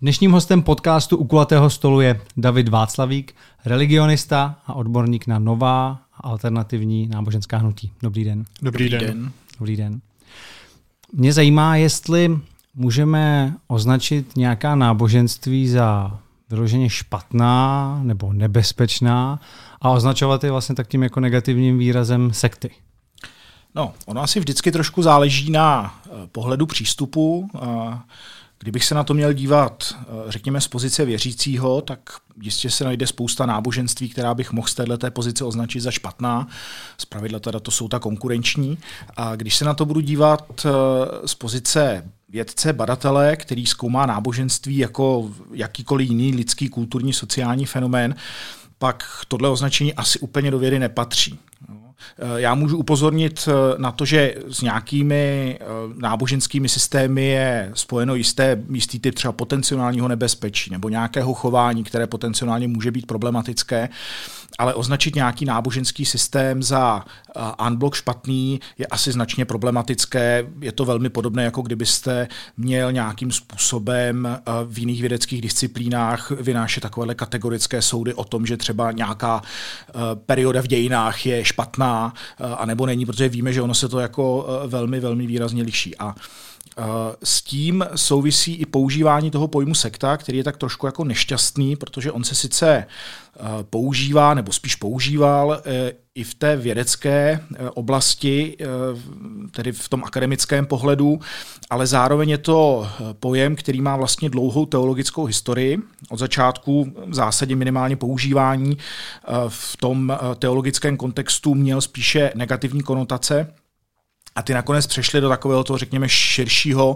Dnešním hostem podcastu U kulatého stolu je David Václavík, religionista a odborník na nová a alternativní náboženská hnutí. Dobrý den. Dobrý den. Mě zajímá, jestli můžeme označit nějaká náboženství za vyloženě špatná nebo nebezpečná a označovat je vlastně tak tím jako negativním výrazem sekty. No, ono asi vždycky trošku záleží na pohledu přístupu. Kdybych se na to měl dívat, řekněme, z pozice věřícího, tak jistě se najde spousta náboženství, která bych mohl z této pozice označit za špatná. Zpravidla teda to jsou ta konkurenční. A když se na to budu dívat z pozice vědce, badatele, který zkoumá náboženství jako jakýkoliv jiný lidský, kulturní, sociální fenomén, pak tohle označení asi úplně do vědy nepatří. Já můžu upozornit na to, že s nějakými náboženskými systémy je spojeno jistý typ třeba potenciálního nebezpečí nebo nějakého chování, které potenciálně může být problematické, ale označit nějaký náboženský systém za unblock špatný je asi značně problematické. Je to velmi podobné, jako kdybyste měl nějakým způsobem v jiných vědeckých disciplínách vynášet takovéhle kategorické soudy o tom, že třeba nějaká perioda v dějinách je špatná, anebo není, protože víme, že ono se to jako velmi, velmi výrazně liší. A s tím souvisí i používání toho pojmu sekta, který je tak trošku jako nešťastný, protože on se sice používá, nebo spíš používal i v té vědecké oblasti, tedy v tom akademickém pohledu, ale zároveň je to pojem, který má vlastně dlouhou teologickou historii. Od začátku v zásadě minimálně používání v tom teologickém kontextu měl spíše negativní konotace. A ty nakonec přešly do takového toho, řekněme, širšího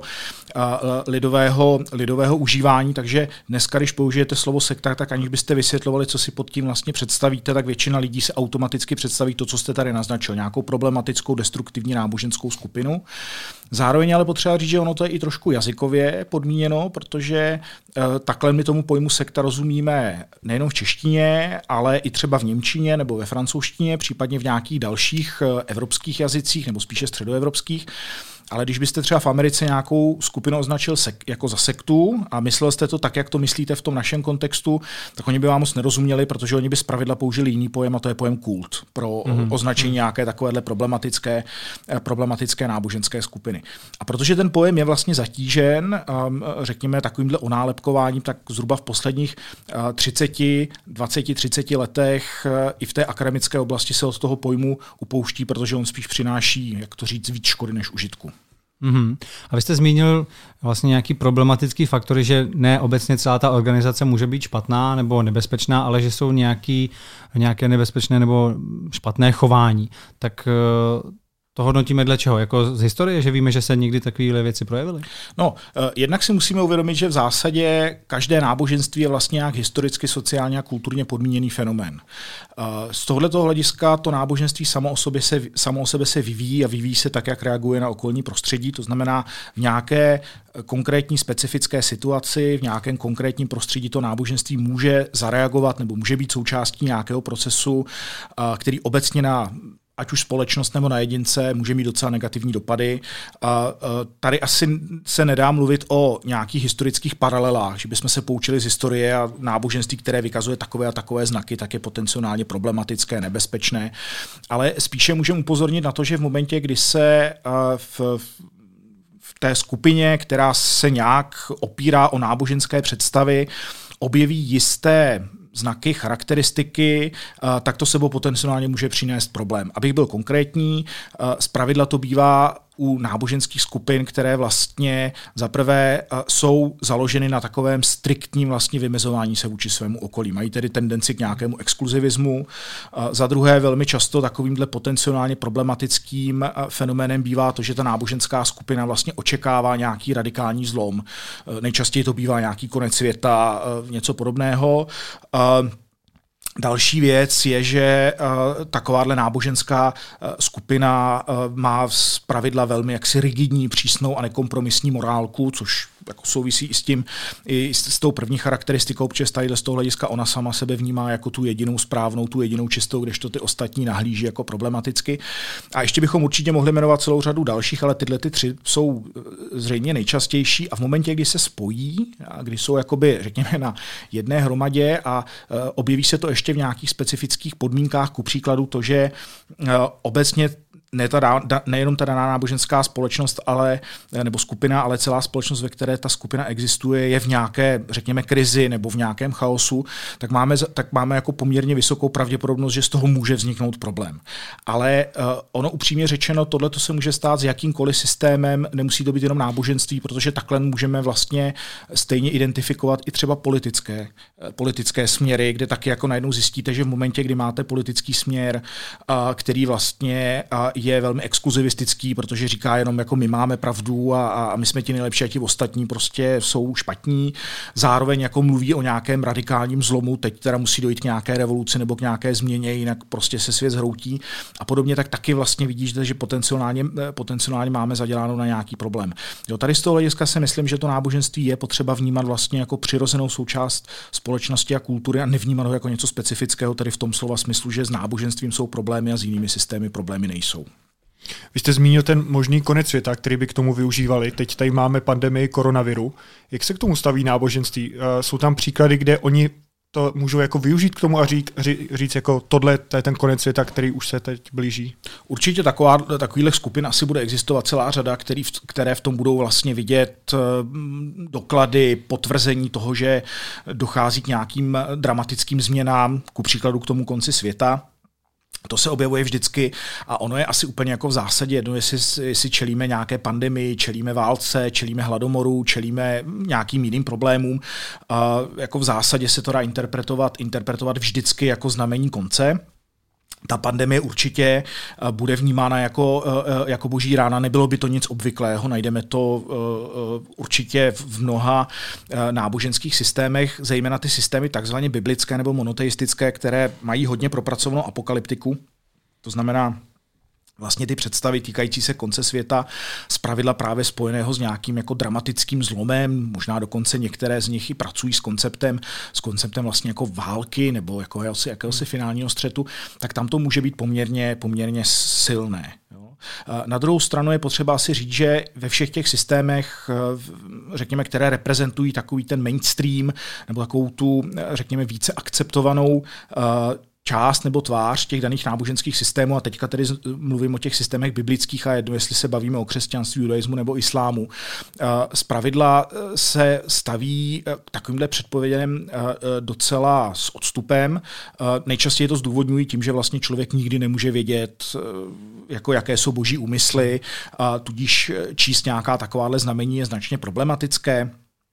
lidového užívání, takže dneska, když použijete slovo sekta, tak aniž byste vysvětlovali, co si pod tím vlastně představíte, tak většina lidí se automaticky představí to, co jste tady naznačil, nějakou problematickou, destruktivní náboženskou skupinu. Zároveň ale potřeba říct, že ono to je i trošku jazykově podmíněno, protože takhle my tomu pojmu sekta rozumíme nejenom v češtině, ale i třeba v němčině nebo ve francouzštině, případně v nějakých dalších evropských jazycích nebo spíše středoevropských. Ale když byste třeba v Americe nějakou skupinu označil jako za sektu a myslel jste to tak, jak to myslíte v tom našem kontextu, tak oni by vám moc nerozuměli, protože oni by zpravidla použili jiný pojem, a to je pojem kult pro označení nějaké takovéhle problematické náboženské skupiny. A protože ten pojem je vlastně zatížen, řekněme, takovýmhle onálepkováním, tak zhruba v posledních 20-30 letech i v té akademické oblasti se od toho pojmu upouští, protože on spíš přináší, jak to říct, víc škody než užitku. Mm-hmm. A vy jste zmínil vlastně nějaký problematický faktory, že ne obecně celá ta organizace může být špatná nebo nebezpečná, ale že jsou nějaké nebezpečné nebo špatné chování. Tak to hodnotíme dle čeho? Jako z historie, že víme, že se někdy takovéhle věci projevily? No, jednak si musíme uvědomit, že v zásadě každé náboženství je vlastně nějak historicky, sociálně a kulturně podmíněný fenomén. Z tohoto hlediska to náboženství samo o sebe se vyvíjí a vyvíjí se tak, jak reaguje na okolní prostředí. To znamená, v nějaké konkrétní specifické situaci, v nějakém konkrétním prostředí to náboženství může zareagovat nebo může být součástí nějakého procesu, který obecně na ať už společnost nebo na jedince může mít docela negativní dopady. Tady asi se nedá mluvit o nějakých historických paralelách, že bychom se poučili z historie a náboženství, které vykazuje takové a takové znaky, tak je potenciálně problematické, nebezpečné. Ale spíše můžeme upozornit na to, že v momentě, kdy se v té skupině, která se nějak opírá o náboženské představy, objeví jisté znaky, charakteristiky, tak to sebou potenciálně může přinést problém. Abych byl konkrétní, zpravidla to bývá u náboženských skupin, které vlastně zaprvé jsou založeny na takovém striktním vlastně vymezování se vůči svému okolí. Mají tedy tendenci k nějakému exkluzivismu. Za druhé velmi často takovýmhle potenciálně problematickým fenoménem bývá to, že ta náboženská skupina vlastně očekává nějaký radikální zlom. Nejčastěji to bývá nějaký konec světa, něco podobného. Další věc je, že takováhle náboženská skupina má zpravidla velmi jaksi rigidní, přísnou a nekompromisní morálku, což jako souvisí i s tou první charakteristikou, protože z toho hlediska ona sama sebe vnímá jako tu jedinou správnou, tu jedinou čistou, kdežto ty ostatní nahlíží jako problematicky. A ještě bychom určitě mohli jmenovat celou řadu dalších, ale tyhle ty 3 jsou zřejmě nejčastější a v momentě, kdy se spojí, a kdy jsou jakoby, řekněme, na jedné hromadě a objeví se to ještě v nějakých specifických podmínkách, ku příkladu to, že obecně nejenom ta daná náboženská společnost, nebo skupina, ale celá společnost, ve které ta skupina existuje, je v nějaké, řekněme, krizi nebo v nějakém chaosu, tak máme jako poměrně vysokou pravděpodobnost, že z toho může vzniknout problém. Ale ono upřímně řečeno, tohle se může stát s jakýmkoliv systémem, nemusí to být jenom náboženství, protože takhle můžeme vlastně stejně identifikovat i třeba politické směry, kde taky jako najednou zjistíte, že v momentě, kdy máte politický směr, který vlastně je velmi exkluzivistický, protože říká jenom, jako my máme pravdu a my jsme ti nejlepší a ti ostatní prostě jsou špatní. Zároveň jako mluví o nějakém radikálním zlomu, teď teda musí dojít k nějaké revoluci nebo k nějaké změně, jinak prostě se svět zhroutí a podobně, tak taky vlastně vidíš, že potenciálně máme zaděláno na nějaký problém. Jo, tady z toho hlediska si myslím, že to náboženství je potřeba vnímat vlastně jako přirozenou součást společnosti a kultury a nevnímat ho jako něco specifického, tedy v tom slova smyslu, že s náboženstvím jsou problémy a s jinými systémy problémy nejsou. Vy jste zmínil ten možný konec světa, který by k tomu využívali. Teď tady máme pandemii koronaviru. Jak se k tomu staví náboženství? Jsou tam příklady, kde oni to můžou jako využít k tomu a říct jako tohle, to je ten konec světa, který už se teď blíží? Určitě takovýchhle skupin asi bude existovat celá řada, které v tom budou vlastně vidět doklady, potvrzení toho, že dochází k nějakým dramatickým změnám, ku příkladu k tomu konci světa. To se objevuje vždycky a ono je asi úplně jako v zásadě jedno, jestli čelíme nějaké pandemii, čelíme válce, čelíme hladomoru, čelíme nějakým jiným problémům. Jako v zásadě se to dá interpretovat vždycky jako znamení konce. Ta pandemie určitě bude vnímána jako boží rána, nebylo by to nic obvyklého, najdeme to určitě v mnoha náboženských systémech, zejména ty systémy takzvaně biblické nebo monoteistické, které mají hodně propracovanou apokalyptiku, to znamená vlastně ty představy týkající se konce světa, zpravidla právě spojeného s nějakým jako dramatickým zlomem, možná dokonce některé z nich i pracují s konceptem vlastně jako války nebo jakéhosi finálního střetu, tak tam to může být poměrně silné. Jo. Na druhou stranu je potřeba asi říct, že ve všech těch systémech, řekněme, které reprezentují takový ten mainstream nebo takovou tu, řekněme, více akceptovanou část nebo tvář těch daných náboženských systémů, a teďka tedy mluvím o těch systémech biblických a jedno, jestli se bavíme o křesťanství, judaismu nebo islámu. Zpravidla se staví takovýmhle předpověděm docela s odstupem. Nejčastěji to zdůvodňují tím, že vlastně člověk nikdy nemůže vědět, jako jaké jsou boží úmysly, tudíž číst nějaká takováhle znamení je značně problematické.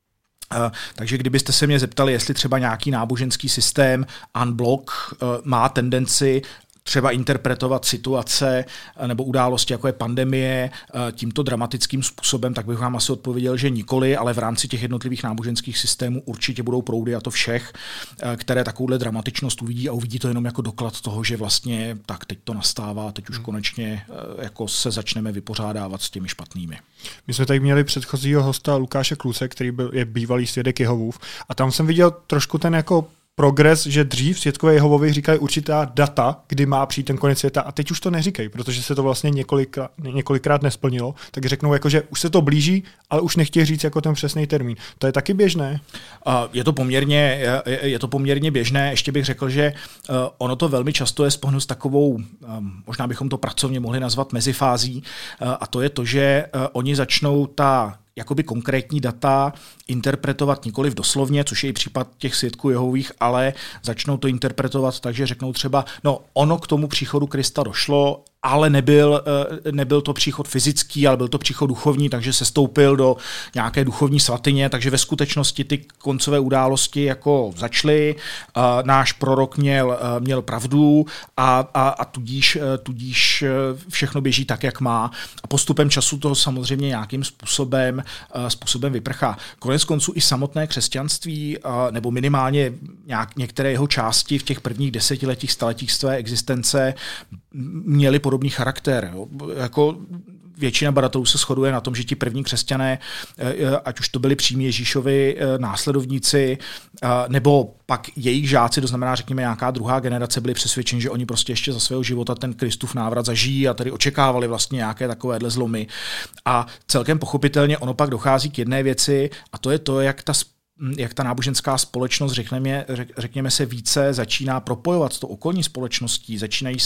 Takže kdybyste se mě zeptali, jestli třeba nějaký náboženský systém unblock má tendenci třeba interpretovat situace nebo události, jako je pandemie, tímto dramatickým způsobem, tak bych vám asi odpověděl, že nikoli, ale v rámci těch jednotlivých náboženských systémů určitě budou proudy, a to všech, které takovouhle dramatičnost uvidí a uvidí to jenom jako doklad toho, že vlastně tak teď to nastává, teď už konečně jako se začneme vypořádávat s těmi špatnými. My jsme tady měli předchozího hosta Lukáše Kluce, který je bývalý svědek Jehovův, a tam jsem viděl trošku ten jako progres, že dřív svědkové Jehovovi říkali určitá data, kdy má přijít ten konec světa, a teď už to neříkají, protože se to vlastně několikrát nesplnilo, tak řeknou, jako, že už se to blíží, ale už nechtějí říct jako ten přesný termín. To je taky běžné? Je to poměrně běžné. Ještě bych řekl, že ono to velmi často je spojeno s takovou, možná bychom to pracovně mohli nazvat mezifází, a to je to, že oni začnou ta jakoby konkrétní data interpretovat nikoliv doslovně, což je i případ těch svědků Jehovových, ale začnou to interpretovat tak, že řeknou třeba, no ono k tomu příchodu Krista došlo, ale nebyl to příchod fyzický, ale byl to příchod duchovní, takže se stoupil do nějaké duchovní svatyně, takže ve skutečnosti ty koncové události jako začaly, náš prorok měl pravdu a tudíž všechno běží tak, jak má. A postupem času toho samozřejmě nějakým způsobem vyprchá. Konec konců i samotné křesťanství, nebo minimálně některé jeho části v těch prvních desetiletích, staletích své existence měly podobný charakter. Jo. Jako většina badatelů se shoduje na tom, že ti první křesťané, ať už to byli přímí Ježíšovi následovníci, nebo pak jejich žáci, to znamená, řekněme, nějaká druhá generace, byli přesvědčeni, že oni prostě ještě za svého života ten Kristův návrat zažijí a tedy očekávali vlastně nějaké takovéhle zlomy. A celkem pochopitelně ono pak dochází k jedné věci, a to je to, jak ta náboženská společnost, řekněme se, více začíná propojovat s tou okolní společností,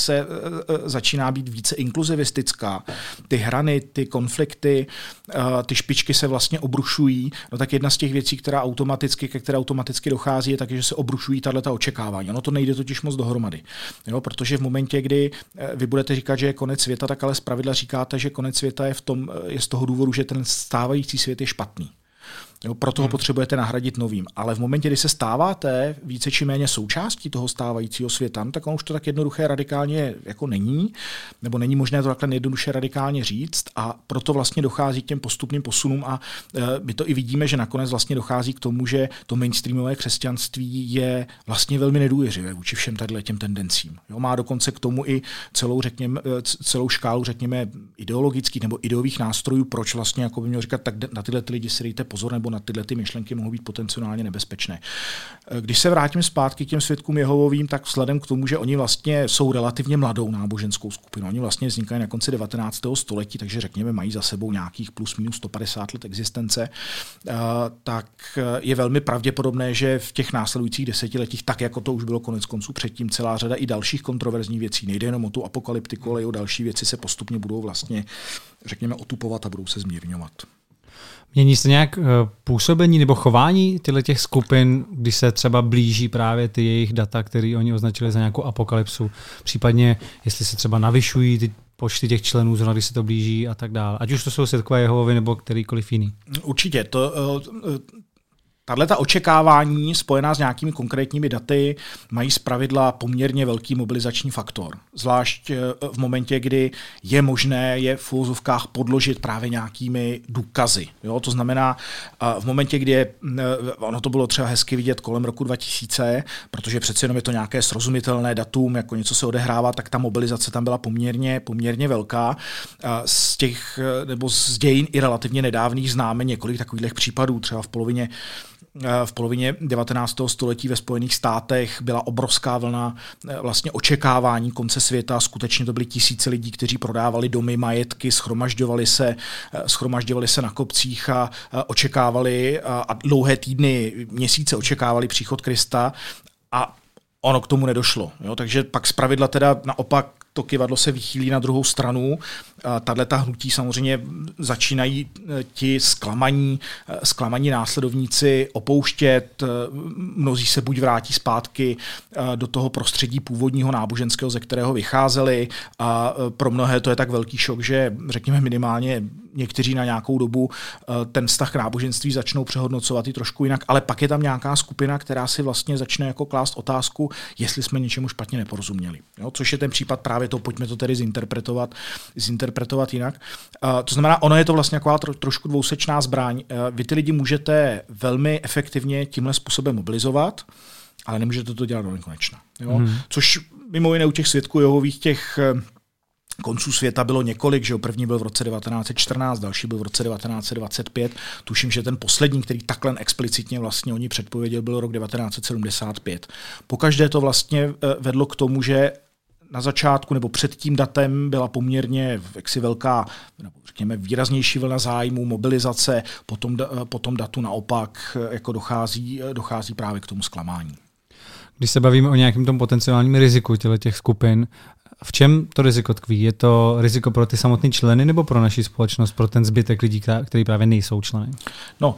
začíná být více inkluzivistická. Ty hrany, ty konflikty, ty špičky se vlastně obrušují. No tak jedna z těch věcí, ke které automaticky dochází, je taky, že se obrušují tato očekávání. Ono to nejde totiž moc dohromady. Jo, protože v momentě, kdy vy budete říkat, že je konec světa, tak ale zpravidla říkáte, že konec světa je z toho důvodu, že ten stávající svět je špatný. Jo, proto ho potřebujete nahradit novým. Ale v momentě, kdy se stáváte více či méně součástí toho stávajícího světa, tak on už to tak jednoduché radikálně jako není, nebo není možné to takhle jednoduše radikálně říct, a proto vlastně dochází k těm postupným posunům a my to i vidíme, že nakonec vlastně dochází k tomu, že to mainstreamové křesťanství je vlastně velmi nedůvěřivé vůči všem těm tendencím. Jo, má dokonce k tomu i celou škálu, řekněme, ideologických nebo ideových nástrojů, proč vlastně jako by měl říkat, tak na tyhle lidi si dejte pozor, nebo na tyhle ty myšlenky mohou být potenciálně nebezpečné. Když se vrátím zpátky k těm svědkům Jehovovým, tak vzhledem k tomu, že oni vlastně jsou relativně mladou náboženskou skupinou, oni vlastně vznikají na konci 19. století, takže řekněme mají za sebou nějakých plus minus 150 let existence, tak je velmi pravděpodobné, že v těch následujících desetiletích, tak jako to už bylo konec konců předtím, celá řada i dalších kontroverzních věcí, nejde jenom o tu apokalyptiku, ale i o další věci se postupně budou vlastně, řekněme, otupovat a budou se zmírňovat. Mění se nějak působení nebo chování těch skupin, když se třeba blíží právě ty jejich data, které oni označili za nějakou apokalypsu? Případně, jestli se třeba navyšují ty počty těch členů, zrovna když se to blíží a tak dále. Ať už to jsou svědkové Jehovovi nebo kterýkoliv jiný. Určitě. Tato očekávání spojená s nějakými konkrétními daty mají zpravidla poměrně velký mobilizační faktor. Zvlášť v momentě, kdy je možné je v uvozovkách podložit právě nějakými důkazy. Jo? To znamená, v momentě, kdy ono to bylo třeba hezky vidět kolem roku 2000, protože přece jenom je to nějaké srozumitelné datum, jako něco se odehrává, tak ta mobilizace tam byla poměrně velká. Z dějin i relativně nedávných známe několik takových případů, třeba v polovině 19. století ve Spojených státech byla obrovská vlna vlastně očekávání konce světa. Skutečně to byly tisíce lidí, kteří prodávali domy, majetky, schromažďovali se na kopcích a očekávali a dlouhé týdny, měsíce očekávali příchod Krista a ono k tomu nedošlo. Jo? Takže pak zpravidla teda naopak to kyvadlo se vychýlí na druhou stranu. Tato hnutí samozřejmě začínají ti zklamaní následovníci opouštět. Mnozí se buď vrátí zpátky do toho prostředí původního náboženského, ze kterého vycházeli. A pro mnohé to je tak velký šok, že řekněme minimálně někteří na nějakou dobu ten vztah k náboženství začnou přehodnocovat i trošku jinak, ale pak je tam nějaká skupina, která si vlastně začne jako klást otázku, jestli jsme něčemu špatně neporozuměli. Jo? Což je ten případ právě to, pojďme to tedy zinterpretovat jinak. To znamená, ono je to vlastně taková trošku dvousečná zbraň. Vy ty lidi můžete velmi efektivně tímhle způsobem mobilizovat, ale nemůžete to dělat do nekonečna. Což mimo jiné u těch svědků Jehovových těch konců světa bylo několik, že první byl v roce 1914, další byl v roce 1925. Tuším, že ten poslední, který takhle explicitně vlastně oni předpověděl, byl rok 1975. Pokaždé to vlastně vedlo k tomu, že na začátku nebo před tím datem byla poměrně velká, řekněme, výraznější vlna zájmu, mobilizace, po tom datu naopak jako dochází právě k tomu zklamání. Když se bavíme o nějakém tom potenciálním riziku těch skupin, v čem to riziko tkví? Je to riziko pro ty samotné členy nebo pro naši společnost, pro ten zbytek lidí, kteří právě nejsou členy? No,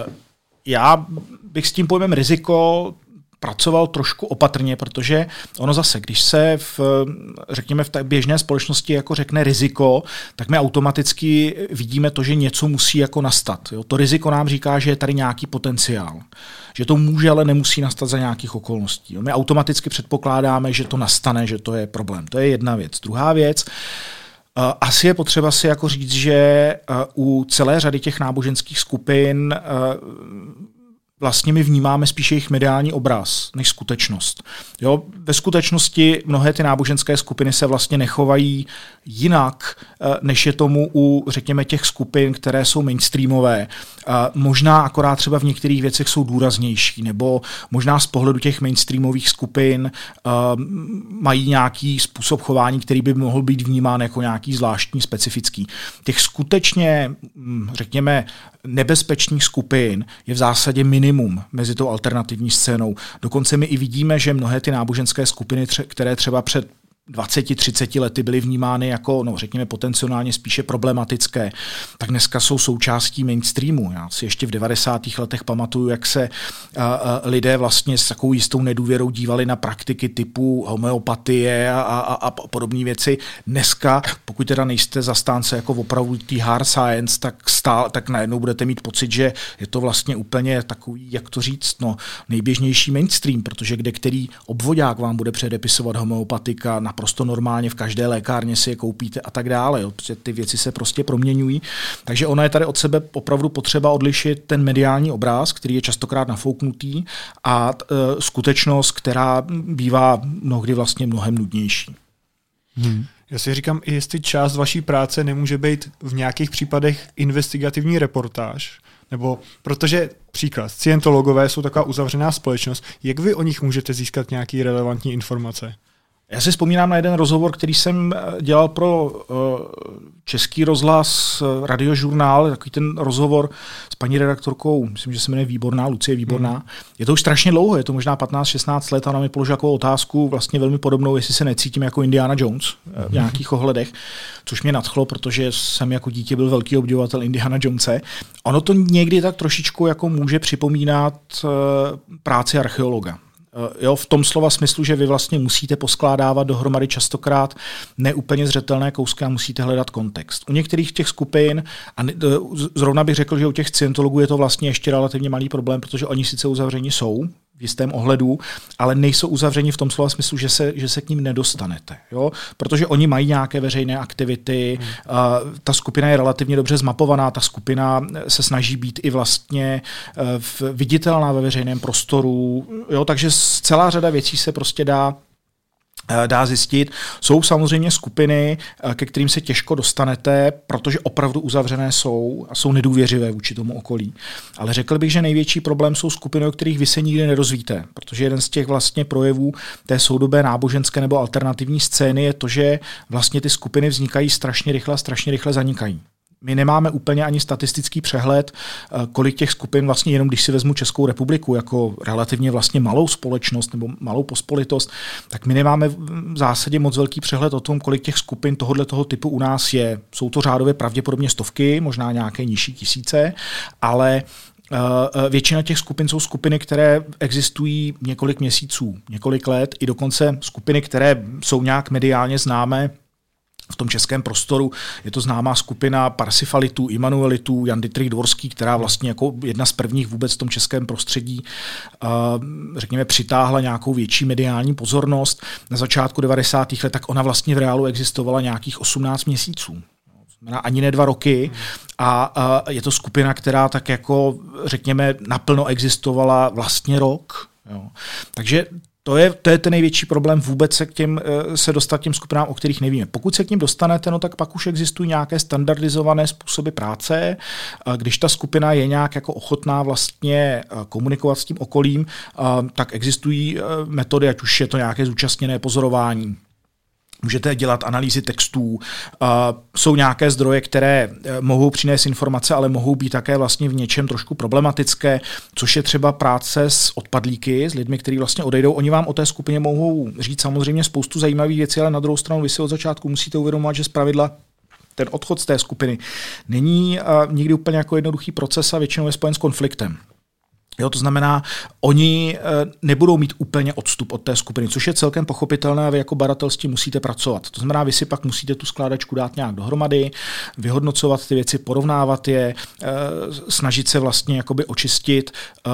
já bych s tím pojmem riziko pracoval trošku opatrně, protože ono zase, když se řekněme v té běžné společnosti jako řekne riziko, tak my automaticky vidíme to, že něco musí jako nastat. Jo? To riziko nám říká, že je tady nějaký potenciál. Že to může, ale nemusí nastat za nějakých okolností. Jo? My automaticky předpokládáme, že to nastane, že to je problém. To je jedna věc. Druhá věc, asi je potřeba si jako říct, že u celé řady těch náboženských skupin vlastně my vnímáme spíše jejich mediální obraz než skutečnost. Jo? Ve skutečnosti mnohé ty náboženské skupiny se vlastně nechovají jinak, než je tomu u, řekněme, těch skupin, které jsou mainstreamové. Možná akorát třeba v některých věcech jsou důraznější, nebo možná z pohledu těch mainstreamových skupin mají nějaký způsob chování, který by mohl být vnímán jako nějaký zvláštní, specifický. Těch skutečně, řekněme, nebezpečných skupin je v zásadě minimum mezi tou alternativní scénou. Dokonce my i vidíme, že mnohé ty náboženské skupiny, které třeba před 20-30 lety byly vnímány jako, no, řekněme, potenciálně spíše problematické, tak dneska jsou součástí mainstreamu. Já si ještě v 90. letech pamatuju, jak se lidé vlastně s takovou jistou nedůvěrou dívali na praktiky typu homeopatie a podobné věci. Dneska, pokud teda nejste zastánce jako opravdu tý hard science, tak najednou budete mít pocit, že je to vlastně úplně takový, jak to říct, no, nejběžnější mainstream, protože kde který obvodák vám bude předepisovat homeopatika, naprosto normálně v každé lékárně si je koupíte a tak dále. Jo, protože ty věci se prostě proměňují. Takže ono je tady od sebe opravdu potřeba odlišit ten mediální obraz, který je častokrát nafouknutý, a skutečnost, která bývá mnohdy vlastně mnohem nudnější. Já si říkám, jestli část vaší práce nemůže být v nějakých případech investigativní reportáž, nebo protože příklad, scientologové jsou taková uzavřená společnost, jak vy o nich můžete získat nějaké relevantní informace? Já si vzpomínám na jeden rozhovor, který jsem dělal pro Český rozhlas, Radiožurnál, takový ten rozhovor s paní redaktorkou, myslím, že se jmenuje Výborná, Lucie Výborná. Je to už strašně dlouho, je to možná 15-16 let, a ona mi položila takovou otázku, vlastně velmi podobnou, jestli se necítím jako Indiana Jones v nějakých ohledech, což mě nadchlo, protože jsem jako dítě byl velký obdivovatel Indiana Jonese. Ono to někdy tak trošičku jako může připomínat práci archeologa. Jo, v tom slova smyslu, že vy vlastně musíte poskládávat dohromady častokrát neúplně zřetelné kousky a musíte hledat kontext. U některých těch skupin, a zrovna bych řekl, že u těch scientologů je to vlastně ještě relativně malý problém, protože oni sice uzavření jsou v jistém ohledu, ale nejsou uzavřeni v tom slova smyslu, že se k ním nedostanete. Jo? Protože oni mají nějaké veřejné aktivity, ta skupina je relativně dobře zmapovaná, ta skupina se snaží být i vlastně viditelná ve veřejném prostoru, jo? Takže celá řada věcí se prostě dá zjistit. Jsou samozřejmě skupiny, ke kterým se těžko dostanete, protože opravdu uzavřené jsou a jsou nedůvěřivé vůči tomu okolí. Ale řekl bych, že největší problém jsou skupiny, o kterých vy se nikdy nedozvíte, protože jeden z těch vlastně projevů té soudobé náboženské nebo alternativní scény je to, že vlastně ty skupiny vznikají strašně rychle a strašně rychle zanikají. My nemáme úplně ani statistický přehled, kolik těch skupin vlastně, jenom když si vezmu Českou republiku jako relativně vlastně malou společnost nebo malou pospolitost, tak my nemáme v zásadě moc velký přehled o tom, kolik těch skupin tohoto typu u nás je. Jsou to řádově pravděpodobně stovky, možná nějaké nižší tisíce, ale většina těch skupin jsou skupiny, které existují několik měsíců, několik let, i dokonce skupiny, které jsou nějak mediálně známé. V tom českém prostoru je to známá skupina parsifalitů, Immanuelitů, Jan Dietrich Dvorský, která vlastně jako jedna z prvních vůbec v tom českém prostředí, řekněme, přitáhla nějakou větší mediální pozornost. Na začátku 90. let, tak ona vlastně v reálu existovala nějakých 18 měsíců. Ani ne 2 roky. A je to skupina, která tak jako, řekněme, naplno existovala vlastně rok. Jo. Takže to je ten největší problém vůbec se dostat těm skupinám, o kterých nevíme. Pokud se k ním dostanete, no tak pak už existují nějaké standardizované způsoby práce. Když ta skupina je nějak jako ochotná vlastně komunikovat s tím okolím, tak existují metody, ať už je to nějaké zúčastněné pozorování. Můžete dělat analýzy textů, jsou nějaké zdroje, které mohou přinést informace, ale mohou být také vlastně v něčem trošku problematické, což je třeba práce s odpadlíky, s lidmi, kteří vlastně odejdou. Oni vám o té skupině mohou říct samozřejmě spoustu zajímavých věcí, ale na druhou stranu vy si od začátku musíte uvědomovat, že zpravidla ten odchod z té skupiny není nikdy úplně jako jednoduchý proces a většinou je spojen s konfliktem. Jo, to znamená, oni nebudou mít úplně odstup od té skupiny, což je celkem pochopitelné a vy jako badatel s tím musíte pracovat. To znamená, vy si pak musíte tu skládačku dát nějak dohromady, vyhodnocovat ty věci, porovnávat je, snažit se vlastně jakoby očistit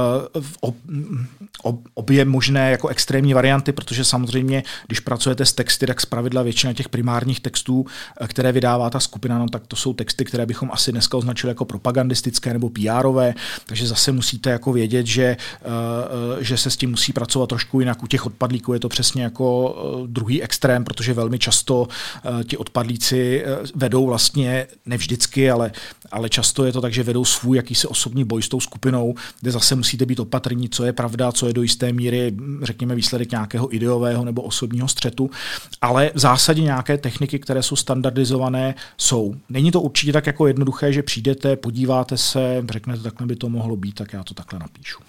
obě možné jako extrémní varianty, protože samozřejmě, když pracujete s texty, tak zpravidla většina těch primárních textů, které vydává ta skupina, no, tak to jsou texty, které bychom asi dneska označili jako propagandistické nebo PR-ové, takže zase musíte jako vědět, vědět, že se s tím musí pracovat trošku jinak. U těch odpadlíků je to přesně jako druhý extrém, protože velmi často ti odpadlíci vedou vlastně, ne vždycky, ale často je to tak, že vedou svůj jakýsi osobní boj s tou skupinou, kde zase musíte být opatrní, co je pravda, co je do jisté míry, řekněme, výsledek nějakého ideového nebo osobního střetu, ale v zásadě nějaké techniky, které jsou standardizované, jsou. Není to určitě tak jako jednoduché, že přijdete, podíváte se, řeknete, takhle by to mohlo být, tak já to takhle napíšu.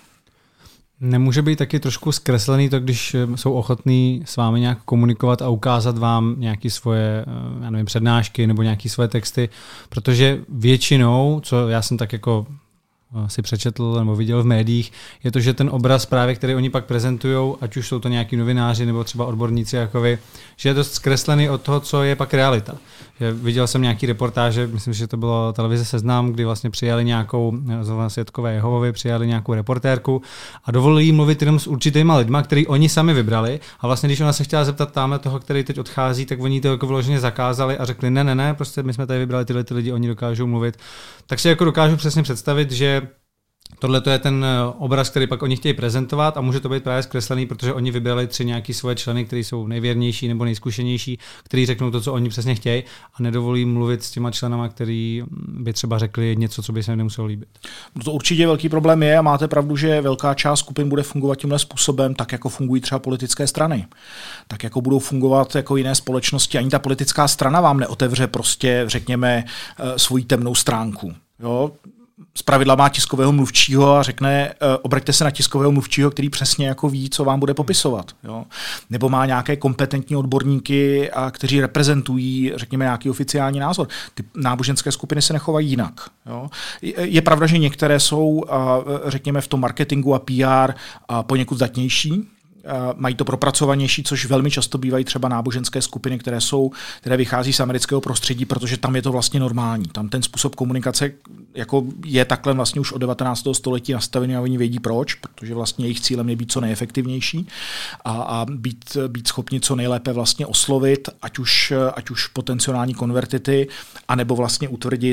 Nemůže být taky trošku zkreslený to, když jsou ochotní s vámi nějak komunikovat a ukázat vám nějaké svoje, já nevím, přednášky nebo nějaké svoje texty, protože většinou, co já jsem tak jako si přečetl nebo viděl v médiích, je to, že ten obraz právě, který oni pak prezentují, ať už jsou to nějaký novináři nebo třeba odborníci jako vy, že je dost zkreslený od toho, co je pak realita. Že viděl jsem nějaký reportáže, myslím, že to bylo televize Seznam, kdy vlastně přijali nějakou svědkové Jehovovi, přijali nějakou reportérku a dovolili jí mluvit jenom s určitýma lidma, který oni sami vybrali. A vlastně, když ona se chtěla zeptat tamhle toho, který teď odchází, tak oni to jako vyloženě zakázali a řekli ne, prostě my jsme tady vybrali tyhle ty lidi, oni dokážou mluvit. Tak si jako dokážu přesně představit, že tohle to je ten obraz, který pak oni chtějí prezentovat a může to být právě zkreslený, protože oni vybrali 3 nějaký svoje členy, kteří jsou nejvěrnější nebo nejzkušenější, kteří řeknou to, co oni přesně chtějí a nedovolí mluvit s těma členama, kteří by třeba řekli něco, co by se nemuselo líbit. To určitě velký problém je a máte pravdu, že velká část skupin bude fungovat tímhle způsobem, tak jako fungují třeba politické strany. Tak jako budou fungovat jako jiné společnosti. Ani ta politická strana vám neotevře prostě, řekněme, svoji temnou stránku. Jo? Zpravidla má tiskového mluvčího a řekne, obraťte se na tiskového mluvčího, který přesně jako ví, co vám bude popisovat. Jo? Nebo má nějaké kompetentní odborníky, kteří reprezentují, řekněme, nějaký oficiální názor. Ty náboženské skupiny se nechovají jinak. Jo? Je pravda, že některé jsou, řekněme, v tom marketingu a PR poněkud zdatnější, mají to propracovanější, což velmi často bývají třeba náboženské skupiny, které vychází z amerického prostředí, protože tam je to vlastně normální. Tam ten způsob komunikace jako je takhle vlastně už od 19. století nastavený a oni vědí proč, protože vlastně jejich cílem je být co nejefektivnější a být schopni co nejlépe vlastně oslovit, ať už potenciální konvertity, anebo vlastně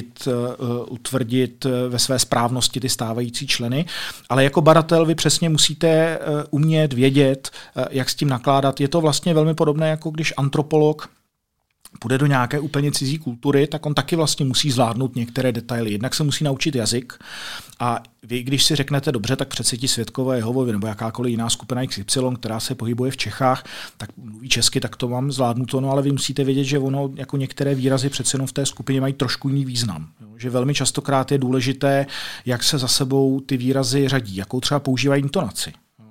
utvrdit ve své správnosti ty stávající členy. Ale jako badatel vy přesně musíte umět vědět, jak s tím nakládat. Je to vlastně velmi podobné, jako když antropolog půjde do nějaké úplně cizí kultury, tak on taky vlastně musí zvládnout některé detaily. Jednak se musí naučit jazyk a vy, když si řeknete dobře, tak přece ti svědkové Jehovovi nebo jakákoliv jiná skupina XY, která se pohybuje v Čechách, tak mluví česky, tak to mám zvládnuto, no ale vy musíte vědět, že ono jako některé výrazy přece jenom v té skupině mají trošku jiný význam. Jo? Že velmi častokrát je důležité, jak se za sebou ty výrazy řadí, jakou třeba používají intonaci.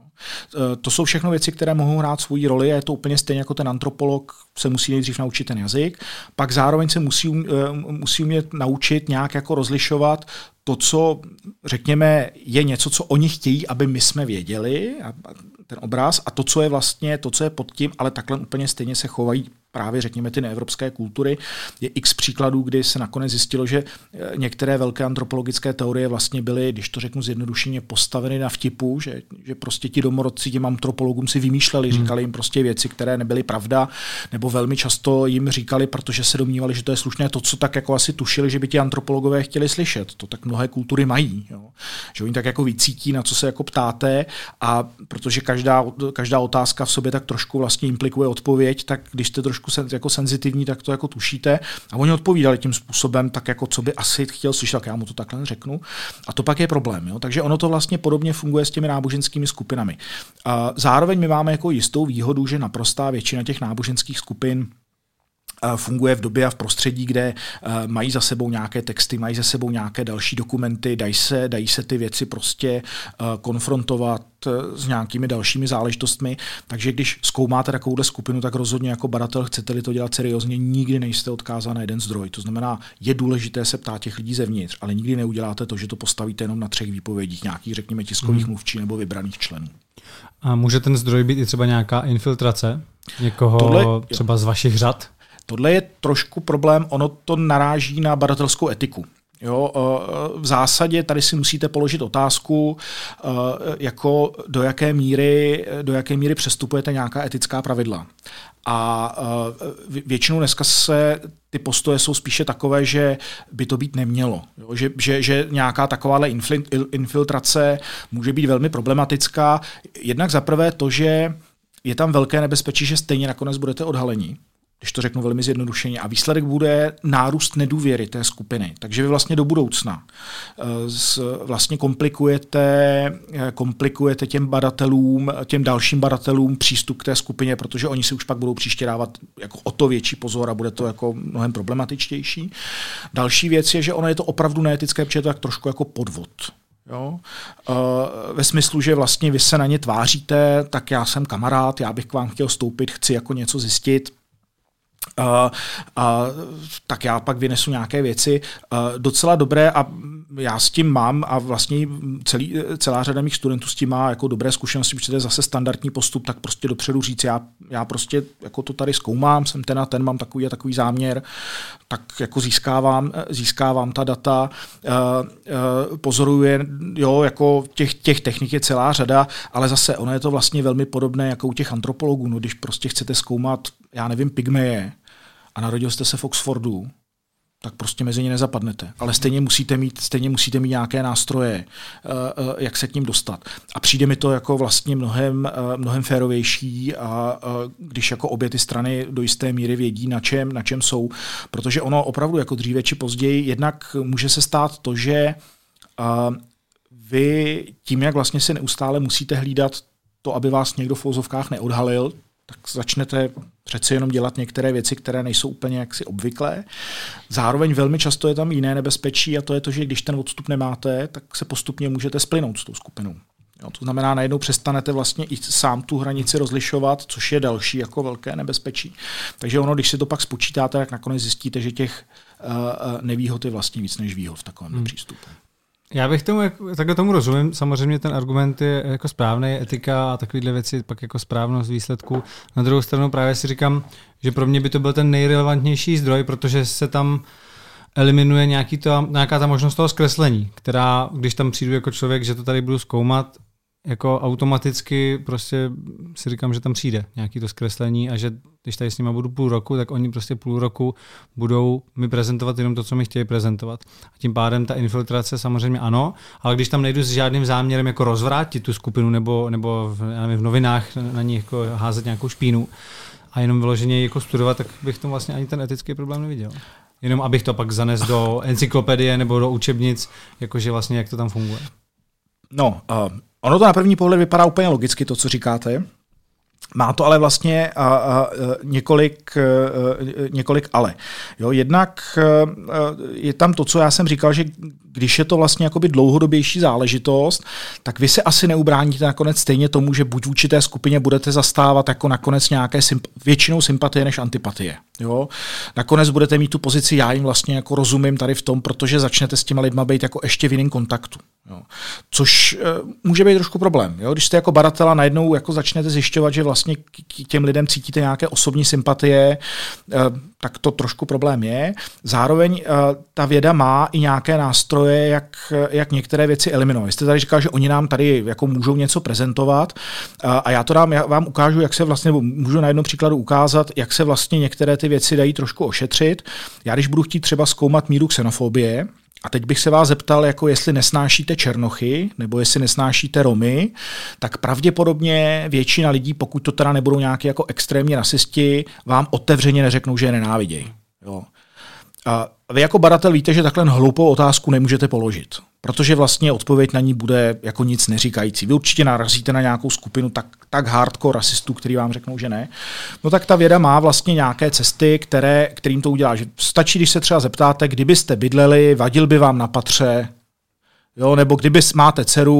To jsou všechno věci, které mohou hrát svou roli a je to úplně stejně jako ten antropolog se musí nejdřív naučit ten jazyk, pak zároveň se musí umět naučit nějak jako rozlišovat to, co řekněme je něco, co oni chtějí, aby my jsme věděli, ten obraz, a to, co je vlastně, to, co je pod tím, ale takhle úplně stejně se chovají právě, řekněme, ty neevropské kultury. Je x příkladů, kdy se nakonec zjistilo, že některé velké antropologické teorie vlastně byly, když to řeknu zjednodušeně, postaveny na vtipu, že prostě ti domorodci těm antropologům si vymýšleli, říkali jim prostě věci, které nebyly pravda, nebo velmi často jim říkali, protože se domnívali, že to je slušné, to, co tak jako asi tušili, že by ti antropologové chtěli slyšet. To tak mnohé kultury mají. Jo. Že oni tak jako vycítí, na co se jako ptáte, a protože každá otázka v sobě tak trošku vlastně implikuje odpověď, tak když jste trošku jako senzitivní, tak to jako tušíte. A oni odpovídali tím způsobem, tak jako co by asi chtěl slyšet, tak já mu to takhle řeknu. A to pak je problém. Jo? Takže ono to vlastně podobně funguje s těmi náboženskými skupinami. A zároveň my máme jako jistou výhodu, že naprostá většina těch náboženských skupin funguje v době a v prostředí, kde mají za sebou nějaké texty, mají za sebou nějaké další dokumenty, dají se ty věci prostě konfrontovat s nějakými dalšími záležitostmi. Takže když zkoumáte takovouhle skupinu, tak rozhodně jako badatel, chcete-li to dělat seriózně, nikdy nejste odkázán na jeden zdroj. To znamená, je důležité se ptát těch lidí zevnitř, ale nikdy neuděláte to, že to postavíte jenom na 3 výpovědích nějakých, řekněme, tiskových mluvčí nebo vybraných členů. A může ten zdroj být i třeba nějaká infiltrace někoho třeba z vašich řad? Tohle je trošku problém, ono to naráží na badatelskou etiku. Jo, v zásadě tady si musíte položit otázku, jako do jaké míry přestupujete nějaká etická pravidla. A většinou dneska ty postoje jsou spíše takové, že by to být nemělo. Jo? Že nějaká takováhle infiltrace může být velmi problematická. Jednak zaprvé to, že je tam velké nebezpečí, že stejně nakonec budete odhaleni, když to řeknu velmi zjednodušeně. A výsledek bude nárůst nedůvěry té skupiny. Takže vy vlastně do budoucna vlastně komplikujete těm dalším badatelům přístup k té skupině, protože oni si už pak budou příště dávat jako o to větší pozor a bude to jako mnohem problematičtější. Další věc je, že ono je to opravdu neetické, protože je to tak trošku jako podvod. Jo? Ve smyslu, že vlastně vy se na ně tváříte, tak já jsem kamarád, já bych k vám chtěl vstoupit, chci jako něco zjistit, tak já pak vynesu nějaké věci. Docela dobré a já s tím mám a vlastně celá řada mých studentů s tím má jako dobré zkušenosti, protože to je zase standardní postup, tak prostě dopředu říct, já prostě jako to tady zkoumám, jsem ten a ten, mám takový a takový záměr, tak jako získávám ta data, pozoruje, jo, jako těch technik je celá řada, ale zase ono je to vlastně velmi podobné jako u těch antropologů, no, když prostě chcete zkoumat, já nevím, pygmeje a narodil jste se v Oxfordu, tak prostě mezi ně nezapadnete. Ale stejně musíte mít nějaké nástroje, jak se k ním dostat. A přijde mi to jako vlastně mnohem férovější, a když jako obě ty strany do jisté míry vědí, na čem jsou. Protože ono opravdu jako dříve či později jednak může se stát to, že vy tím, jak vlastně si neustále musíte hlídat to, aby vás někdo v ozovkách neodhalil, tak začnete přece jenom dělat některé věci, které nejsou úplně jaksi obvyklé. Zároveň velmi často je tam jiné nebezpečí a to je to, že když ten odstup nemáte, tak se postupně můžete splynout s tou skupinou. Jo, to znamená, najednou přestanete vlastně i sám tu hranici rozlišovat, což je další jako velké nebezpečí. Takže ono, když si to pak spočítáte, tak nakonec zjistíte, že těch nevýhod je vlastně víc než výhod v takovém přístupu. Já bych takhle tomu rozumím. Samozřejmě ten argument je jako správný, etika a takovéhle věci, pak jako správnost výsledku. Na druhou stranu právě si říkám, že pro mě by to byl ten nejrelevantnější zdroj, protože se tam eliminuje nějaká ta možnost toho zkreslení, která, když tam přijdu jako člověk, že to tady budu zkoumat, jako automaticky prostě si říkám, že tam přijde nějaký to zkreslení a že když tady s nima budu půl roku, tak oni prostě půl roku budou mi prezentovat jenom to, co mi chtějí prezentovat. A tím pádem ta infiltrace samozřejmě ano, ale když tam nejdu s žádným záměrem jako rozvrátit tu skupinu nebo v novinách na ní jako házet nějakou špínu a jenom vyloženě jako studovat, tak bych tomu vlastně ani ten etický problém neviděl. Jenom abych to pak zanes do encyklopedie nebo do učebnic, jakože vlastně jak to tam funguje. No, ono to na první pohled vypadá úplně logicky, to, co říkáte. Má to ale vlastně několik ale. Jo, jednak je tam to, co já jsem říkal, že když je to vlastně jakoby dlouhodobější záležitost, tak vy se asi neubráníte nakonec stejně tomu, že buď v určité skupině budete zastávat jako nakonec nějaké většinou sympatie než antipatie. Jo? Nakonec budete mít tu pozici, já jim vlastně jako rozumím tady v tom, protože začnete s těma lidma být jako ještě v jiném kontaktu. Jo? Což může být trošku problém. Jo? Když jste jako badatela najednou jako začnete zjišťovat, že vlastně k těm lidem cítíte nějaké osobní sympatie, tak to trošku problém je. Zároveň ta věda má i nějaké nástroje, jak některé věci eliminovat. Jste tady říkal, že oni nám tady jako můžou něco prezentovat a já vám ukážu, jak se vlastně, můžu na jednom příkladu ukázat, jak se vlastně některé ty věci dají trošku ošetřit. Já když budu chtít třeba zkoumat míru xenofobie, a teď bych se vás zeptal, jako jestli nesnášíte Černochy, nebo jestli nesnášíte Romy, tak pravděpodobně většina lidí, pokud to teda nebudou nějaké jako extrémní rasisti, vám otevřeně neřeknou, že je nenávidějí. Jo. A vy jako badatel víte, že takhle hloupou otázku nemůžete položit, protože vlastně odpověď na ní bude jako nic neříkající. Vy určitě narazíte na nějakou skupinu tak hardcore rasistů, který vám řeknou, že ne. No tak ta věda má vlastně nějaké cesty, kterým to udělá. Že stačí, když se třeba zeptáte, kdybyste bydleli, vadil by vám na patře, jo, nebo máte dceru,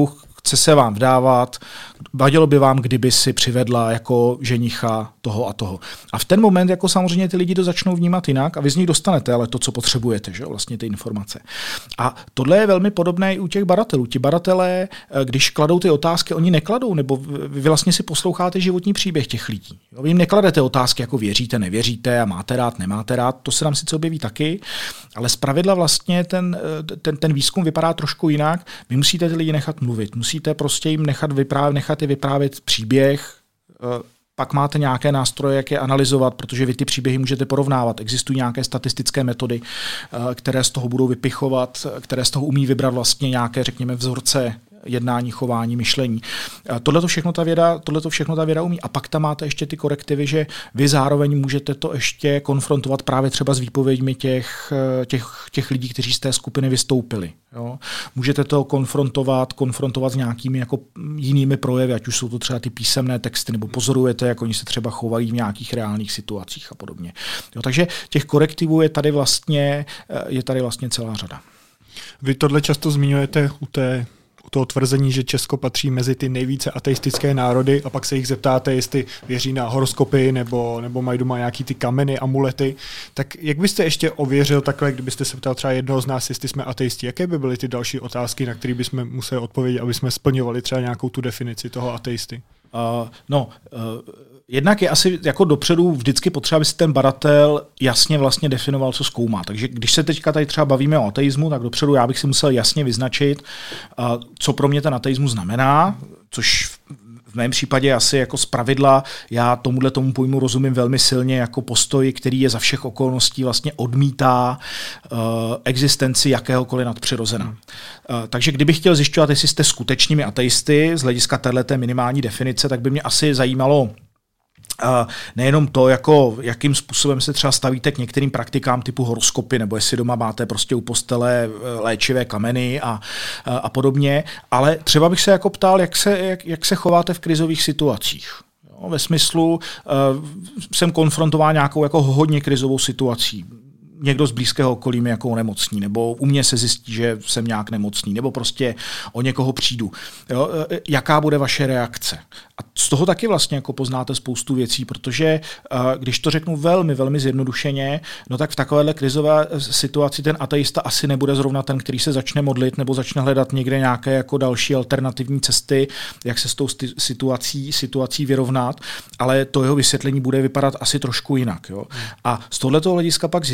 chce se vám vdávat, vadilo by vám, kdyby si přivedla jako ženicha toho a toho. A v ten moment jako samozřejmě ty lidi to začnou vnímat jinak a vy z nich dostanete ale to, co potřebujete, že vlastně ty informace. A tohle je velmi podobné i u těch badatelů. Ti badatelé, když kladou ty otázky, oni nekladou, nebo vy vlastně si posloucháte životní příběh těch lidí. Vy jim nekladete otázky, jako věříte, nevěříte a máte rád, nemáte rád, to se tam sice objeví taky, ale zpravidla vlastně ten výzkum vypadá trošku jinak. Vy musíte ty lidi nechat mluvit, musíte prostě jim nechat je vyprávět příběh, pak máte nějaké nástroje, jak je analyzovat, protože vy ty příběhy můžete porovnávat. Existují nějaké statistické metody, které z toho budou vypichovat, které z toho umí vybrat vlastně nějaké, řekněme, vzorce jednání, chování, myšlení. Tohle to všechno ta věda umí. A pak tam máte ještě ty korektivy, že vy zároveň můžete to ještě konfrontovat právě třeba s výpověďmi těch lidí, kteří z té skupiny vystoupili. Jo? Můžete to konfrontovat s nějakými jako jinými projevy, ať už jsou to třeba ty písemné texty, nebo pozorujete, jak oni se třeba chovají v nějakých reálných situacích a podobně. Jo? Takže těch korektivů je tady vlastně celá řada. Vy tohle často zmiňujete u toho tvrzení, že Česko patří mezi ty nejvíce ateistické národy a pak se jich zeptáte, jestli věří na horoskopy nebo mají doma nějaký ty kameny, amulety. Tak jak byste ještě ověřil takhle, kdybyste se ptal třeba jednoho z nás, jestli jsme ateisti, jaké by byly ty další otázky, na které bychom museli odpovědět, aby jsme splňovali třeba nějakou tu definici toho ateisty? Jednak je asi jako dopředu vždycky potřeba, aby si ten badatel jasně vlastně definoval, co zkoumá. Takže když se teďka tady třeba bavíme o ateismu, tak dopředu já bych si musel jasně vyznačit, co pro mě ten ateismus znamená, což v mém případě asi jako zpravidla já tomu pojmu rozumím velmi silně jako postoj, který je za všech okolností vlastně odmítá existenci jakéhokoliv nadpřirozena. Takže kdybych chtěl zjišťovat, jestli jste skutečnými ateisty z hlediska téhleté minimální definice, tak by mě asi zajímalo nejenom to, jako jakým způsobem se třeba stavíte k některým praktikám typu horoskopy, nebo jestli doma máte prostě u postele léčivé kameny a podobně, ale třeba bych se jako ptal, jak se chováte v krizových situacích. Jo, ve smyslu, jsem konfrontován nějakou jako hodně krizovou situací. Někdo z blízkého okolí mi jako nemocný, nebo u mě se zjistí, že jsem nějak nemocný, nebo prostě o někoho přijdu. Jo? Jaká bude vaše reakce? A z toho taky vlastně jako poznáte spoustu věcí, protože když to řeknu velmi, velmi zjednodušeně, no tak v takovéhle krizové situaci ten ateista asi nebude zrovna ten, který se začne modlit nebo začne hledat někde nějaké jako další alternativní cesty, jak se s tou situací vyrovnat, ale to jeho vysvětlení bude vypadat asi trošku jinak. Jo? A z tohoto hlediska pak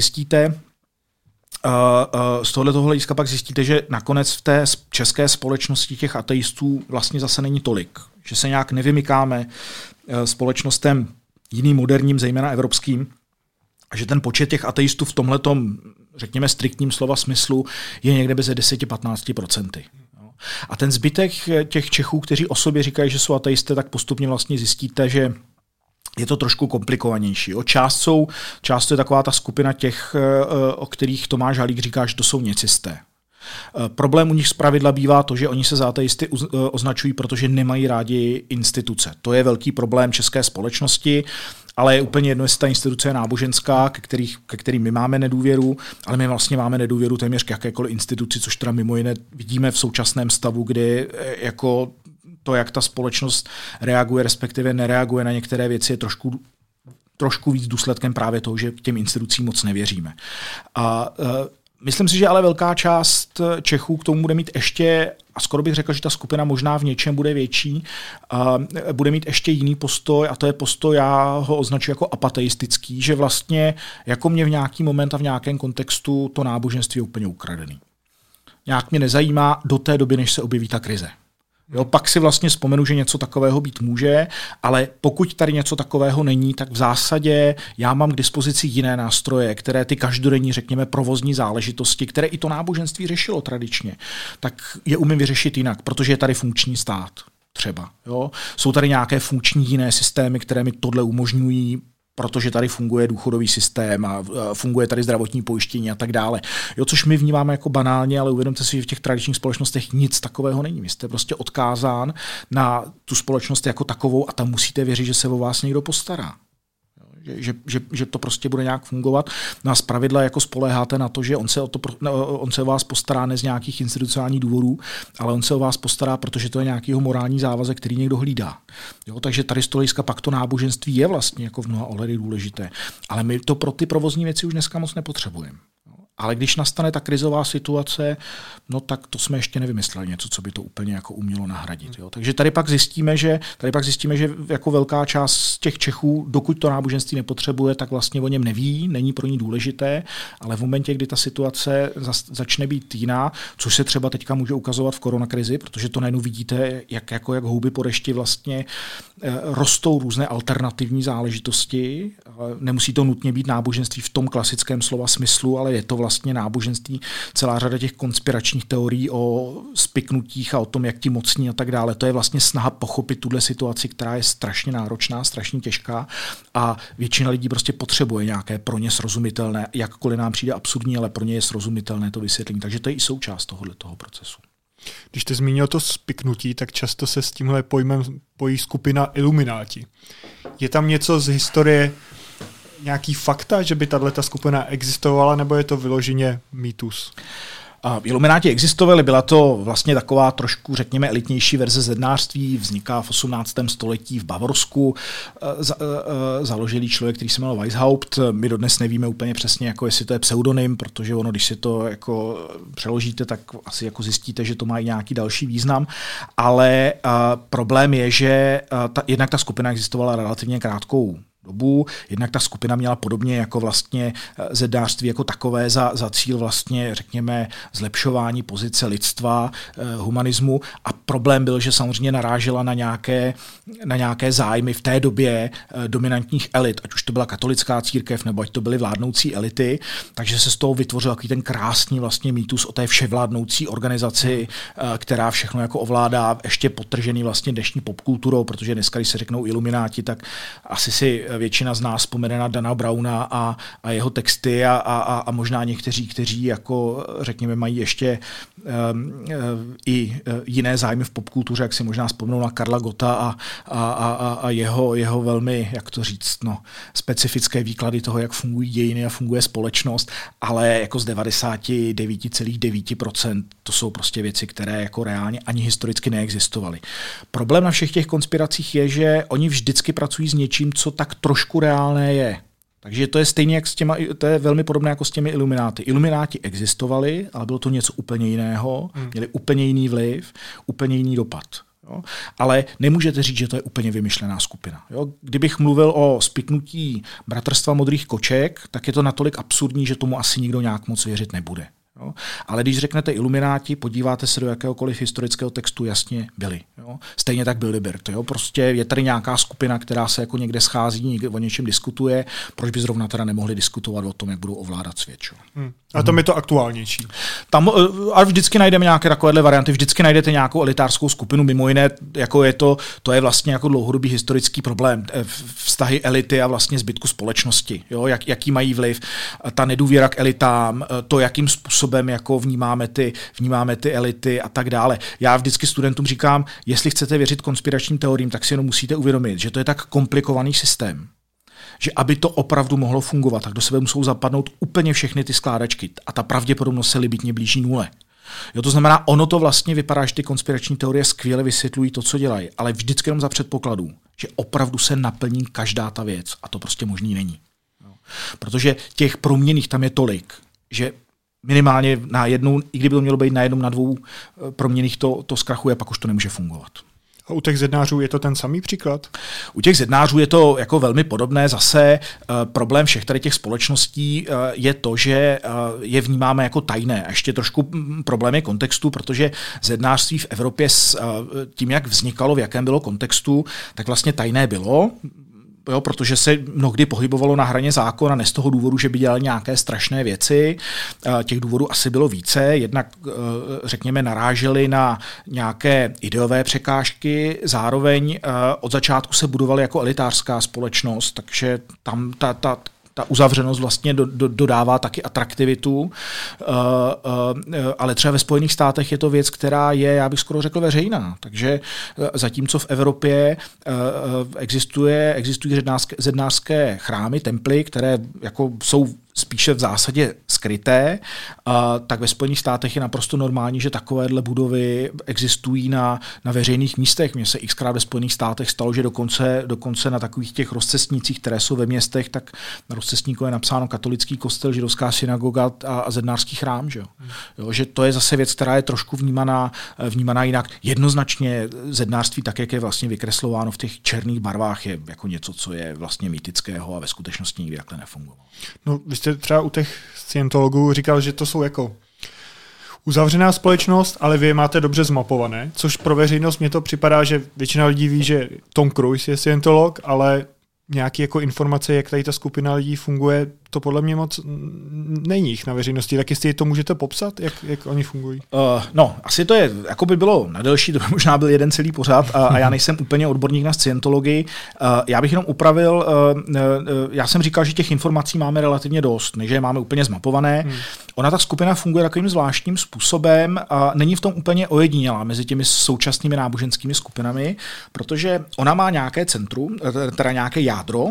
zjistíte, že nakonec v té české společnosti těch ateistů vlastně zase není tolik. Že se nějak nevymykáme společnostem jiným moderním, zejména evropským, a že ten počet těch ateistů v tomhletom, řekněme, striktním slova smyslu je někde mezi 10-15%. A ten zbytek těch Čechů, kteří o sobě říkají, že jsou ateisté, tak postupně vlastně zjistíte, že je to trošku komplikovanější. Jo. Část je taková ta skupina těch, o kterých Tomáš Halík říká, že to jsou něcisté. Problém u nich zpravidla bývá to, že oni se za ateisty označují, protože nemají rádi instituce. To je velký problém české společnosti, ale je úplně jedno, jestli ta instituce je náboženská, ke kterým my máme nedůvěru, ale my vlastně máme nedůvěru téměř k jakékoliv instituci, což teda mimo jiné vidíme v současném stavu, kdy jako to, jak ta společnost reaguje, respektive nereaguje na některé věci, je trošku víc důsledkem právě toho, že k těm institucím moc nevěříme. A myslím si, že ale velká část Čechů k tomu bude mít ještě, a skoro bych řekl, že ta skupina možná v něčem bude větší, bude mít ještě jiný postoj, a to je postoj, já ho označuji jako apateistický, že vlastně jako mě v nějaký moment a v nějakém kontextu to náboženství je úplně ukradený. Nějak mě nezajímá do té doby, než se objeví ta krize. Jo, pak si vlastně vzpomenu, že něco takového být může, ale pokud tady něco takového není, tak v zásadě já mám k dispozici jiné nástroje, které ty každodenní, řekněme, provozní záležitosti, které i to náboženství řešilo tradičně, tak je umím vyřešit jinak, protože je tady funkční stát třeba. Jo. Jsou tady nějaké funkční jiné systémy, které mi tohle umožňují, protože tady funguje důchodový systém a funguje tady zdravotní pojištění a tak dále. Jo, což my vnímáme jako banálně, ale uvědomte si, že v těch tradičních společnostech nic takového není. Vy jste prostě odkázán na tu společnost jako takovou a tam musíte věřit, že se o vás někdo postará. Jo, že to prostě bude nějak fungovat. No a zpravidla jako spoléháte na to, že on se o vás postará ne z nějakých institucionálních důvodů, ale on se o vás postará, protože to je nějakýho morální závazek, který někdo hlídá. Jo, takže tady z toho hlediska pak to náboženství je vlastně jako v mnoha ohledech důležité. Ale my to pro ty provozní věci už dneska moc nepotřebujeme. Ale když nastane ta krizová situace, no tak to jsme ještě nevymysleli něco, co by to úplně jako umělo nahradit. Jo. Takže tady pak zjistíme, že jako velká část těch Čechů, dokud to náboženství nepotřebuje, tak vlastně o něm neví, není pro ní důležité, ale v momentě, kdy ta situace začne být jiná, což se třeba teďka může ukazovat v koronakrizi, protože to najednou vidíte, jak houby po dešti vlastně rostou různé alternativní záležitosti. Nemusí to nutně být náboženství v tom klasickém slova smyslu, ale je to vlastně náboženství, celá řada těch konspiračních teorií o spiknutích a o tom, jak ti mocní a tak dále. To je vlastně snaha pochopit tuhle situaci, která je strašně náročná, strašně těžká a většina lidí prostě potřebuje nějaké pro ně srozumitelné, jakkoliv nám přijde absurdní, ale pro ně je srozumitelné to vysvětlení. Takže to je i součást toho procesu. Když jste zmínil to spiknutí, tak často se s tímhle pojmem pojí skupina Ilumináti. Je tam něco z historie, nějaký fakta, že by tato skupina existovala, nebo je to vyloženě mýtus? Ilumináti existovali, byla to vlastně taková trošku, řekněme, elitnější verze zednářství, vzniká v 18. století v Bavorsku, založilý člověk, který se jmenoval Weishaupt. My dodnes nevíme úplně přesně, jako jestli to je pseudonym, protože ono, když si to jako přeložíte, tak asi jako zjistíte, že to má i nějaký další význam, ale problém je, že jednak ta skupina existovala relativně krátkou dobu. Jednak ta skupina měla podobně jako vlastně zednářství jako takové za cíl vlastně, řekněme, zlepšování pozice lidstva, humanismu a problém byl, že samozřejmě narážela na nějaké zájmy v té době dominantních elit, ať už to byla katolická církev, nebo ať to byly vládnoucí elity, takže se z toho vytvořil takový ten krásný vlastně mýtus o té vševládnoucí organizaci, která všechno jako ovládá, ještě podtržený vlastně dnešní popkulturou, protože dneska, když se řeknou Ilumináti, tak asi si většina z nás vzpomene na Dana Browna a jeho texty a možná někteří, kteří jako řekněme mají ještě i jiné zájmy v popkultuře, jak si možná vzpomnou na Karla Gotta a jeho velmi, jak to říct, specifické výklady toho, jak fungují dějiny a funguje společnost, ale jako z 99,9% to jsou prostě věci, které jako reálně ani historicky neexistovaly. Problém na všech těch konspiracích je, že oni vždycky pracují s něčím, co tak trošku reálné je. Takže to je stejně jak to je velmi podobné jako s těmi Ilumináty. Ilumináti existovali, ale bylo to něco úplně jiného, měli úplně jiný vliv, úplně jiný dopad. Jo? Ale nemůžete říct, že to je úplně vymyšlená skupina. Jo? Kdybych mluvil o spiknutí Bratrstva modrých koček, tak je to natolik absurdní, že tomu asi nikdo nějak moc věřit nebude. Jo? Ale když řeknete Ilumináti, podíváte se do jakéhokoliv historického textu, jasně byli. Jo? Stejně tak byl Libert. Jo? Prostě je tady nějaká skupina, která se jako někde schází, někde o něčem diskutuje, proč by zrovna teda nemohli diskutovat o tom, jak budou ovládat svět. A tam je to aktuálnější. Tam, ale vždycky najdeme nějaké takovéhle varianty, vždycky najdete nějakou elitářskou skupinu, mimo jiné, jako to je vlastně jako dlouhodobý historický problém, vztahy elity a vlastně zbytku společnosti, jo? Jaký mají vliv, ta nedůvěra k elitám, to, jakým způsobem jako vnímáme ty elity a tak dále. Já vždycky studentům říkám, jestli chcete věřit konspiračním teoriím, tak si jenom musíte uvědomit, že to je tak komplikovaný systém, že aby to opravdu mohlo fungovat, tak do sebe musou zapadnout úplně všechny ty skládačky a ta pravděpodobnost se limitně blíží nule. Jo, to znamená, ono to vlastně vypadá, že ty konspirační teorie skvěle vysvětlují to, co dělají, ale vždycky jenom za předpokladu, že opravdu se naplní každá ta věc a to prostě možný není. Jo. Protože těch proměnných tam je tolik, že minimálně na jednou, i kdyby to mělo být na jednom, na dvou proměnných to zkrachuje, pak už to nemůže fungovat. A u těch zednářů je to ten samý příklad? U těch zednářů je to jako velmi podobné. Zase problém všech tady těch společností je to, že je vnímáme jako tajné. A ještě trošku problém je kontextu, protože zednářství v Evropě s tím, jak vznikalo, v jakém bylo kontextu, tak vlastně tajné bylo. Jo, protože se mnohdy pohybovalo na hraně zákona, ne z toho důvodu, že by dělali nějaké strašné věci. Těch důvodů asi bylo více. Jednak, řekněme, naráželi na nějaké ideové překážky. Zároveň od začátku se budovaly jako elitářská společnost, takže tam ta uzavřenost vlastně dodává taky atraktivitu, ale třeba ve Spojených státech je to věc, která je, já bych skoro řekl, veřejná. Takže zatímco v Evropě existují zednářské chrámy, temply, které jako jsou spíše v zásadě skryté, tak ve Spojených státech je naprosto normální, že takovéhle budovy existují na veřejných místech. Mně se xkrát ve Spojených státech stalo, že dokonce na takových těch rozcestnících, které jsou ve městech, tak na rozcestníku je napsáno katolický kostel, židovská synagoga a zednářský chrám. Že? Jo, že to je zase věc, která je trošku vnímaná jinak. Jednoznačně zednářství, tak jak je vlastně vykreslováno v těch černých barvách, je jako něco, co je vlastně mýtického a ve skutečnosti nikdy takhle nefungovalo. No, vy jste třeba u těch scientologů říkal, že to jsou jako uzavřená společnost, ale vy je máte dobře zmapované, což pro veřejnost mě to připadá, že většina lidí ví, že Tom Cruise je scientolog, ale nějaké jako informace, jak tady ta skupina lidí funguje, to podle mě moc není jich na veřejnosti. Tak jestli to můžete popsat, jak oni fungují? No, asi to je, jako by bylo na delší, to by možná byl jeden celý pořad a já nejsem úplně odborník na scientologii. Já bych jenom upravil, já jsem říkal, že těch informací máme relativně dost, než je máme úplně zmapované. Ona ta skupina funguje takovým zvláštním způsobem a není v tom úplně ojedinělá mezi těmi současnými náboženskými skupinami, protože ona má nějaké centrum, teda nějaké jádro,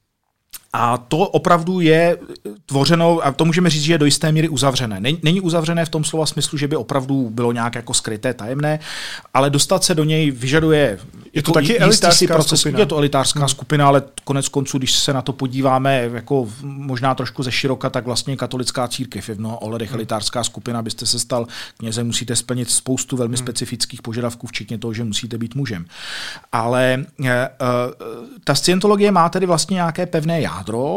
a to opravdu je tvořeno, a to můžeme říct, že je do jisté míry uzavřené. Není uzavřené v tom slova smyslu, že by opravdu bylo nějak jako skryté, tajemné, ale dostat se do něj vyžaduje... Je to taky elitářská skupina. Je to elitářská skupina, ale konec konců, když se na to podíváme jako možná trošku ze široka, tak vlastně katolická církev je v mnoha ohledech elitářská skupina. Abyste se stal knězem, musíte splnit spoustu velmi specifických požadavků, včetně toho, že musíte být mužem. Ale ta scientologie má tedy vlastně nějaké pevné jádro,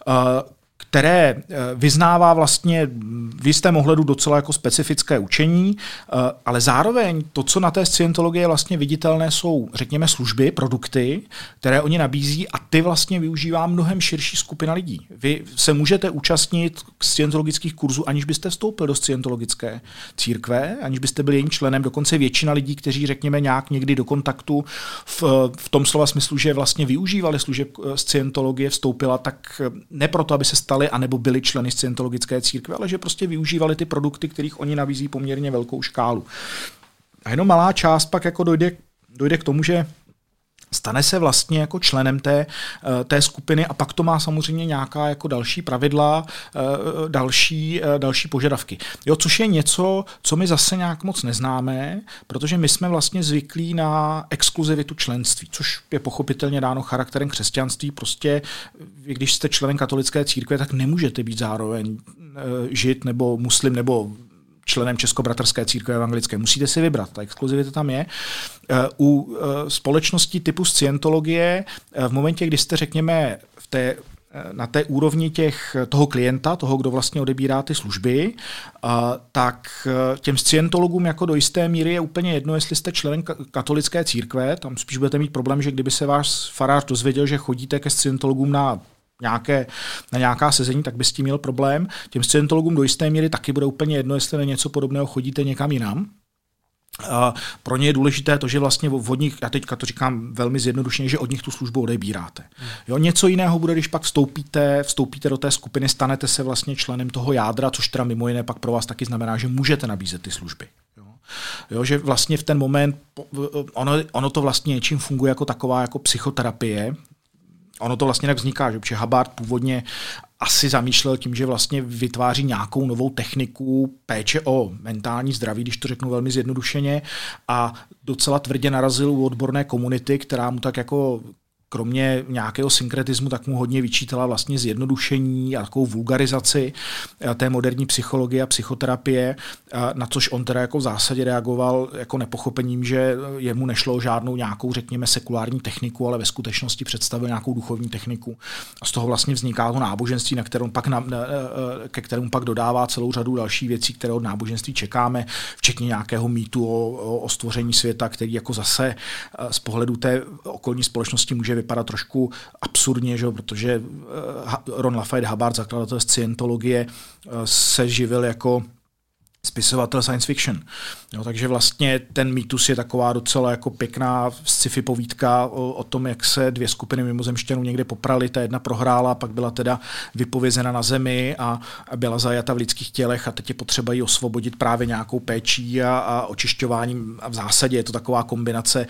které vyznává vlastně v jistém ohledu docela jako specifické učení, ale zároveň to, co na té scientologii je vlastně viditelné, jsou, řekněme, služby, produkty, které oni nabízí a ty vlastně využívá mnohem širší skupina lidí. Vy se můžete účastnit scientologických kurzů, aniž byste vstoupil do scientologické církve, aniž byste byli jejím členem, dokonce většina lidí, kteří, řekněme, nějak někdy do kontaktu v tom slova smyslu, že vlastně využívali služeb scientologie, vstoupila, tak ne proto, aby se stali anebo byli členy scientologické církve, ale že prostě využívali ty produkty, kterých oni nabízí poměrně velkou škálu. A jenom malá část pak jako dojde k tomu, že stane se vlastně jako členem té skupiny a pak to má samozřejmě nějaká jako další pravidla, další požadavky. Jo, což je něco, co my zase nějak moc neznáme, protože my jsme vlastně zvyklí na exkluzivitu členství, což je pochopitelně dáno charakterem křesťanství. Prostě, když jste členem katolické církve, tak nemůžete být zároveň žid nebo muslim nebo členem Českobratrské církve evangelické. Musíte si vybrat, ta exkluzivita tam je. U společností typu scientologie v momentě, kdy jste, řekněme, na té úrovni toho klienta, toho, kdo vlastně odebírá ty služby, tak těm scientologům jako do jisté míry je úplně jedno, jestli jste členem katolické církve, tam spíš budete mít problém, že kdyby se váš farář dozvěděl, že chodíte ke scientologům na nějaká sezení, tak by s tím měl problém. Těm scientologům do jisté míry taky bude úplně jedno, jestli na něco podobného chodíte někam jinam. Pro ně je důležité to, že vlastně od nich, já teďka to říkám velmi zjednodušeně, že od nich tu službu odebíráte. Jo, něco jiného bude, když pak vstoupíte do té skupiny, stanete se vlastně členem toho jádra, což teda mimo jiné pak pro vás taky znamená, že můžete nabízet ty služby. Jo, že vlastně v ten moment, ono to vlastně něčím funguje jako taková jako psychoterapie. Ono to vlastně tak vzniká, že Hubbard původně asi zamýšlel tím, že vlastně vytváří nějakou novou techniku péče o mentální zdraví, když to řeknu velmi zjednodušeně, a docela tvrdě narazil u odborné komunity, která mu tak jako kromě nějakého synkretismu, tak mu hodně vyčítala vlastně zjednodušení a takovou vulgarizaci té moderní psychologie a psychoterapie, na což on teda jako v zásadě reagoval jako nepochopením, že jemu nešlo o žádnou nějakou, řekněme, sekulární techniku, ale ve skutečnosti představil nějakou duchovní techniku. A z toho vlastně vzniká to náboženství, ke kterému pak dodává celou řadu dalších věcí, které od náboženství čekáme, včetně nějakého mýtu o stvoření světa, který jako zase z pohledu té okolní společnosti může vypadá trošku absurdně, že? Protože Ron Lafayette Hubbard, zakladatel scientologie, se živil jako spisovatel science fiction. Jo, takže vlastně ten mýtus je taková docela jako pěkná sci-fi povídka o tom, jak se dvě skupiny mimozemšťanů někde poprali, ta jedna prohrála, pak byla teda vypovězena na zemi a byla zajata v lidských tělech a teď je potřeba ji osvobodit právě nějakou péčí a očišťováním a v zásadě je to taková kombinace,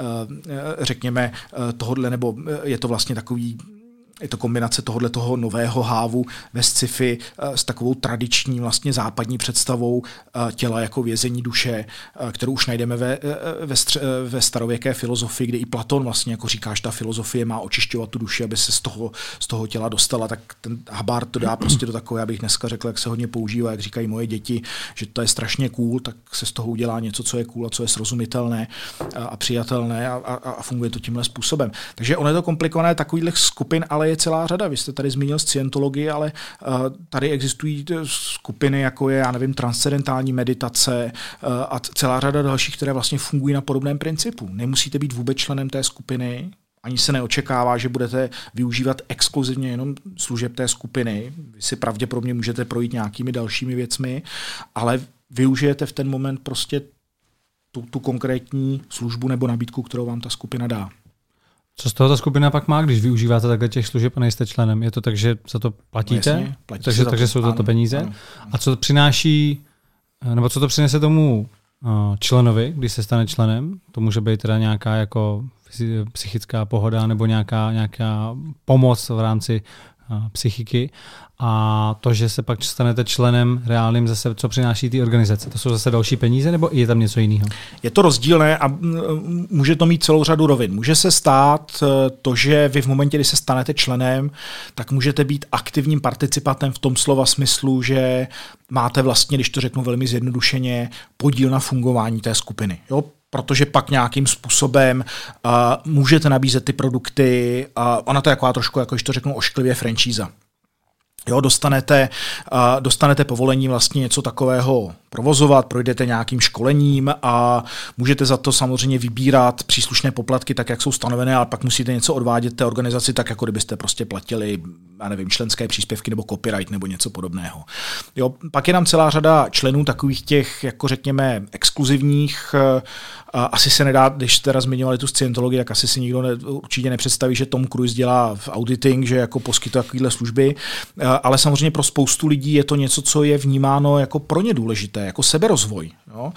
řekněme, tohodle, nebo je to vlastně takový je to kombinace tohoto nového hávu ve sci-fi s takovou tradiční vlastně západní představou těla jako vězení duše, kterou už najdeme ve starověké filozofii, kde i Platon vlastně jako říká, že ta filozofie má očišťovat tu duši, aby se z toho těla dostala, tak ten Hubbard to dá prostě do takové, abych dneska řekl, jak se hodně používá, jak říkají moje děti, že to je strašně cool, tak se z toho udělá něco, co je cool a co je srozumitelné a přijatelné a funguje to tímhle způsobem. Takže ono je to komplikované takových skupin, ale je celá řada. Vy jste tady zmínil scientologii, ale tady existují skupiny, jako je, já nevím, transcendentální meditace a celá řada dalších, které vlastně fungují na podobném principu. Nemusíte být vůbec členem té skupiny, ani se neočekává, že budete využívat exkluzivně jenom služeb té skupiny. Vy si pravděpodobně můžete projít nějakými dalšími věcmi, ale využijete v ten moment prostě tu konkrétní službu nebo nabídku, kterou vám ta skupina dá. Co z toho ta skupina pak má, když využíváte takhle těch služeb a nejste členem? Je to tak, že za to platíte? Jasně, takže jsou to peníze? Ano. A co to přináší, nebo co to přinese tomu členovi, když se stane členem? To může být teda nějaká jako psychická pohoda nebo nějaká pomoc v rámci psychiky. A to, že se pak stanete členem reálným, zase co přináší ty organizace? To jsou zase další peníze, nebo je tam něco jiného? Je to rozdílné a může to mít celou řadu rovin. Může se stát to, že vy v momentě, kdy se stanete členem, tak můžete být aktivním participantem v tom slova smyslu, že máte vlastně, když to řeknu velmi zjednodušeně, podíl na fungování té skupiny. Jo? Protože pak nějakým způsobem můžete nabízet ty produkty. Ona to je taková trošku, jako když to řeknu ošklivě, franšíza. Jo, dostanete povolení vlastně něco takového provozovat, projdete nějakým školením a můžete za to samozřejmě vybírat příslušné poplatky tak, jak jsou stanovené, ale pak musíte něco odvádět té organizaci tak, jako kdybyste prostě platili, já nevím, členské příspěvky nebo copyright nebo něco podobného. Jo, pak je tam celá řada členů takových těch, jako řekněme, exkluzivních. Asi se nedá, když jste zmiňovali tu scientologii, tak asi si nikdo určitě nepředstaví, že Tom Cruise dělá v auditing, že jako poskytuje takovéhle služby, ale samozřejmě pro spoustu lidí je to něco, co je vnímáno jako pro ně důležité, jako seberozvoj. Jo?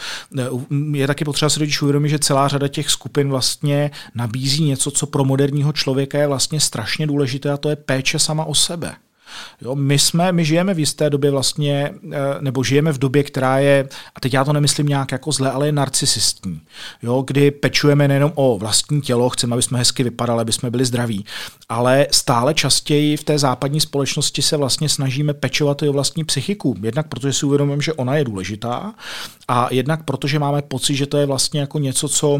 Je taky potřeba si totiž uvědomit, že celá řada těch skupin vlastně nabízí něco, co pro moderního člověka je vlastně strašně důležité, a to je péče sama o sebe. Jo, my žijeme v jisté době vlastně, nebo žijeme v době, která je, a teď já to nemyslím nějak jako zle, ale je narcisistní. Jo, kdy pečujeme nejenom o vlastní tělo, chceme, aby jsme hezky vypadali, aby jsme byli zdraví, ale stále častěji v té západní společnosti se vlastně snažíme pečovat i o vlastní psychiku. Jednak protože si uvědomujeme, že ona je důležitá, a jednak protože máme pocit, že to je vlastně jako něco, co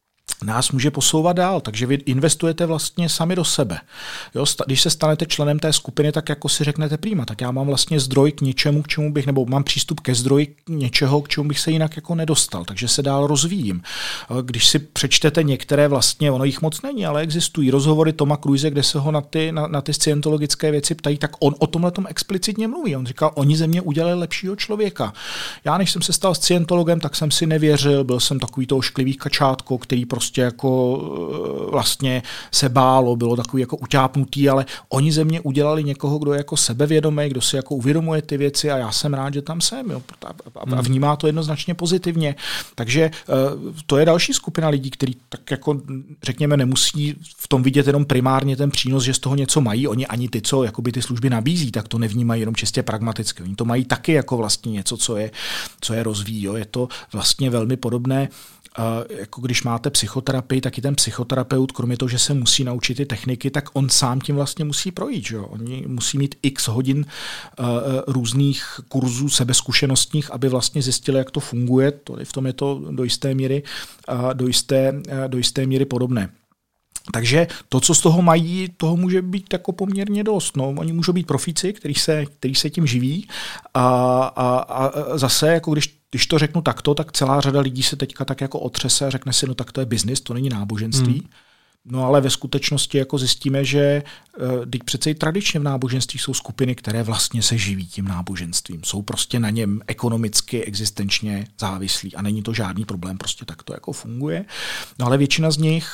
nás může posouvat dál, takže vy investujete vlastně sami do sebe. Jo, když se stanete členem té skupiny, tak jako si řeknete prima, tak já mám vlastně zdroj k něčemu, k čemu bych, nebo mám přístup ke zdroji něčeho, k čemu bych se jinak jako nedostal, takže se dál rozvíjím. Když si přečtete některé vlastně, ono jich moc není, ale existují rozhovory Toma Cruise, kde se ho na ty scientologické věci ptají, tak on o tomhletom explicitně mluví. On říkal, oni ze mě udělali lepšího člověka. Já, než jsem se stal scientologem, tak jsem si nevěřil, byl jsem takový to ošklivý kačátko, který prostě jako vlastně se bálo, bylo takový jako utápnutý, ale oni ze mě udělali někoho, kdo je jako sebevědomý, kdo si jako uvědomuje ty věci, a já jsem rád, že tam jsem, jo, a vnímá to jednoznačně pozitivně. Takže to je další skupina lidí, kteří tak jako řekněme nemusí v tom vidět jenom primárně ten přínos, že z toho něco mají. Oni ani ty, co jakoby ty služby nabízí, tak to nevnímají jenom čistě pragmaticky. Oni to mají taky jako vlastně něco, co je rozvíjí. Jo. Je to vlastně velmi podobné, jako když máte psychoterapii, tak i ten psychoterapeut, kromě toho, že se musí naučit ty techniky, tak on sám tím vlastně musí projít. Že? Oni musí mít x hodin různých kurzů sebezkušenostních, aby vlastně zjistili, jak to funguje. V tom je to do jisté míry podobné. Takže to, co z toho mají, toho může být jako poměrně dost. No, oni můžou být profíci, kteří se tím živí, a zase, jako když to řeknu takto, tak celá řada lidí se teďka tak jako otřese a řekne si, no tak to je biznis, to není náboženství. No ale ve skutečnosti jako zjistíme, že teď přece i tradičně v náboženství jsou skupiny, které vlastně se živí tím náboženstvím. Jsou prostě na něm ekonomicky, existenčně závislí a není to žádný problém, prostě tak to jako funguje. No ale většina z nich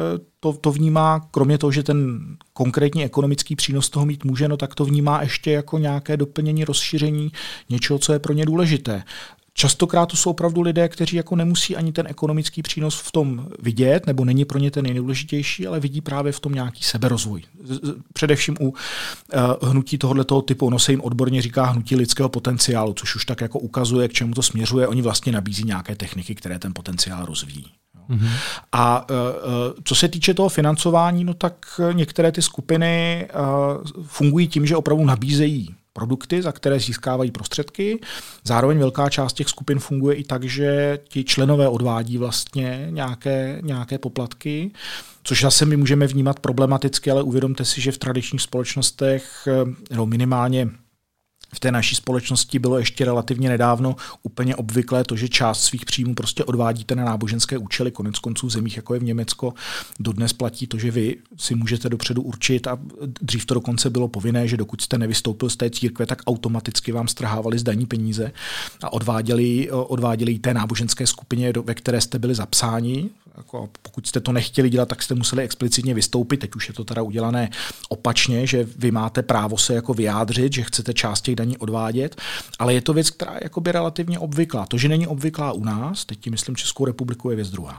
to vnímá, kromě toho, že ten konkrétní ekonomický přínos toho mít může, no tak to vnímá ještě jako nějaké doplnění, rozšíření něčeho, co je pro ně důležité. Častokrát to jsou opravdu lidé, kteří jako nemusí ani ten ekonomický přínos v tom vidět, nebo není pro ně ten nejdůležitější, ale vidí právě v tom nějaký seberozvoj. Především u hnutí tohoto typu, ono se jim odborně říká hnutí lidského potenciálu, což už tak jako ukazuje, k čemu to směřuje. Oni vlastně nabízí nějaké techniky, které ten potenciál rozvíjí. Mm-hmm. A co se týče toho financování, no tak některé ty skupiny fungují tím, že opravdu nabízejí produkty, za které získávají prostředky. Zároveň velká část těch skupin funguje i tak, že ti členové odvádí vlastně nějaké poplatky, což zase my můžeme vnímat problematicky, ale uvědomte si, že v tradičních společnostech, no minimálně v té naší společnosti bylo ještě relativně nedávno úplně obvyklé to, že část svých příjmů prostě odvádíte na náboženské účely. Konec konců v zemích, jako je v Německo, dodnes platí to, že vy si můžete dopředu určit, a dřív to dokonce bylo povinné, že dokud jste nevystoupil z té církve, tak automaticky vám strhávali z daní peníze a odváděli té náboženské skupině, ve které jste byli zapsáni. Jako pokud jste to nechtěli dělat, tak jste museli explicitně vystoupit. Teď už je to teda udělané opačně, že vy máte právo se jako vyjádřit, že chcete část těch daní odvádět, ale je to věc, která je jakoby relativně obvyklá. To, že není obvyklá u nás, teď tím myslím Českou republiku, je věc druhá.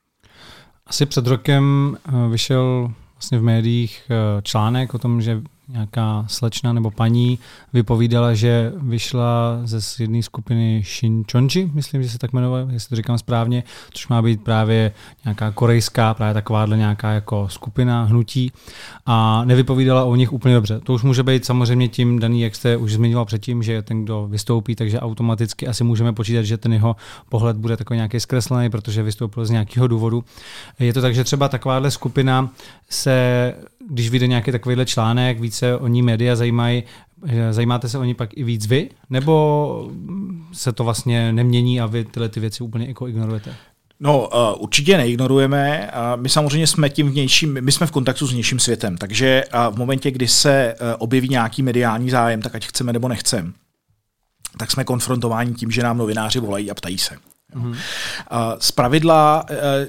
Asi před rokem vyšel vlastně v médiích článek o tom, že nějaká slečna nebo paní vypovídala, že vyšla ze jedné skupiny Shincheonji, myslím, že se tak jmenuje, jestli to říkám správně, což má být právě nějaká korejská, právě takováhle nějaká jako skupina, hnutí, a nevypovídala o nich úplně dobře. To už může být samozřejmě tím daný, jak jste už zmiňoval předtím, že ten, kdo vystoupí, takže automaticky asi můžeme počítat, že ten jeho pohled bude takový nějaký zkreslený, protože vystoupil z nějakého důvodu. Je to tak, že třeba takováhle skupina se, když vyjde nějaký takovýhle článek, více o ní média zajímají, zajímáte se o ní pak i víc vy? Nebo se to vlastně nemění a vy tyhle ty věci úplně jako ignorujete? No, určitě neignorujeme. My samozřejmě jsme tím vnějším, my jsme v kontaktu s vnějším světem, takže v momentě, kdy se objeví nějaký mediální zájem, tak ať chceme nebo nechceme, tak jsme konfrontováni tím, že nám novináři volají a ptají se. Mm-hmm. Zpravidla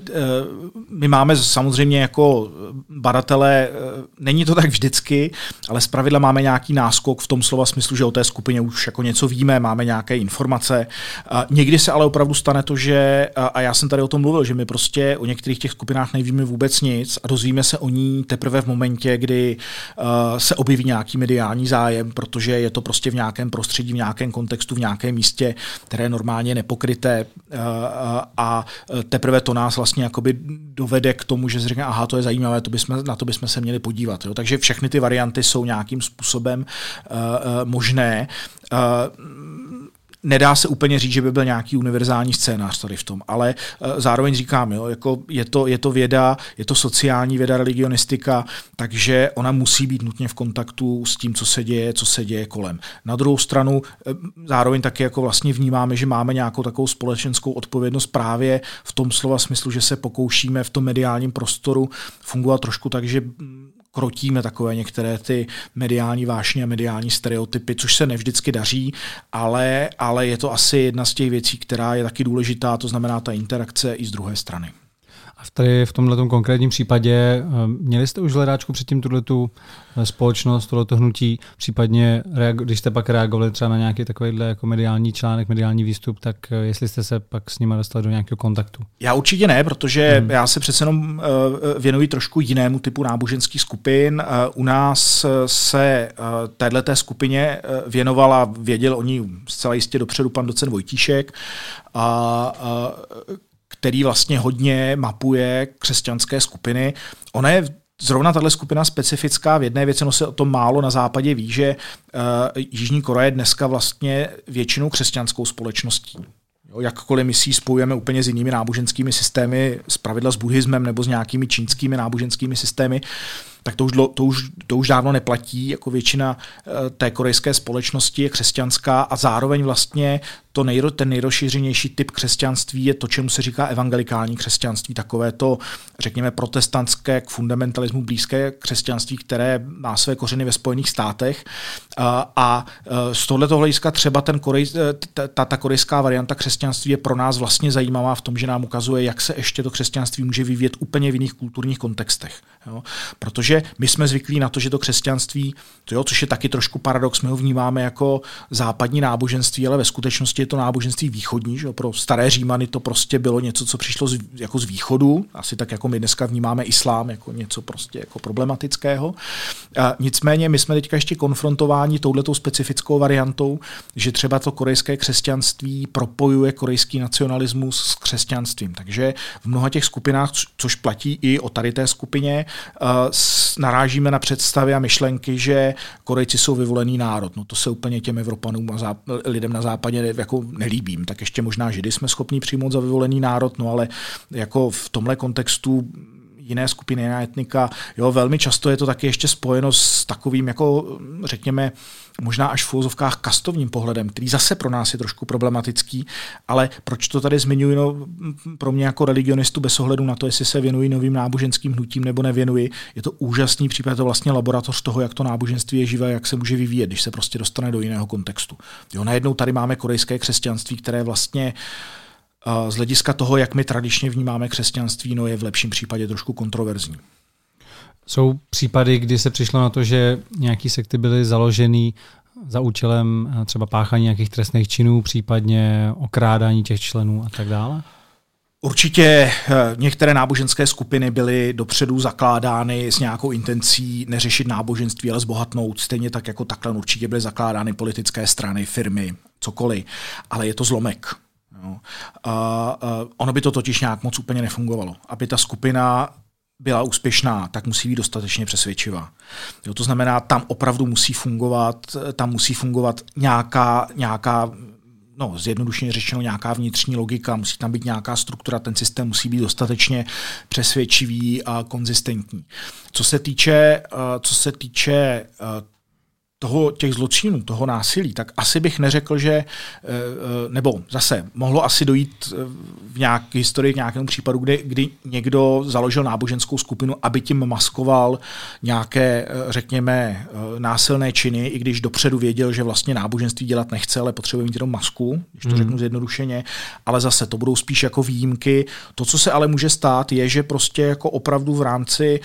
my máme samozřejmě jako badatelé, není to tak vždycky, ale zpravidla máme nějaký náskok v tom slova smyslu, že o té skupině už jako něco víme, máme nějaké informace. Někdy se ale opravdu stane to, že, a já jsem tady o tom mluvil, že my prostě o některých těch skupinách nevíme vůbec nic a dozvíme se o ní teprve v momentě, kdy se objeví nějaký mediální zájem, protože je to prostě v nějakém prostředí, v nějakém kontextu, v nějakém místě, které normálně je nepokryté, a teprve to nás vlastně jakoby dovede k tomu, že si řekne, aha, to je zajímavé, na to bychom se měli podívat. Jo? Takže všechny ty varianty jsou nějakým způsobem možné. Nedá se úplně říct, že by byl nějaký univerzální scénář tady v tom, ale zároveň říkám, jo, jako je to věda, je to sociální věda, religionistika, takže ona musí být nutně v kontaktu s tím, co se děje kolem. Na druhou stranu zároveň taky jako vlastně vnímáme, že máme nějakou takovou společenskou odpovědnost právě v tom slova smyslu, že se pokoušíme v tom mediálním prostoru fungovat trošku tak, že krotíme takové některé ty mediální vášně a mediální stereotypy, což se nevždycky daří, ale je to asi jedna z těch věcí, která je taky důležitá, to znamená ta interakce i z druhé strany. A tady v tomto konkrétním případě měli jste už v hledáčku předtím tuhletu společnost, tohleto hnutí, případně když jste pak reagovali třeba na nějaký takovýhle jako mediální článek, mediální výstup, tak jestli jste se pak s nimi dostali do nějakého kontaktu? Já určitě ne, protože já se přece jenom věnuji trošku jinému typu náboženských skupin. U nás se téhleté skupině věnovala, věděl o ní zcela jistě dopředu pan docent Vojtíšek, který vlastně hodně mapuje křesťanské skupiny. Ona je zrovna tahle skupina specifická v jedné věci, no se o tom málo na západě ví, že Jižní Korea je dneska vlastně většinou křesťanskou společností. Jakkoliv my si ji spojujeme úplně s jinými náboženskými systémy, zpravidla s buddhismem nebo s nějakými čínskými náboženskými systémy, tak to už dávno neplatí, jako většina té korejské společnosti je křesťanská a zároveň vlastně ten nejrozšířenější typ křesťanství je to, čemu se říká evangelikální křesťanství, takové to, řekněme, protestantské k fundamentalismu blízké křesťanství, které má své kořeny ve Spojených státech. A z tohoto hlediska třeba ta korejská varianta křesťanství je pro nás vlastně zajímavá v tom, že nám ukazuje, jak se ještě to křesťanství může vyvíjet úplně v jiných kulturních kontextech. Jo? Protože my jsme zvyklí na to, že to křesťanství, což je taky trošku paradox, my ho vnímáme jako západní náboženství, ale ve skutečnosti je to náboženství východní. Že? Pro staré Římany to prostě bylo něco, co přišlo jako z východu, asi tak jako my dneska vnímáme islám jako něco prostě jako problematického. Nicméně my jsme teďka ještě konfrontováni touhletou specifickou variantou, že třeba to korejské křesťanství propojuje korejský nacionalismus s křesťanstvím. Takže v mnoha těch skupinách, což platí i o tady té skupině, narážíme na představy a myšlenky, že Korejci jsou vyvolený národ. No to se úplně těm Evropanům a lidem na západě jako nelíbím. Tak ještě možná Židy jsme schopni přijmout za vyvolený národ, no ale jako v tomhle kontextu jiné skupiny, jiná etnika. Jo, velmi často je to taky ještě spojeno s takovým, jako řekněme, možná až v uvozovkách kastovním pohledem, který zase pro nás je trošku problematický, ale proč to tady zmiňuji? No, pro mě jako religionistu bez ohledu na to, jestli se věnuji novým náboženským hnutím nebo nevěnuji, je to úžasný případ, je to vlastně laboratoř toho, jak to náboženství je živé, jak se může vyvíjet, když se prostě dostane do jiného kontextu. Jo, najednou tady máme korejské křesťanství, které vlastně z hlediska toho, jak my tradičně vnímáme křesťanství, no je v lepším případě trošku kontroverzní. Jsou případy, kdy se přišlo na to, že nějaké sekty byly založeny za účelem třeba páchání nějakých trestných činů, případně okrádání těch členů a tak dále? Určitě některé náboženské skupiny byly dopředu zakládány s nějakou intencí neřešit náboženství, ale zbohatnout. Stejně tak jako takhle určitě byly zakládány politické strany, firmy, cokoliv. Ale je to zlomek. No. Ono by to totiž nějak moc úplně nefungovalo. Aby ta skupina byla úspěšná, tak musí být dostatečně přesvědčivá. Jo, to znamená, tam opravdu musí fungovat nějaká no, zjednodušeně řečeno nějaká vnitřní logika, musí tam být nějaká struktura, ten systém musí být dostatečně přesvědčivý a konzistentní. Co se týče těch zločinů, toho násilí, tak asi bych neřekl, že, nebo zase, mohlo asi dojít v nějaké historii k nějakému případu, kdy někdo založil náboženskou skupinu, aby tím maskoval nějaké, řekněme, násilné činy, i když dopředu věděl, že vlastně náboženství dělat nechce, ale potřebuje mít jenom masku, když to řeknu zjednodušeně, ale zase to budou spíš jako výjimky. To, co se ale může stát, je, že prostě jako opravdu v rámci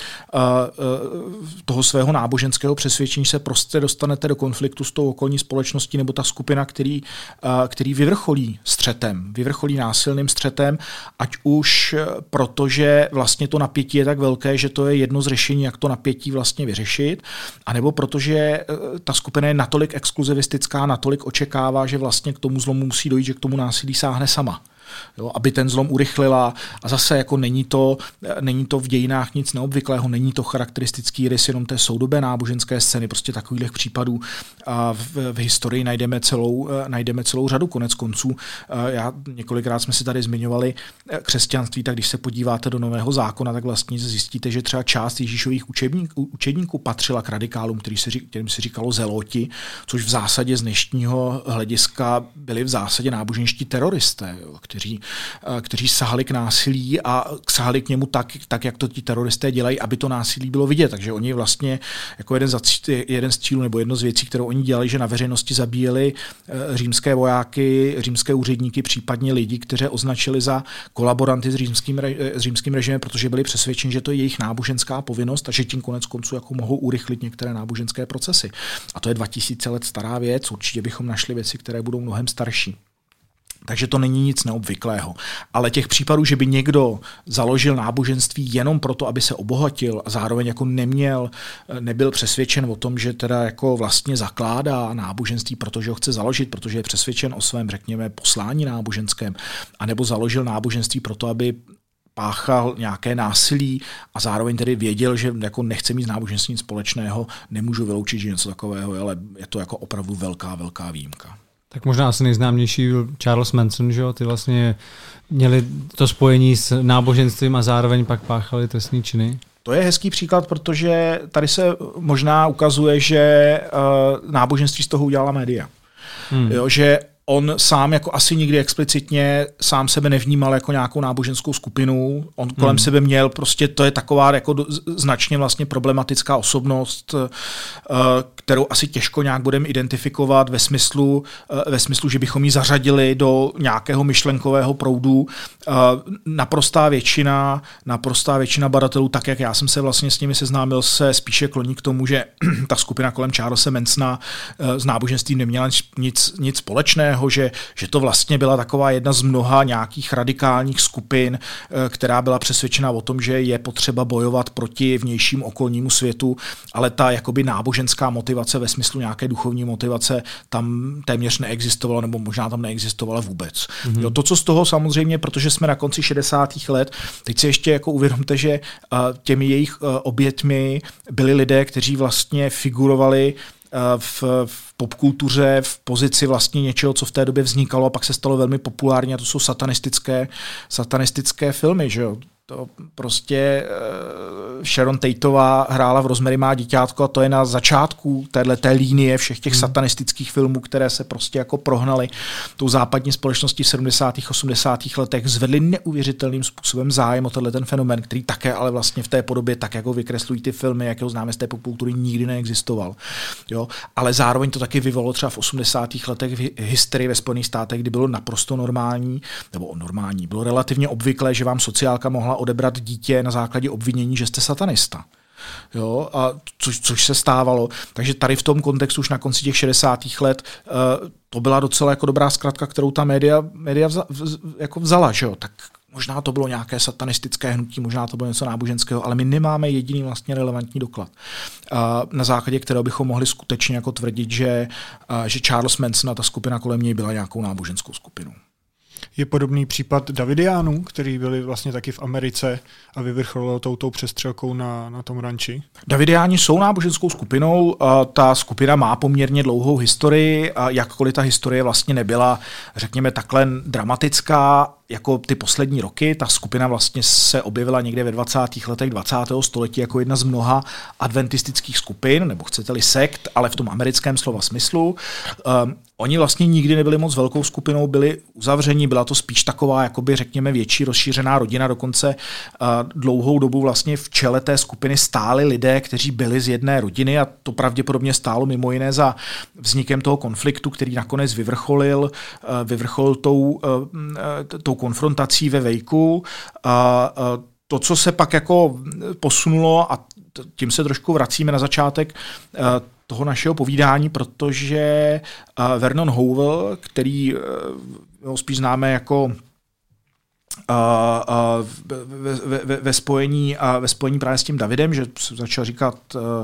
toho svého náboženského přesvědčení se prostě dostanete do konfliktu s tou okolní společností nebo ta skupina, který vyvrcholí střetem, vyvrcholí násilným střetem, ať už protože vlastně to napětí je tak velké, že to je jedno z řešení, jak to napětí vlastně vyřešit, anebo protože ta skupina je natolik exkluzivistická, natolik očekává, že vlastně k tomu zlomu musí dojít, že k tomu násilí sáhne sama. Jo, aby ten zlom urychlila a zase jako není to v dějinách nic neobvyklého, není to charakteristický rys jenom té soudobé náboženské scény, prostě takových případů v historii najdeme celou řadu konec konců. Několikrát jsme si tady zmiňovali křesťanství, tak když se podíváte do Nového zákona, tak vlastně zjistíte, že třeba část Ježíšových učedníků patřila k radikálům, kterým se říkalo zeloti, což v zásadě z dnešního hlediska byli v zásadě náboženští teroristé, jo, kteří sahali k násilí a sahali k němu tak, jak to ti teroristé dělají, aby to násilí bylo vidět. Takže oni vlastně jako jeden z cílů nebo jedno z věcí, kterou oni dělali, že na veřejnosti zabíjeli římské vojáky, římské úředníky, případně lidi, kteří označili za kolaboranty s římským režimem, protože byli přesvědčeni, že to je jejich náboženská povinnost a že tím konec konců jako mohou urychlit některé náboženské procesy. A to je 2000 let stará věc, určitě bychom našli věci, které budou mnohem starší. Takže to není nic neobvyklého. Ale těch případů, že by někdo založil náboženství jenom proto, aby se obohatil a zároveň jako nebyl přesvědčen o tom, že teda jako vlastně zakládá náboženství, protože ho chce založit, protože je přesvědčen o svém, řekněme, poslání náboženském, anebo založil náboženství proto, aby páchal nějaké násilí a zároveň tedy věděl, že jako nechce mít s náboženstvím nic společného, nemůžu vyloučit, že něco takového, ale je to jako opravdu velká výjimka. Tak možná asi nejznámější byl Charles Manson, že jo? Ty vlastně měli to spojení s náboženstvím a zároveň pak páchali trestné činy. To je hezký příklad, protože tady se možná ukazuje, že náboženství z toho udělala média. Jo, že on sám jako asi nikdy explicitně sám sebe nevnímal jako nějakou náboženskou skupinu. On kolem sebe měl prostě, to je taková jako značně vlastně problematická osobnost, kterou asi těžko nějak budeme identifikovat ve smyslu, že bychom ji zařadili do nějakého myšlenkového proudu. Naprostá většina badatelů, tak jak já jsem se vlastně s nimi seznámil, se spíše kloní k tomu, že ta skupina kolem Charlese Mansona s náboženstvím neměla nic společného, že to vlastně byla taková jedna z mnoha nějakých radikálních skupin, která byla přesvědčena o tom, že je potřeba bojovat proti vnějšímu okolnímu světu, ale ta jakoby náboženská motivace ve smyslu nějaké duchovní motivace tam téměř neexistovala, nebo možná tam neexistovala vůbec. Jo, to, co z toho samozřejmě, protože jsme na konci 60. let, teď si ještě jako uvědomte, že těmi jejich oběťmi byli lidé, kteří vlastně figurovali v popkultuře v pozici vlastně něčeho, co v té době vznikalo a pak se stalo velmi populární, a to jsou satanistické filmy, že jo. To prostě Sharon Tateová hrála v Rosemary má děťátko a to je na začátku téhleté línie všech těch satanistických filmů, které se prostě jako prohnaly tou západní společností v 70. 80. letech, zvedly neuvěřitelným způsobem zájem o tenhle ten fenomén, který také ale vlastně v té podobě, tak jako vykreslují ty filmy, jak ho známe z té popkultury, nikdy neexistoval. Jo? Ale zároveň to taky vyvolalo třeba v 80. letech v hysterii ve Spojených státech, kdy bylo naprosto normální, bylo relativně obvyklé, že vám sociálka mohla odebrat dítě na základě obvinění, že jste satanista. Jo, a což se stávalo. Takže tady v tom kontextu už na konci těch 60. let to byla docela jako dobrá zkratka, kterou ta média jako vzala. Že jo? Tak možná to bylo nějaké satanistické hnutí, možná to bylo něco náboženského, ale my nemáme jediný vlastně relevantní doklad, na základě kterého bychom mohli skutečně jako tvrdit, že Charles Manson a ta skupina kolem něj byla nějakou náboženskou skupinou. Je podobný případ Davidiánů, který byli vlastně taky v Americe a vyvrcholilo touto přestřelkou na tom ranči? Davidiáni jsou náboženskou skupinou, ta skupina má poměrně dlouhou historii, jakkoliv ta historie vlastně nebyla, řekněme, takhle dramatická, jako ty poslední roky. Ta skupina vlastně se objevila někde ve 20. letech 20. století jako jedna z mnoha adventistických skupin, nebo chcete-li sekt, ale v tom americkém slova smyslu. Oni vlastně nikdy nebyli moc velkou skupinou, byli uzavření, byla to spíš taková, jakoby řekněme, větší rozšířená rodina, dokonce dlouhou dobu vlastně v čele té skupiny stáli lidé, kteří byli z jedné rodiny a to pravděpodobně stálo mimo jiné za vznikem toho konfliktu, který nakonec vyvrcholil tou konfrontací ve Wakeu. To, co se pak jako posunulo, a tím se trošku vracíme na začátek toho našeho povídání, protože Vernon Howell, který spíš známe jako ve spojení právě s tím Davidem, že začal říkat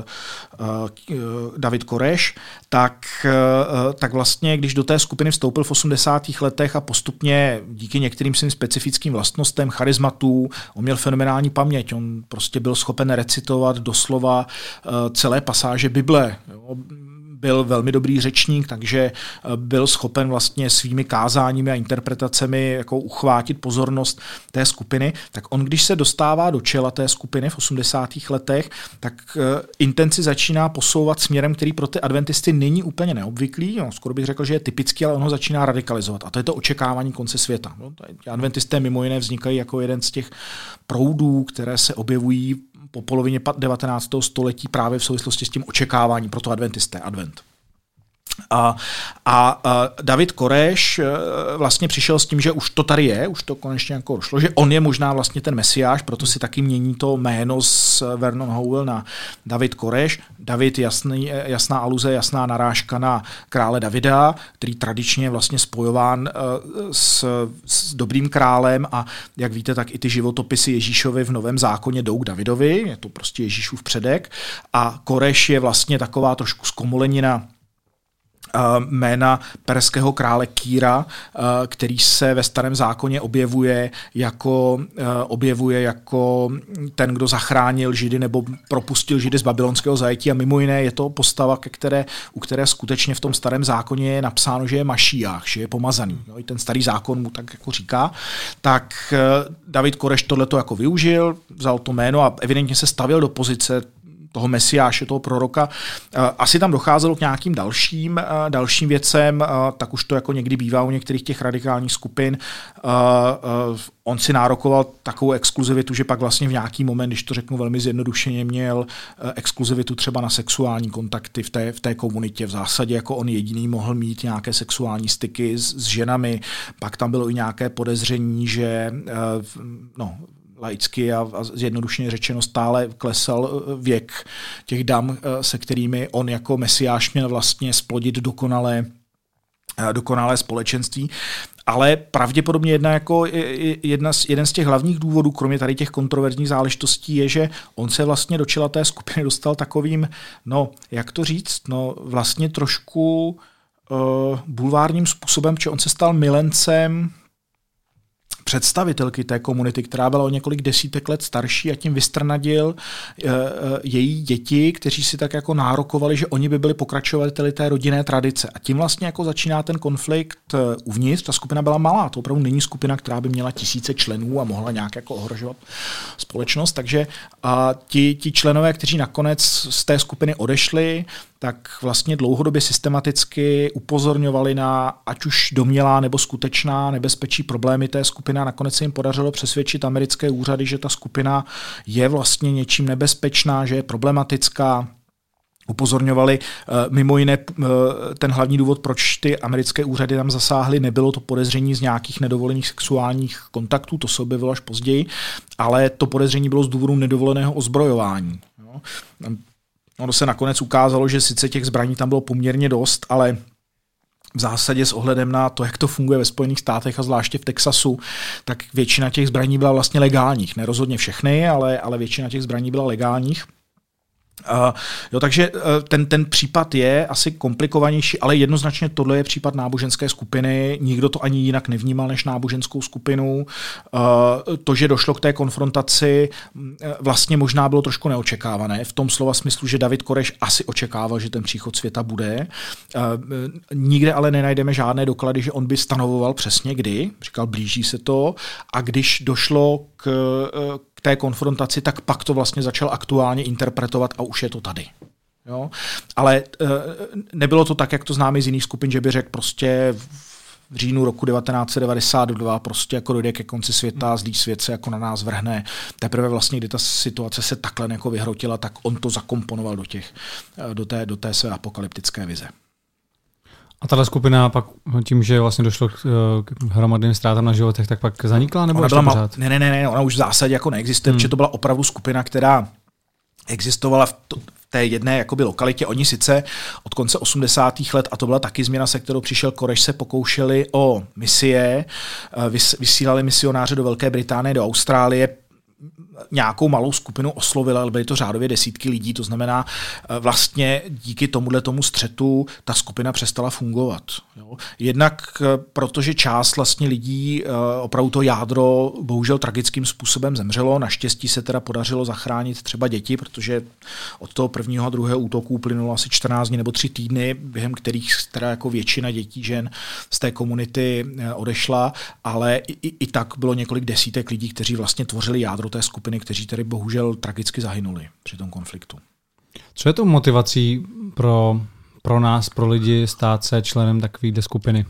David Koresh, tak vlastně, když do té skupiny vstoupil v 80. letech a postupně díky některým svým specifickým vlastnostem, charizmatů, on měl fenomenální paměť, on prostě byl schopen recitovat doslova celé pasáže Bible. Byl velmi dobrý řečník, takže byl schopen vlastně svými kázáními a interpretacemi jako uchvátit pozornost té skupiny. Tak on, když se dostává do čela té skupiny v 80. letech, tak intenci začíná posouvat směrem, který pro ty adventisty není úplně neobvyklý. No, skoro bych řekl, že je typický, ale on ho začíná radikalizovat. A to je to očekávání konce světa. No, adventisté mimo jiné vznikají jako jeden z těch proudů, které se objevují po polovině 19. století právě v souvislosti s tím očekáváním pro to adventisté, advent. A David Koresh vlastně přišel s tím, že už to tady je, už to konečně jako došlo, že on je možná vlastně ten mesiáš, proto si taky mění to jméno z Vernon Howell na David Koresh. David, jasná aluze, jasná narážka na krále Davida, který tradičně je vlastně spojován s dobrým králem a jak víte, tak i ty životopisy Ježíšovi v Novém zákoně jdou k Davidovi, je to prostě Ježíšův předek a Koresh je vlastně taková trošku zkomolenina jména perského krále Kýra, který se ve Starém zákoně objevuje jako ten, kdo zachránil Židy nebo propustil Židy z babylonského zajetí, a mimo jiné je to postava, u které skutečně v tom Starém zákoně je napsáno, že je Mašíjách, že je pomazaný. No, i ten Starý zákon mu tak jako říká. Tak David Koreš tohleto jako využil, vzal to jméno a evidentně se stavěl do pozice toho mesiáše, toho proroka. Asi tam docházelo k nějakým dalším věcem, tak už to jako někdy bývá u některých těch radikálních skupin. On si nárokoval takovou exkluzivitu, že pak vlastně v nějaký moment, když to řeknu velmi zjednodušeně, měl exkluzivitu třeba na sexuální kontakty v té komunitě. V zásadě jako on jediný mohl mít nějaké sexuální styky s ženami. Pak tam bylo i nějaké podezření, že laicky a zjednodušeně řečeno stále klesal věk těch dam, se kterými on jako mesiáš měl vlastně splodit dokonalé společenství. Ale pravděpodobně jeden z těch hlavních důvodů, kromě tady těch kontroverzních záležitostí, je, že on se vlastně do čela té skupiny dostal takovým, jak to říct, vlastně trošku bulvárním způsobem, že on se stal milencem představitelky té komunity, která byla o několik desítek let starší, a tím vystrnadil její děti, kteří si tak jako nárokovali, že oni by byli pokračovateli té rodinné tradice. A tím vlastně jako začíná ten konflikt uvnitř. Ta skupina byla malá, to opravdu není skupina, která by měla tisíce členů a mohla nějak jako ohrožovat společnost. Takže ti členové, kteří nakonec z té skupiny odešli, tak vlastně dlouhodobě systematicky upozorňovali na ať už domnělá nebo skutečná nebezpečí problémy té skupiny. Nakonec se jim podařilo přesvědčit americké úřady, že ta skupina je vlastně něčím nebezpečná, že je problematická. Upozorňovali mimo jiné ten hlavní důvod, proč ty americké úřady tam zasáhly, nebylo to podezření z nějakých nedovolených sexuálních kontaktů, to se objevilo až později, ale to podezření bylo z důvodu nedovoleného ozbrojování. Ono se nakonec ukázalo, že sice těch zbraní tam bylo poměrně dost, ale v zásadě s ohledem na to, jak to funguje ve Spojených státech a zvláště v Texasu, tak většina těch zbraní byla vlastně legálních. Ne rozhodně všechny, ale většina těch zbraní byla legálních. Takže ten případ je asi komplikovanější, ale jednoznačně tohle je případ náboženské skupiny. Nikdo to ani jinak nevnímal než náboženskou skupinu. To, že došlo k té konfrontaci, vlastně možná bylo trošku neočekávané. V tom slova smyslu, že David Koreš asi očekával, že ten příchod světa bude. Nikde ale nenajdeme žádné doklady, že on by stanovoval přesně kdy. Říkal, blíží se to. A když došlo k té konfrontaci, tak pak to vlastně začal aktuálně interpretovat a už je to tady. Jo? Ale nebylo to tak, jak to známe z jiných skupin, že by řekl prostě v říjnu roku 1992 prostě jako dojde ke konci světa, zlý svět se jako na nás vrhne. Teprve vlastně, kdy ta situace se takhle jako vyhrotila, tak on to zakomponoval do té své apokalyptické vize. A tato skupina pak tím, že vlastně došlo k hromadným ztrátám na životech, tak pak zanikla nebo ještě pořád? Ne, ona už v zásadě jako neexistuje, protože to byla opravdu skupina, která existovala v té jedné jakoby lokalitě. Oni sice od konce 80. let, a to byla taky změna, se kterou přišel Koreš, se pokoušeli o misie, vysílali misionáře do Velké Británie, do Austrálie, nějakou malou skupinu oslovila, ale byly to řádově desítky lidí, to znamená vlastně díky tomu střetu ta skupina přestala fungovat. Jo. Jednak protože část vlastně lidí, opravdu to jádro bohužel tragickým způsobem zemřelo, naštěstí se teda podařilo zachránit třeba děti, protože od toho prvního a druhého útoku uplynulo asi 14 dní nebo 3 týdny, během kterých teda jako většina dětí, žen z té komunity odešla, ale i tak bylo několik desítek lidí, kteří vlastně tvořili jádro té skupiny, kteří tedy bohužel tragicky zahynuli při tom konfliktu. Co je to motivací pro nás, pro lidi, stát se členem takové skupiny?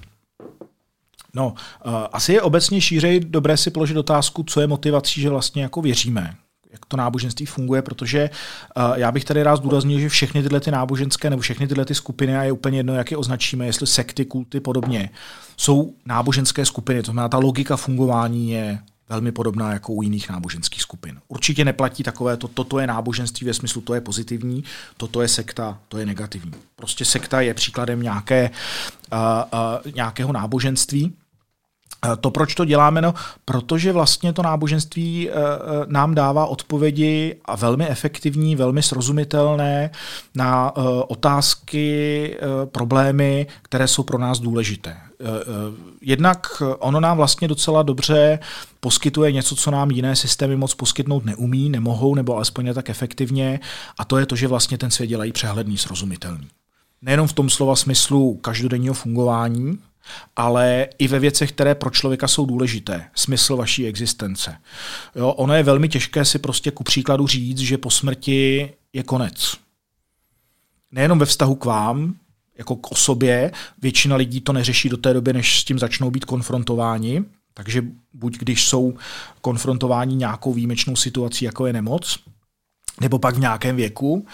Asi je obecně šířej dobré si položit otázku, co je motivací, že vlastně jako věříme, jak to náboženství funguje, protože já bych tady rád zdůraznil, že všechny tyhle ty náboženské nebo všechny tyhle ty skupiny, a je úplně jedno, jak je označíme, jestli sekty, kulty, podobně, jsou náboženské skupiny. To znamená, ta logika fungování je velmi podobná jako u jiných náboženských skupin. Určitě neplatí takové, toto je náboženství ve smyslu, to je pozitivní, toto je sekta, to je negativní. Prostě sekta je příkladem nějakého náboženství. To, proč to děláme? No, protože vlastně to náboženství nám dává odpovědi a velmi efektivní, velmi srozumitelné na otázky, problémy, které jsou pro nás důležité. Jednak ono nám vlastně docela dobře poskytuje něco, co nám jiné systémy moc poskytnout neumí, nemohou, nebo alespoň ne tak efektivně, a to je to, že vlastně ten svět dělají přehledný, srozumitelný. Nejenom v tom slova smyslu každodenního fungování, ale i ve věcech, které pro člověka jsou důležité. Smysl vaší existence. Jo, ono je velmi těžké si prostě ku příkladu říct, že po smrti je konec. Nejenom ve vztahu k vám, jako k osobě, většina lidí to neřeší do té doby, než s tím začnou být konfrontováni, takže buď když jsou konfrontováni nějakou výjimečnou situací, jako je nemoc, nebo pak v nějakém věku,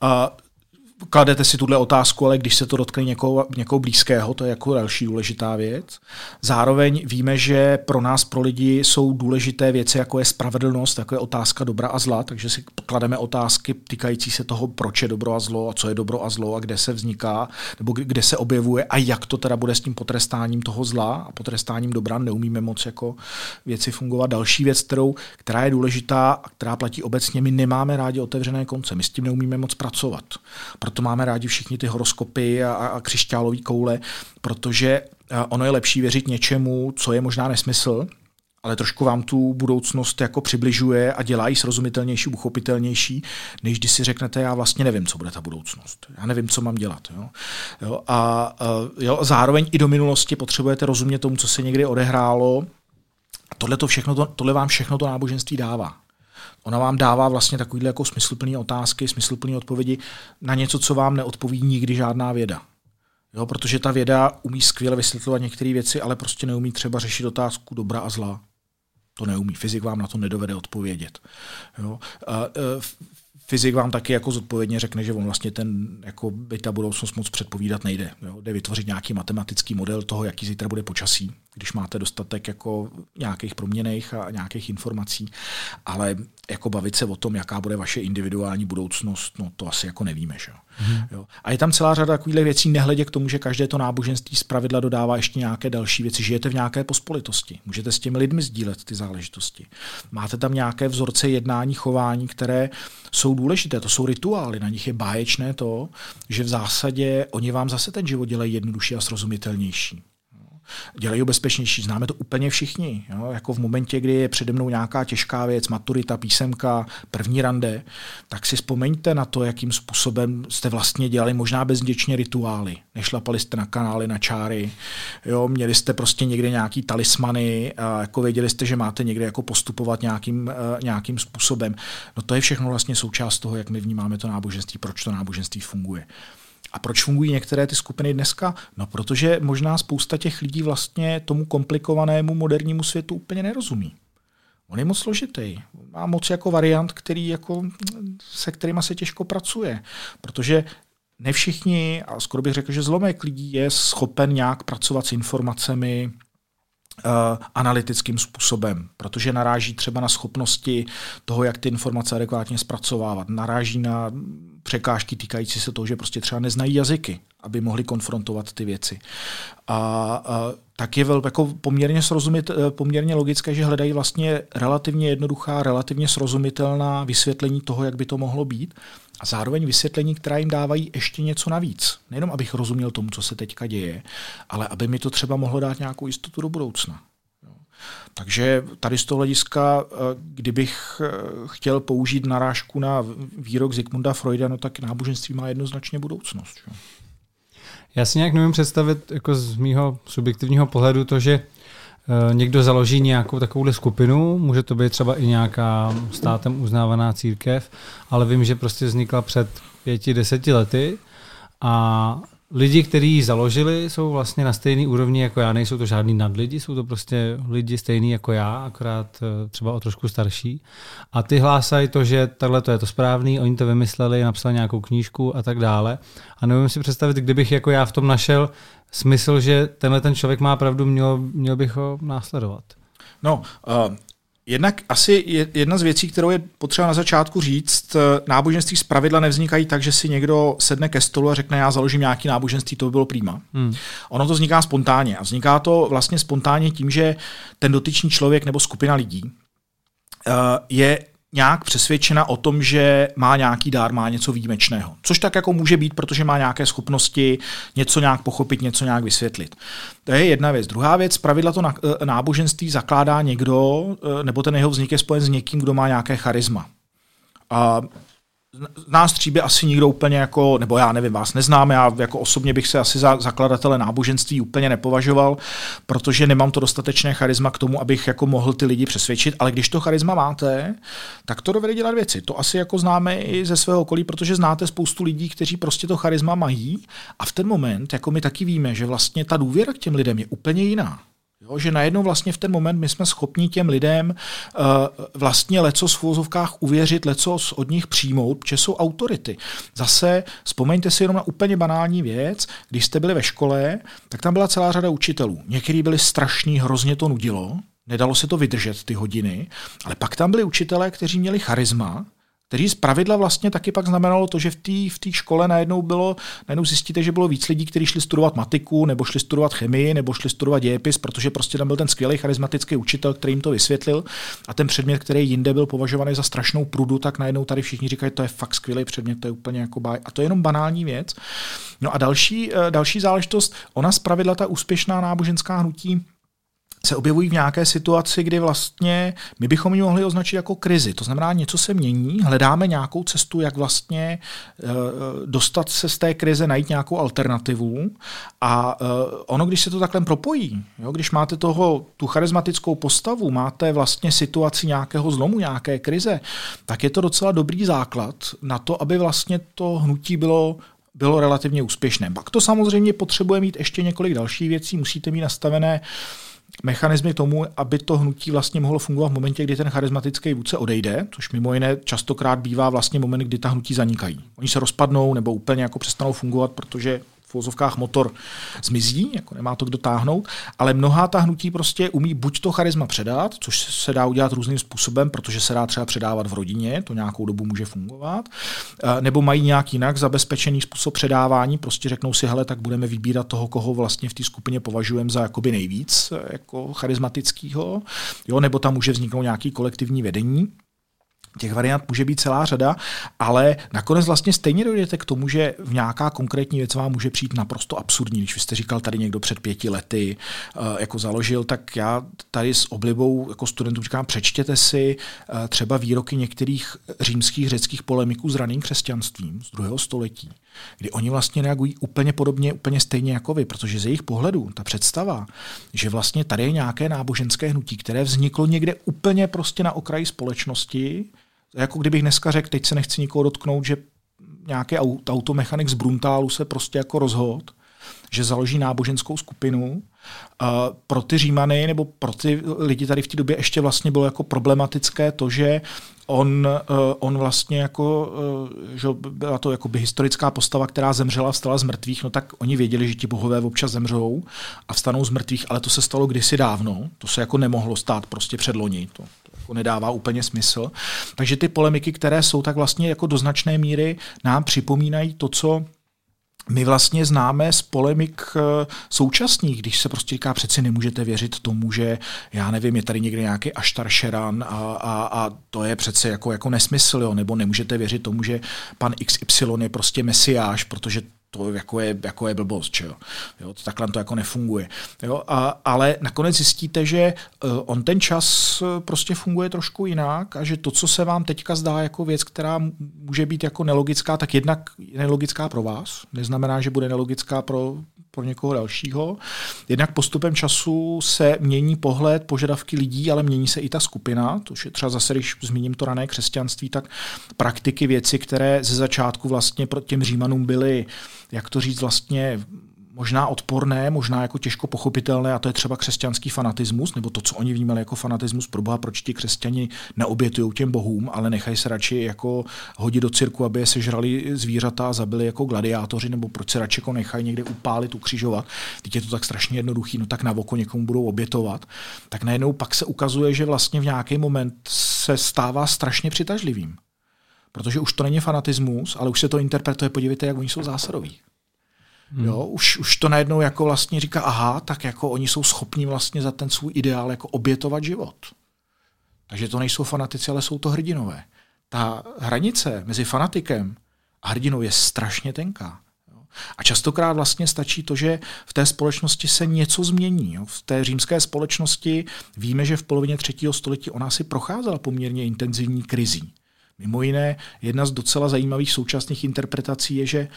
kladete si tuhle otázku, ale když se to dotkne někoho blízkého, to je jako další důležitá věc. Zároveň víme, že pro nás, pro lidi, jsou důležité věci, jako je spravedlnost, jako je otázka dobra a zla, takže si klademe otázky týkající se toho, proč je dobro a zlo, a co je dobro a zlo, a kde se vzniká, nebo kde se objevuje, a jak to teda bude s tím potrestáním toho zla a potrestáním dobra. Neumíme moc jako věci fungovat. Další věc, která je důležitá a která platí obecně, my nemáme rádi otevřené konce, my s tím neumíme moc pracovat. Proto máme rádi všichni ty horoskopy a křišťálové koule, protože ono je lepší věřit něčemu, co je možná nesmysl, ale trošku vám tu budoucnost jako přibližuje a dělá ji srozumitelnější, uchopitelnější, než když si řeknete, já vlastně nevím, co bude ta budoucnost. Já nevím, co mám dělat. Jo? A zároveň i do minulosti potřebujete rozumět tomu, co se někdy odehrálo. Tohle vám všechno to náboženství dává. Ona vám dává vlastně takovýhle jako smysluplné otázky, smysluplné odpovědi na něco, co vám neodpoví nikdy žádná věda. Jo, protože ta věda umí skvěle vysvětlovat některé věci, ale prostě neumí třeba řešit otázku dobra a zla. To neumí. Fyzik vám na to nedovede odpovědět. Jo. Fyzik vám taky jako zodpovědně řekne, že on vlastně ta budoucnost moc předpovídat nejde. Jo. Jde vytvořit nějaký matematický model toho, jaký zítra bude počasí, když máte dostatek jako nějakých proměnných a nějakých informací, ale jako bavit se o tom, jaká bude vaše individuální budoucnost, no to asi jako nevíme. Že? Jo. A je tam celá řada takových věcí, nehledě k tomu, že každé to náboženství zpravidla dodává ještě nějaké další věci. Žijete v nějaké pospolitosti, můžete s těmi lidmi sdílet ty záležitosti. Máte tam nějaké vzorce jednání, chování, které jsou důležité, to jsou rituály, na nich je báječné to, že v zásadě oni vám zase ten život dělají jednodušší a srozumitelnější. Dělají ho bezpečnější, známe to úplně všichni. Jo? Jako v momentě, kdy je přede mnou nějaká těžká věc, maturita, písemka, první rande, tak si vzpomeňte na to, jakým způsobem jste vlastně dělali možná bezděčně rituály. Nešlapali jste na kanály, na čáry, jo? Měli jste prostě někde nějaký talismany, a jako věděli jste, že máte někde jako postupovat nějakým způsobem. No to je všechno vlastně součást toho, jak my vnímáme to náboženství, proč to náboženství funguje. A proč fungují některé ty skupiny dneska? No, protože možná spousta těch lidí vlastně tomu komplikovanému modernímu světu úplně nerozumí. On je moc složitý. Má moc jako variant, se kterýma se těžko pracuje. Protože ne všichni, a skoro bych řekl, že zlomek lidí je schopen nějak pracovat s informacemi analytickým způsobem, protože naráží třeba na schopnosti toho, jak ty informace adekvátně zpracovávat. Naráží na překážky týkající se toho, že prostě třeba neznají jazyky, aby mohli konfrontovat ty věci. A tak je jako poměrně logické, že hledají vlastně relativně jednoduchá, relativně srozumitelná vysvětlení toho, jak by to mohlo být, a zároveň vysvětlení, která jim dávají ještě něco navíc. Nejenom abych rozuměl tomu, co se teďka děje, ale aby mi to třeba mohlo dát nějakou jistotu do budoucna. Takže tady z toho hlediska, kdybych chtěl použít narážku na výrok Sigmunda Freuda, no tak náboženství má jednoznačně budoucnost. Jo. Já si nějak nevím představit jako z mýho subjektivního pohledu to, že někdo založí nějakou takovouhle skupinu, může to být třeba i nějaká státem uznávaná církev, ale vím, že prostě vznikla před 5-10 lety a lidi, kteří ji založili, jsou vlastně na stejný úrovni jako já, nejsou to žádný nadlidi, jsou to prostě lidi stejný jako já, akorát třeba o trošku starší. A ty hlásají to, že takhle to je to správný, oni to vymysleli, napsali nějakou knížku a tak dále. A nevím si představit, kdybych jako já v tom našel smysl, že tenhle ten člověk má pravdu, měl bych ho následovat. No, Jednak asi jedna z věcí, kterou je potřeba na začátku říct, náboženství zpravidla nevznikají tak, že si někdo sedne ke stolu a řekne, já založím nějaký náboženství, to by bylo prima. Ono to vzniká spontánně a vzniká to vlastně spontánně tím, že ten dotyčný člověk nebo skupina lidí je nějak přesvědčena o tom, že má nějaký dár, má něco výjimečného. Což tak jako může být, protože má nějaké schopnosti něco nějak pochopit, něco nějak vysvětlit. To je jedna věc. Druhá věc, pravidla to náboženství zakládá někdo, nebo ten jeho vznik je spojen s někým, kdo má nějaké charisma. A nás tří by asi nikdo úplně jako, nebo já nevím, vás neznám, já jako osobně bych se asi za zakladatele náboženství úplně nepovažoval, protože nemám to dostatečné charisma k tomu, abych jako mohl ty lidi přesvědčit, ale když to charisma máte, tak to dovede dělat věci. To asi jako známe i ze svého okolí, protože znáte spoustu lidí, kteří prostě to charisma mají a v ten moment, jako my taky víme, že vlastně ta důvěra k těm lidem je úplně jiná. Jo, že najednou vlastně v ten moment my jsme schopni těm lidem vlastně lecos v uvozovkách uvěřit, lecos od nich přijmout, že jsou autority. Zase vzpomeňte si jenom na úplně banální věc, když jste byli ve škole, tak tam byla celá řada učitelů. Někteří byli strašní, hrozně to nudilo, nedalo se to vydržet ty hodiny, ale pak tam byli učitelé, kteří měli charisma, kteří zpravidla vlastně taky pak znamenalo to, že v té škole najednou zjistíte, že bylo víc lidí, kteří šli studovat matiku, nebo šli studovat chemii, nebo šli studovat dějepis, protože prostě tam byl ten skvělý charismatický učitel, který jim to vysvětlil a ten předmět, který jinde byl považovaný za strašnou prudu, tak najednou tady všichni říkají, to je fakt skvělý předmět, to je úplně jako báj. A to je jenom banální věc. No a další záležitost, ona zpravidla ta úspěšná náboženská hnutí se objevují v nějaké situaci, kdy vlastně my bychom ji mohli označit jako krizi. To znamená, něco se mění, hledáme nějakou cestu, jak vlastně dostat se z té krize, najít nějakou alternativu a ono, když se to takhle propojí, jo, když máte tu charismatickou postavu, máte vlastně situaci nějakého zlomu, nějaké krize, tak je to docela dobrý základ na to, aby vlastně to hnutí bylo relativně úspěšné. Pak to samozřejmě potřebuje mít ještě několik dalších věcí, musíte mít nastavené mechanismy k tomu, aby to hnutí vlastně mohlo fungovat v momentě, kdy ten charismatický vůdce odejde, což mimo jiné častokrát bývá vlastně moment, kdy ta hnutí zanikají. Oni se rozpadnou nebo úplně jako přestanou fungovat, protože v uvozovkách motor zmizí, jako nemá to kdo táhnout, ale mnohá ta hnutí prostě umí buď to charisma předat, což se dá udělat různým způsobem, protože se dá třeba předávat v rodině, to nějakou dobu může fungovat, nebo mají nějak jinak zabezpečený způsob předávání, prostě řeknou si, hele, tak budeme vybírat toho, koho vlastně v té skupině považujeme za jakoby nejvíc jako charismatického, jo, nebo tam může vzniknout nějaký kolektivní vedení. Těch variant může být celá řada, ale nakonec vlastně stejně dojdete k tomu, že v nějaká konkrétní věc vám může přijít naprosto absurdní. Když vy jste říkal, tady někdo před 5 lety jako založil, tak já tady s oblibou jako studentům říkám, přečtěte si třeba výroky některých římských, řeckých polemiků s raným křesťanstvím z 2. století, kdy oni vlastně reagují úplně podobně, úplně stejně jako vy, protože z jejich pohledu ta představa, že vlastně tady je nějaké náboženské hnutí, které vzniklo někde úplně prostě na okraji společnosti, jako kdybych dneska řekl, teď se nechci nikoho dotknout, že nějaký automechanik z Bruntálu se prostě jako rozhodl, že založí náboženskou skupinu. Pro ty Římany nebo pro ty lidi tady v té době ještě vlastně bylo jako problematické to, že on vlastně jako, že byla to jakoby historická postava, která zemřela, vstala z mrtvých, no tak oni věděli, že ti bohové občas zemřou a vstanou z mrtvých, ale to se stalo kdysi dávno, to se jako nemohlo stát prostě předloni, to jako nedává úplně smysl. Takže ty polemiky, které jsou, tak vlastně jako do značné míry nám připomínají to, co my vlastně známe z polemik současných, když se prostě říká, přeci nemůžete věřit tomu, že já nevím, je tady někde nějaký Aštar Šeran a to je přece jako nesmysl, jo? Nebo nemůžete věřit tomu, že pan XY je prostě mesiáš, protože to jako je blbost, že jo? Takhle to jako nefunguje. Jo? Ale nakonec zjistíte, že on ten čas prostě funguje trošku jinak a že to, co se vám teďka zdá jako věc, která může být jako nelogická, tak jednak je nelogická pro vás. Neznamená, že bude nelogická pro někoho dalšího. Jednak postupem času se mění pohled, požadavky lidí, ale mění se i ta skupina. To je třeba zase, když zmíním to rané křesťanství, tak praktiky, věci, které ze začátku vlastně pro těm Římanům byly, jak to říct, vlastně možná odporné, možná jako těžko pochopitelné, a to je třeba křesťanský fanatismus, nebo to, co oni vnímali jako fanatismus. Proboha, proč ti křesťani neobětují těm bohům, ale nechají se radši jako hodit do cirku, aby je sežrali zvířata a zabili jako gladiátoři, nebo proč se radši jako nechají někde upálit, ukřižovat. Teď je to tak strašně jednoduchý, no tak na oko někomu budou obětovat. Tak najednou pak se ukazuje, že vlastně v nějaký moment se stává strašně přitažlivým. Protože už to není fanatismus, ale už se to interpretuje, podívejte, jak oni jsou zásadoví. Jo, už to najednou jako vlastně říká, aha, tak jako oni jsou schopní vlastně za ten svůj ideál jako obětovat život. Takže to nejsou fanatici, ale jsou to hrdinové. Ta hranice mezi fanatikem a hrdinou je strašně tenká. Jo. A častokrát vlastně stačí to, že v té společnosti se něco změní. Jo. V té římské společnosti víme, že v polovině 3. století ona si procházela poměrně intenzivní krizí. Mimo jiné, jedna z docela zajímavých současných interpretací je, že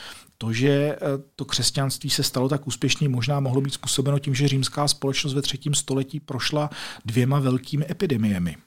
to křesťanství se stalo tak úspěšně, možná mohlo být způsobeno tím, že římská společnost ve 3. století prošla 2 velkými epidemiemi,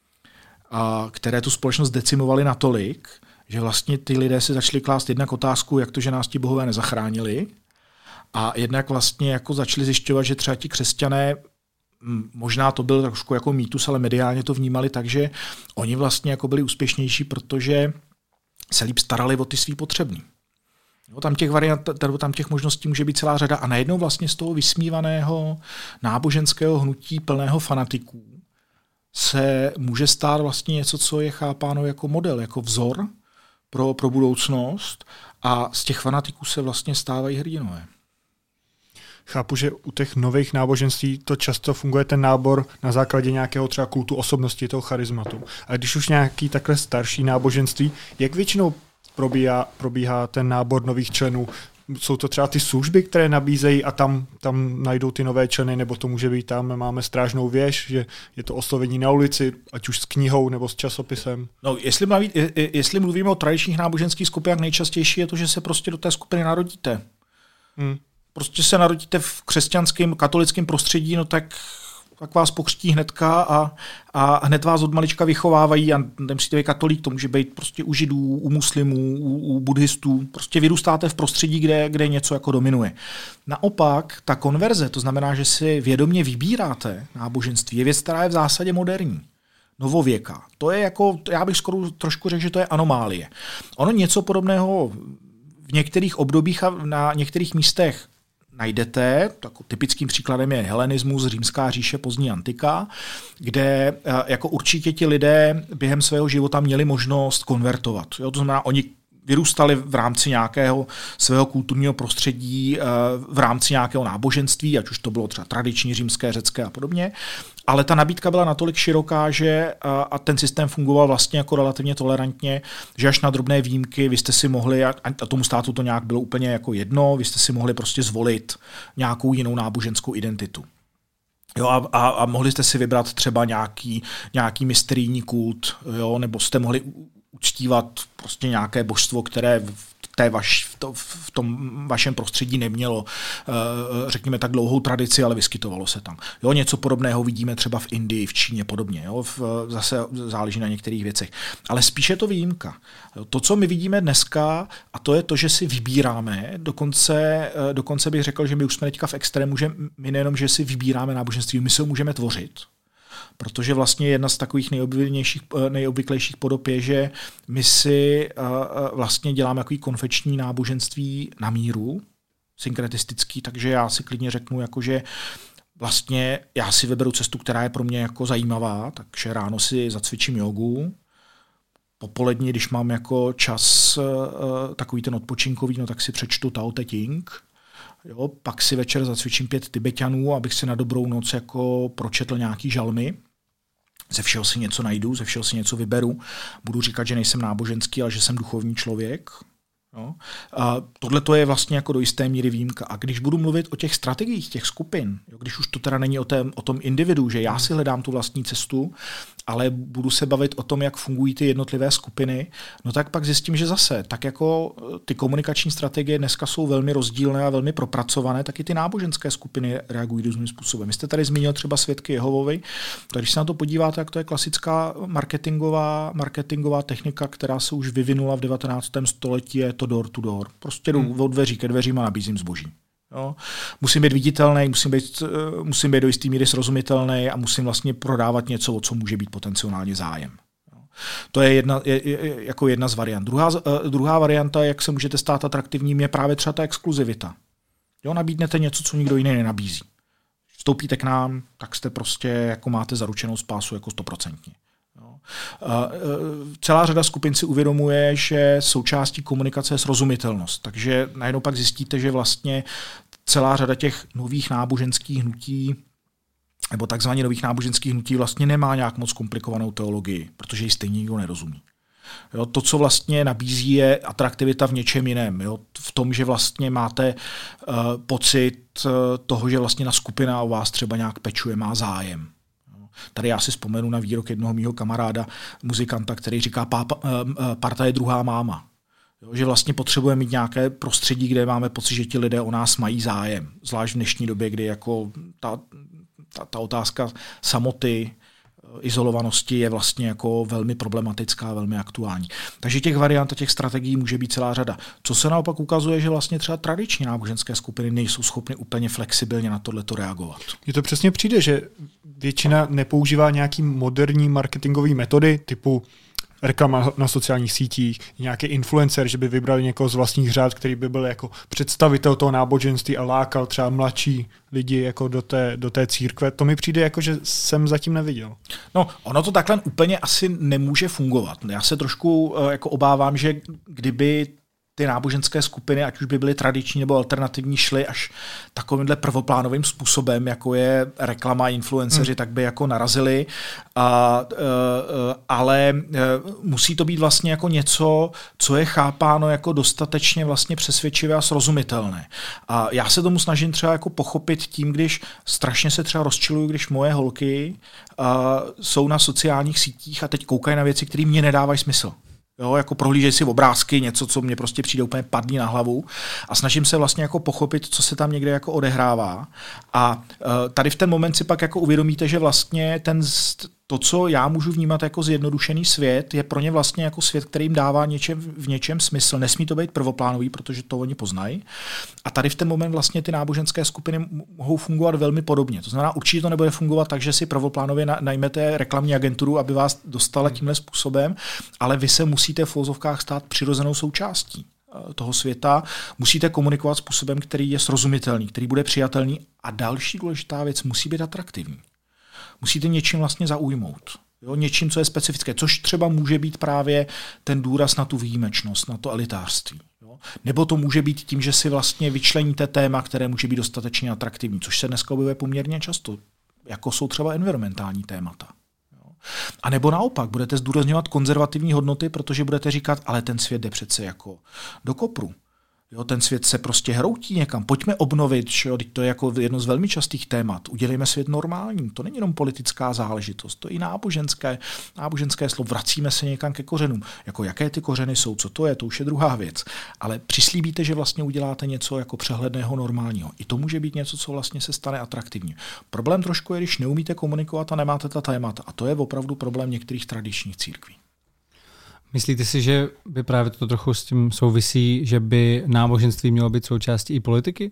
které tu společnost decimovaly natolik, že vlastně ty lidé si začali klást jednak otázku, jak to, že nás ti bohové nezachránili, a jednak vlastně jako začali zjišťovat, že třeba ti křesťané, možná to byl trošku jako mýtus, ale mediálně to vnímali tak, že oni vlastně jako byli úspěšnější, protože se líp starali o ty svý potřební. Jo, tam těch variant, tam těch možností může být celá řada a najednou vlastně z toho vysmívaného náboženského hnutí plného fanatiků se může stát vlastně něco, co je chápáno jako model, jako vzor pro budoucnost, a z těch fanatiků se vlastně stávají hrdinové. Chápu, že u těch nových náboženství to často funguje ten nábor na základě nějakého třeba kultu osobnosti, toho charizmatu. A když už nějaký takhle starší náboženství, jak většinou probíhá ten nábor nových členů? Jsou to třeba ty služby, které nabízejí a tam najdou ty nové členy, nebo to může být tam, máme strážnou věž, že je to oslovení na ulici, ať už s knihou nebo s časopisem? No, jestli mluvíme o tradičních náboženských skupinách, nejčastější je to, že se prostě do té skupiny narodíte. Prostě se narodíte v křesťanském, katolickém prostředí, no tak vás pokřtí hnedka a hned vás od malička vychovávají a nemusíte být katolík, to může být prostě u židů, u muslimů, u buddhistů. Prostě vyrůstáte v prostředí, kde něco jako dominuje. Naopak, ta konverze, to znamená, že si vědomě vybíráte náboženství, je věc, která je v zásadě moderní. Novověká. To je jako, já bych skoro trošku řekl, že to je anomálie. Ono něco podobného v některých obdobích a na některých místech najdete. Typickým příkladem je helenismus, římská říše, pozdní antika, kde jako určitě ti lidé během svého života měli možnost konvertovat. Jo, to znamená, oni vyrůstali v rámci nějakého svého kulturního prostředí, v rámci nějakého náboženství, ať už to bylo třeba tradiční, římské, řecké a podobně. Ale ta nabídka byla natolik široká, že a ten systém fungoval vlastně jako relativně tolerantně, že až na drobné výjimky vy jste si mohli, a tomu státu to nějak bylo úplně jako jedno, vy jste si mohli prostě zvolit nějakou jinou náboženskou identitu. Jo, a mohli jste si vybrat třeba nějaký mysterijní kult, jo, nebo jste mohli uctívat prostě nějaké božstvo, které v tom vašem prostředí nemělo, řekněme tak dlouhou tradici, ale vyskytovalo se tam. Jo, něco podobného vidíme třeba v Indii, v Číně podobně. Jo, zase záleží na některých věcech. Ale spíše je to výjimka. To, co my vidíme dneska, a to je to, že si vybíráme, dokonce bych řekl, že my už jsme teďka v extrému, že my nejenom, že si vybíráme náboženství, my se ho můžeme tvořit. Protože vlastně jedna z takových nejobvyklejších podob je, že my si vlastně děláme takový konfeční náboženství na míru, synkretistický, takže já si klidně řeknu, jako, že vlastně já si vyberu cestu, která je pro mě jako zajímavá, takže ráno si zacvičím jogu, popolední, když mám jako čas takový ten odpočinkový, no tak si přečtu Tao Te Ching. Jo, pak si večer zacvičím 5 Tibetanů, abych si na dobrou noc jako pročetl nějaký žalmy. Ze všeho si něco najdu, ze všeho si něco vyberu. Budu říkat, že nejsem náboženský, ale že jsem duchovní člověk. Jo. Tohle to je vlastně jako do jisté míry výjimka. A když budu mluvit o těch strategiích, těch skupin, jo, když už to teda není o tom individu, že já si hledám tu vlastní cestu, ale budu se bavit o tom, jak fungují ty jednotlivé skupiny, no tak pak zjistím, že zase, tak jako ty komunikační strategie dneska jsou velmi rozdílné a velmi propracované, tak i ty náboženské skupiny reagují různým způsobem. Vy jste tady zmínil třeba Svědky Jehovovi, tak když se na to podíváte, tak to je klasická marketingová technika, která se už vyvinula v 19. století, je to door to door. Prostě jdu od dveří ke dveřím a nabízím zboží. Jo. Musím být viditelný, musím být do jistý míry srozumitelný a musím vlastně prodávat něco, o co může být potenciálně zájem. Jo. To je jako jedna z variant. Druhá varianta, jak se můžete stát atraktivním, je právě třeba ta exkluzivita. Jo, nabídnete něco, co nikdo jiný nenabízí. Vstoupíte k nám, tak jste prostě jako máte zaručenou spásu jako 100%. Celá řada skupin si uvědomuje, že součástí komunikace je srozumitelnost. Takže najednou pak zjistíte, že vlastně celá řada těch nových náboženských hnutí nebo takzvaně nových náboženských hnutí vlastně nemá nějak moc komplikovanou teologii, protože ji stejně nikdo nerozumí. Jo, to, co vlastně nabízí, je atraktivita v něčem jiném. Jo, v tom, že vlastně máte pocit toho, že vlastně na skupina o vás třeba nějak pečuje, má zájem. Tady já si vzpomenu na výrok jednoho mýho kamaráda, muzikanta, který říká, parta je druhá máma. Jo, že vlastně potřebujeme mít nějaké prostředí, kde máme pocit, že ti lidé o nás mají zájem. Zvlášť v dnešní době, kdy jako ta otázka samoty, izolovanosti je vlastně jako velmi problematická, velmi aktuální. Takže těch variant a těch strategií může být celá řada. Co se naopak ukazuje, že vlastně třeba tradiční náboženské skupiny nejsou schopny úplně flexibilně na tohleto reagovat. Mně to přesně přijde, že většina nepoužívá nějaký moderní marketingové metody typu reklama na sociálních sítích, nějaký influencer, že by vybrali někoho z vlastních řád, který by byl jako představitel toho náboženství a lákal třeba mladší lidi jako do té církve. To mi přijde jako, že jsem zatím neviděl. No, ono to takhle úplně asi nemůže fungovat. Já se trošku jako obávám, že kdyby ty náboženské skupiny, ať už by byly tradiční nebo alternativní, šly až takovýmhle prvoplánovým způsobem, jako je reklama, influenceři, tak by jako narazili. Ale musí to být vlastně jako něco, co je chápáno jako dostatečně vlastně přesvědčivé a srozumitelné. A já se tomu snažím třeba jako pochopit tím, když strašně se třeba rozčiluju, když moje holky jsou na sociálních sítích a teď koukají na věci, které mě nedávají smysl. Jo, jako prohlížej si obrázky, něco, co mě prostě přijde úplně padní na hlavu a snažím se vlastně jako pochopit, co se tam někde jako odehrává. A tady v ten moment si pak jako uvědomíte, že vlastně to, co já můžu vnímat jako zjednodušený svět, je pro ně vlastně jako svět, který jim dává v něčem smysl. Nesmí to být prvoplánový, protože to oni poznají. A tady v ten moment vlastně ty náboženské skupiny mohou fungovat velmi podobně. To znamená, určitě to nebude fungovat tak, že si prvoplánově najmete reklamní agenturu, aby vás dostala tímhle způsobem, ale vy se musíte v uvozovkách stát přirozenou součástí toho světa. Musíte komunikovat způsobem, který je srozumitelný, který bude přijatelný a další důležitá věc, musí být atraktivní. Musíte něčím vlastně zaujmout. Jo? Něčím, co je specifické, což třeba může být právě ten důraz na tu výjimečnost, na to elitářství. Jo? Nebo to může být tím, že si vlastně vyčleníte téma, které může být dostatečně atraktivní, což se dneska objevuje poměrně často, jako jsou třeba environmentální témata. Jo? A nebo naopak, budete zdůrazňovat konzervativní hodnoty, protože budete říkat, ale ten svět jde přece jako do kopru. Jo, ten svět se prostě hroutí někam. Pojďme obnovit, že to je jako jedno z velmi častých témat. Udělejme svět normálním. To není jenom politická záležitost, to je i náboženské slovo. Vracíme se někam ke kořenům. Jako jaké ty kořeny jsou, co to je, to už je druhá věc. Ale přislíbíte, že vlastně uděláte něco jako přehledného, normálního. I to může být něco, co vlastně se stane atraktivní. Problém trošku je, když neumíte komunikovat a nemáte ta témata. A to je opravdu problém některých tradičních církví. Myslíte si, že by právě to trochu s tím souvisí, že by náboženství mělo být součástí i politiky?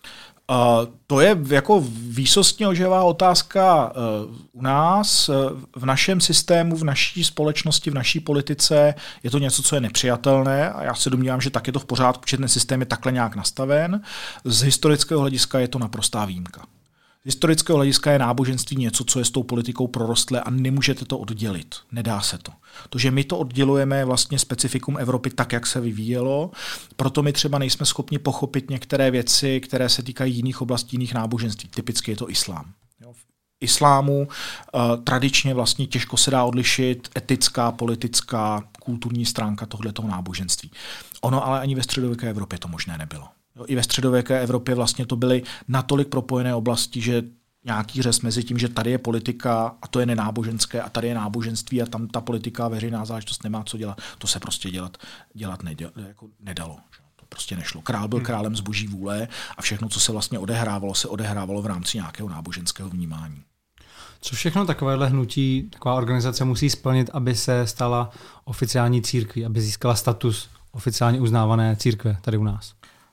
To je jako výsostně oživá otázka u nás. V našem systému, v naší společnosti, v naší politice je to něco, co je nepřijatelné a já se domnívám, že tak je to v pořádku, že ten systém je takhle nějak nastaven. Z historického hlediska je to naprostá výjimka. Z historického hlediska je náboženství něco, co je s tou politikou prorostlé a nemůžete to oddělit. Nedá se to. To, že my to oddělujeme, je vlastně specifikum Evropy tak, jak se vyvíjelo. Proto my třeba nejsme schopni pochopit některé věci, které se týkají jiných oblastí, jiných náboženství. Typicky je to islám. V islámu tradičně vlastně těžko se dá odlišit etická, politická, kulturní stránka tohletoho náboženství. Ono ale ani ve středověké Evropě to možné nebylo. I ve středověké Evropě vlastně to byly natolik propojené oblasti, že nějaký řez mezi tím, že tady je politika a to je nenáboženské a tady je náboženství a tam ta politika a veřejná záležitost nemá co dělat, to se prostě dělat nedalo. To prostě nešlo. Král byl králem z boží vůle a všechno, co se vlastně odehrávalo v rámci nějakého náboženského vnímání. Co všechno takovéhle hnutí, taková organizace musí splnit, aby se stala oficiální církví, aby získala status oficiálně uznávané církve tady u nás?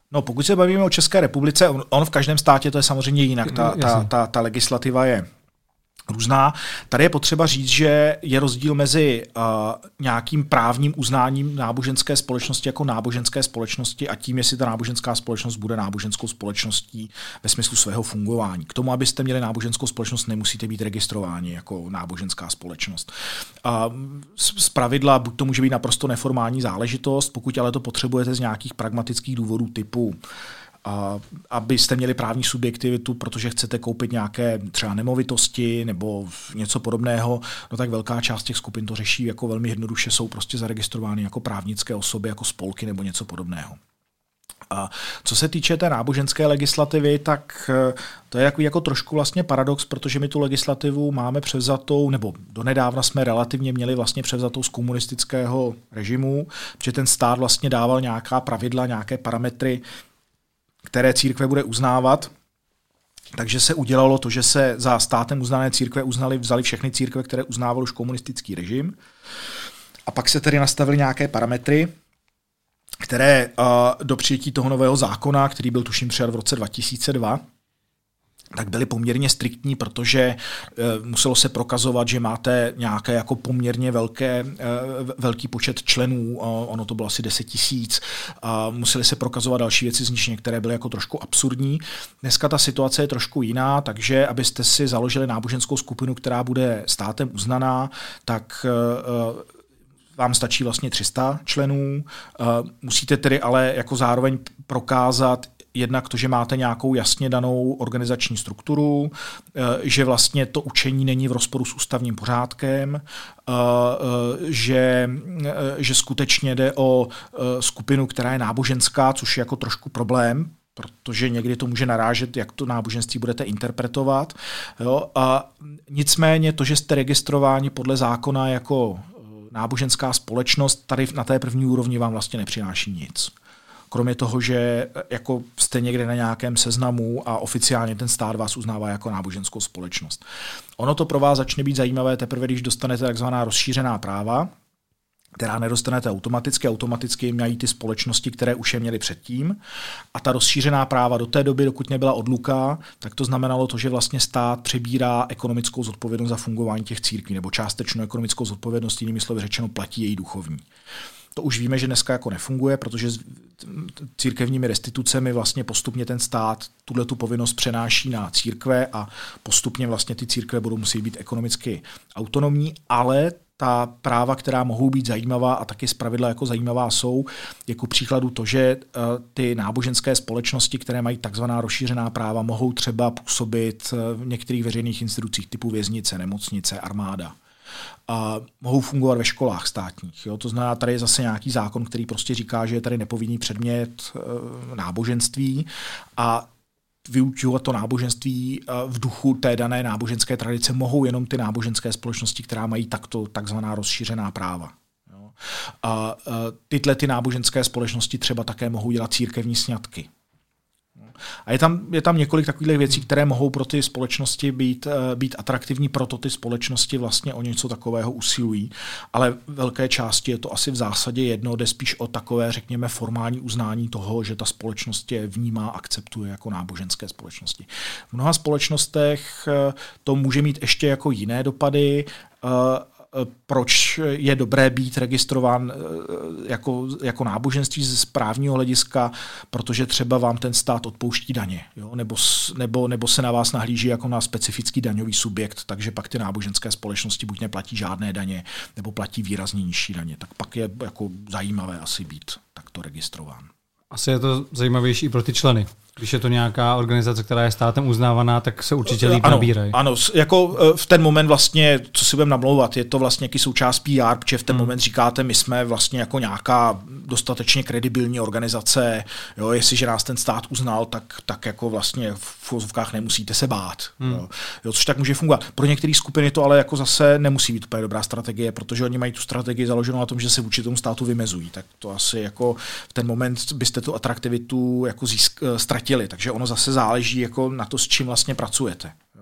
No, pokud se bavíme o České republice, on v každém státě to je samozřejmě jinak, ta legislativa je různá. Tady je potřeba říct, že je rozdíl mezi nějakým právním uznáním náboženské společnosti jako náboženské společnosti a tím, jestli ta náboženská společnost bude náboženskou společností ve smyslu svého fungování. K tomu, abyste měli náboženskou společnost, nemusíte být registrováni jako náboženská společnost. Zpravidla buď to může být naprosto neformální záležitost, pokud ale to potřebujete z nějakých pragmatických důvodů typu abyste měli právní subjektivitu, protože chcete koupit nějaké třeba nemovitosti nebo něco podobného, no tak velká část těch skupin to řeší jako velmi jednoduše, jsou prostě zaregistrovány jako právnické osoby, jako spolky nebo něco podobného. A co se týče té náboženské legislativy, tak to je jako trošku vlastně paradox, protože my tu legislativu máme převzatou, nebo donedávna jsme relativně měli vlastně převzatou z komunistického režimu, protože ten stát vlastně dával nějaká pravidla, nějaké parametry, které církve bude uznávat. Takže se udělalo to, že se za státem uznané církve vzali všechny církve, které uznával už komunistický režim. A pak se tedy nastavily nějaké parametry, které do přijetí toho nového zákona, který byl tuším přijat v roce 2002, tak byly poměrně striktní, protože muselo se prokazovat, že máte nějaké jako poměrně velký počet členů, ono to bylo asi 10 000, museli se prokazovat další věci, z nich některé byly jako trošku absurdní. Dneska ta situace je trošku jiná, takže abyste si založili náboženskou skupinu, která bude státem uznaná, tak vám stačí vlastně 300 členů. Musíte tedy ale jako zároveň prokázat jednak to, že máte nějakou jasně danou organizační strukturu, že vlastně to učení není v rozporu s ústavním pořádkem, že skutečně jde o skupinu, která je náboženská, což je jako trošku problém, protože někdy to může narážet, jak to náboženství budete interpretovat. Jo? A nicméně to, že jste registrováni podle zákona jako náboženská společnost, tady na té první úrovni vám vlastně nepřináší nic. Kromě toho, že jako jste někde na nějakém seznamu a oficiálně ten stát vás uznává jako náboženskou společnost. Ono to pro vás začne být zajímavé teprve, když dostanete takzvaná rozšířená práva, která nedostanete automaticky. Automaticky mají ty společnosti, které už je měly předtím. A ta rozšířená práva do té doby, dokud nebyla odluka, tak to znamenalo to, že vlastně stát přebírá ekonomickou zodpovědnost za fungování těch církví, nebo částečnou ekonomickou zodpovědnost, jinými slovy řečeno, platí její duchovní. To už víme, že dneska jako nefunguje, protože s církevními restitucemi vlastně postupně ten stát tu povinnost přenáší na církve a postupně vlastně ty církve budou muset být ekonomicky autonomní, ale ta práva, která mohou být zajímavá a taky zpravidla jako zajímavá jsou, jako příkladu to, že ty náboženské společnosti, které mají takzvaná rozšířená práva, mohou třeba působit v některých veřejných institucích typu věznice, nemocnice, armáda. A mohou fungovat ve školách státních. Jo? To znamená, tady je zase nějaký zákon, který prostě říká, že je tady nepovinný předmět náboženství a vyučovat to náboženství v duchu té dané náboženské tradice mohou jenom ty náboženské společnosti, která mají takzvaná rozšířená práva. Jo? A tyhle ty náboženské společnosti třeba také mohou dělat církevní sňatky. A je tam několik takových věcí, které mohou pro ty společnosti být atraktivní, proto ty společnosti vlastně o něco takového usilují. Ale velké části je to asi v zásadě jedno, jde spíš o takové, řekněme, formální uznání toho, že ta společnost je vnímá, akceptuje jako náboženské společnosti. V mnoha společnostech to může mít ještě jako jiné dopady, proč je dobré být registrován jako náboženství z právního hlediska, protože třeba vám ten stát odpouští daně, jo? Nebo se na vás nahlíží jako na specifický daňový subjekt, takže pak ty náboženské společnosti buď neplatí žádné daně, nebo platí výrazně nižší daně. Tak pak je jako zajímavé asi být takto registrován. Asi je to zajímavější i pro ty členy. Když je to nějaká organizace, která je státem uznávaná, tak se určitě líp nabírají. Ano, jako v ten moment vlastně, co si budeme namlouvat, je to vlastně jaký součást PR, protože v ten moment říkáte, my jsme vlastně jako nějaká dostatečně kredibilní organizace, jo, jestliže nás ten stát uznal, tak jako vlastně v uvozovkách nemusíte se bát. Jo, což tak může fungovat. Pro některé skupiny to ale jako zase nemusí být úplně dobrá strategie, protože oni mají tu strategii založenou na tom, že se vůči tomu státu vymezují. Tak to asi jako v ten moment byste tu atraktivitu jako ztratili. Takže ono zase záleží jako na to, s čím vlastně pracujete. Jo?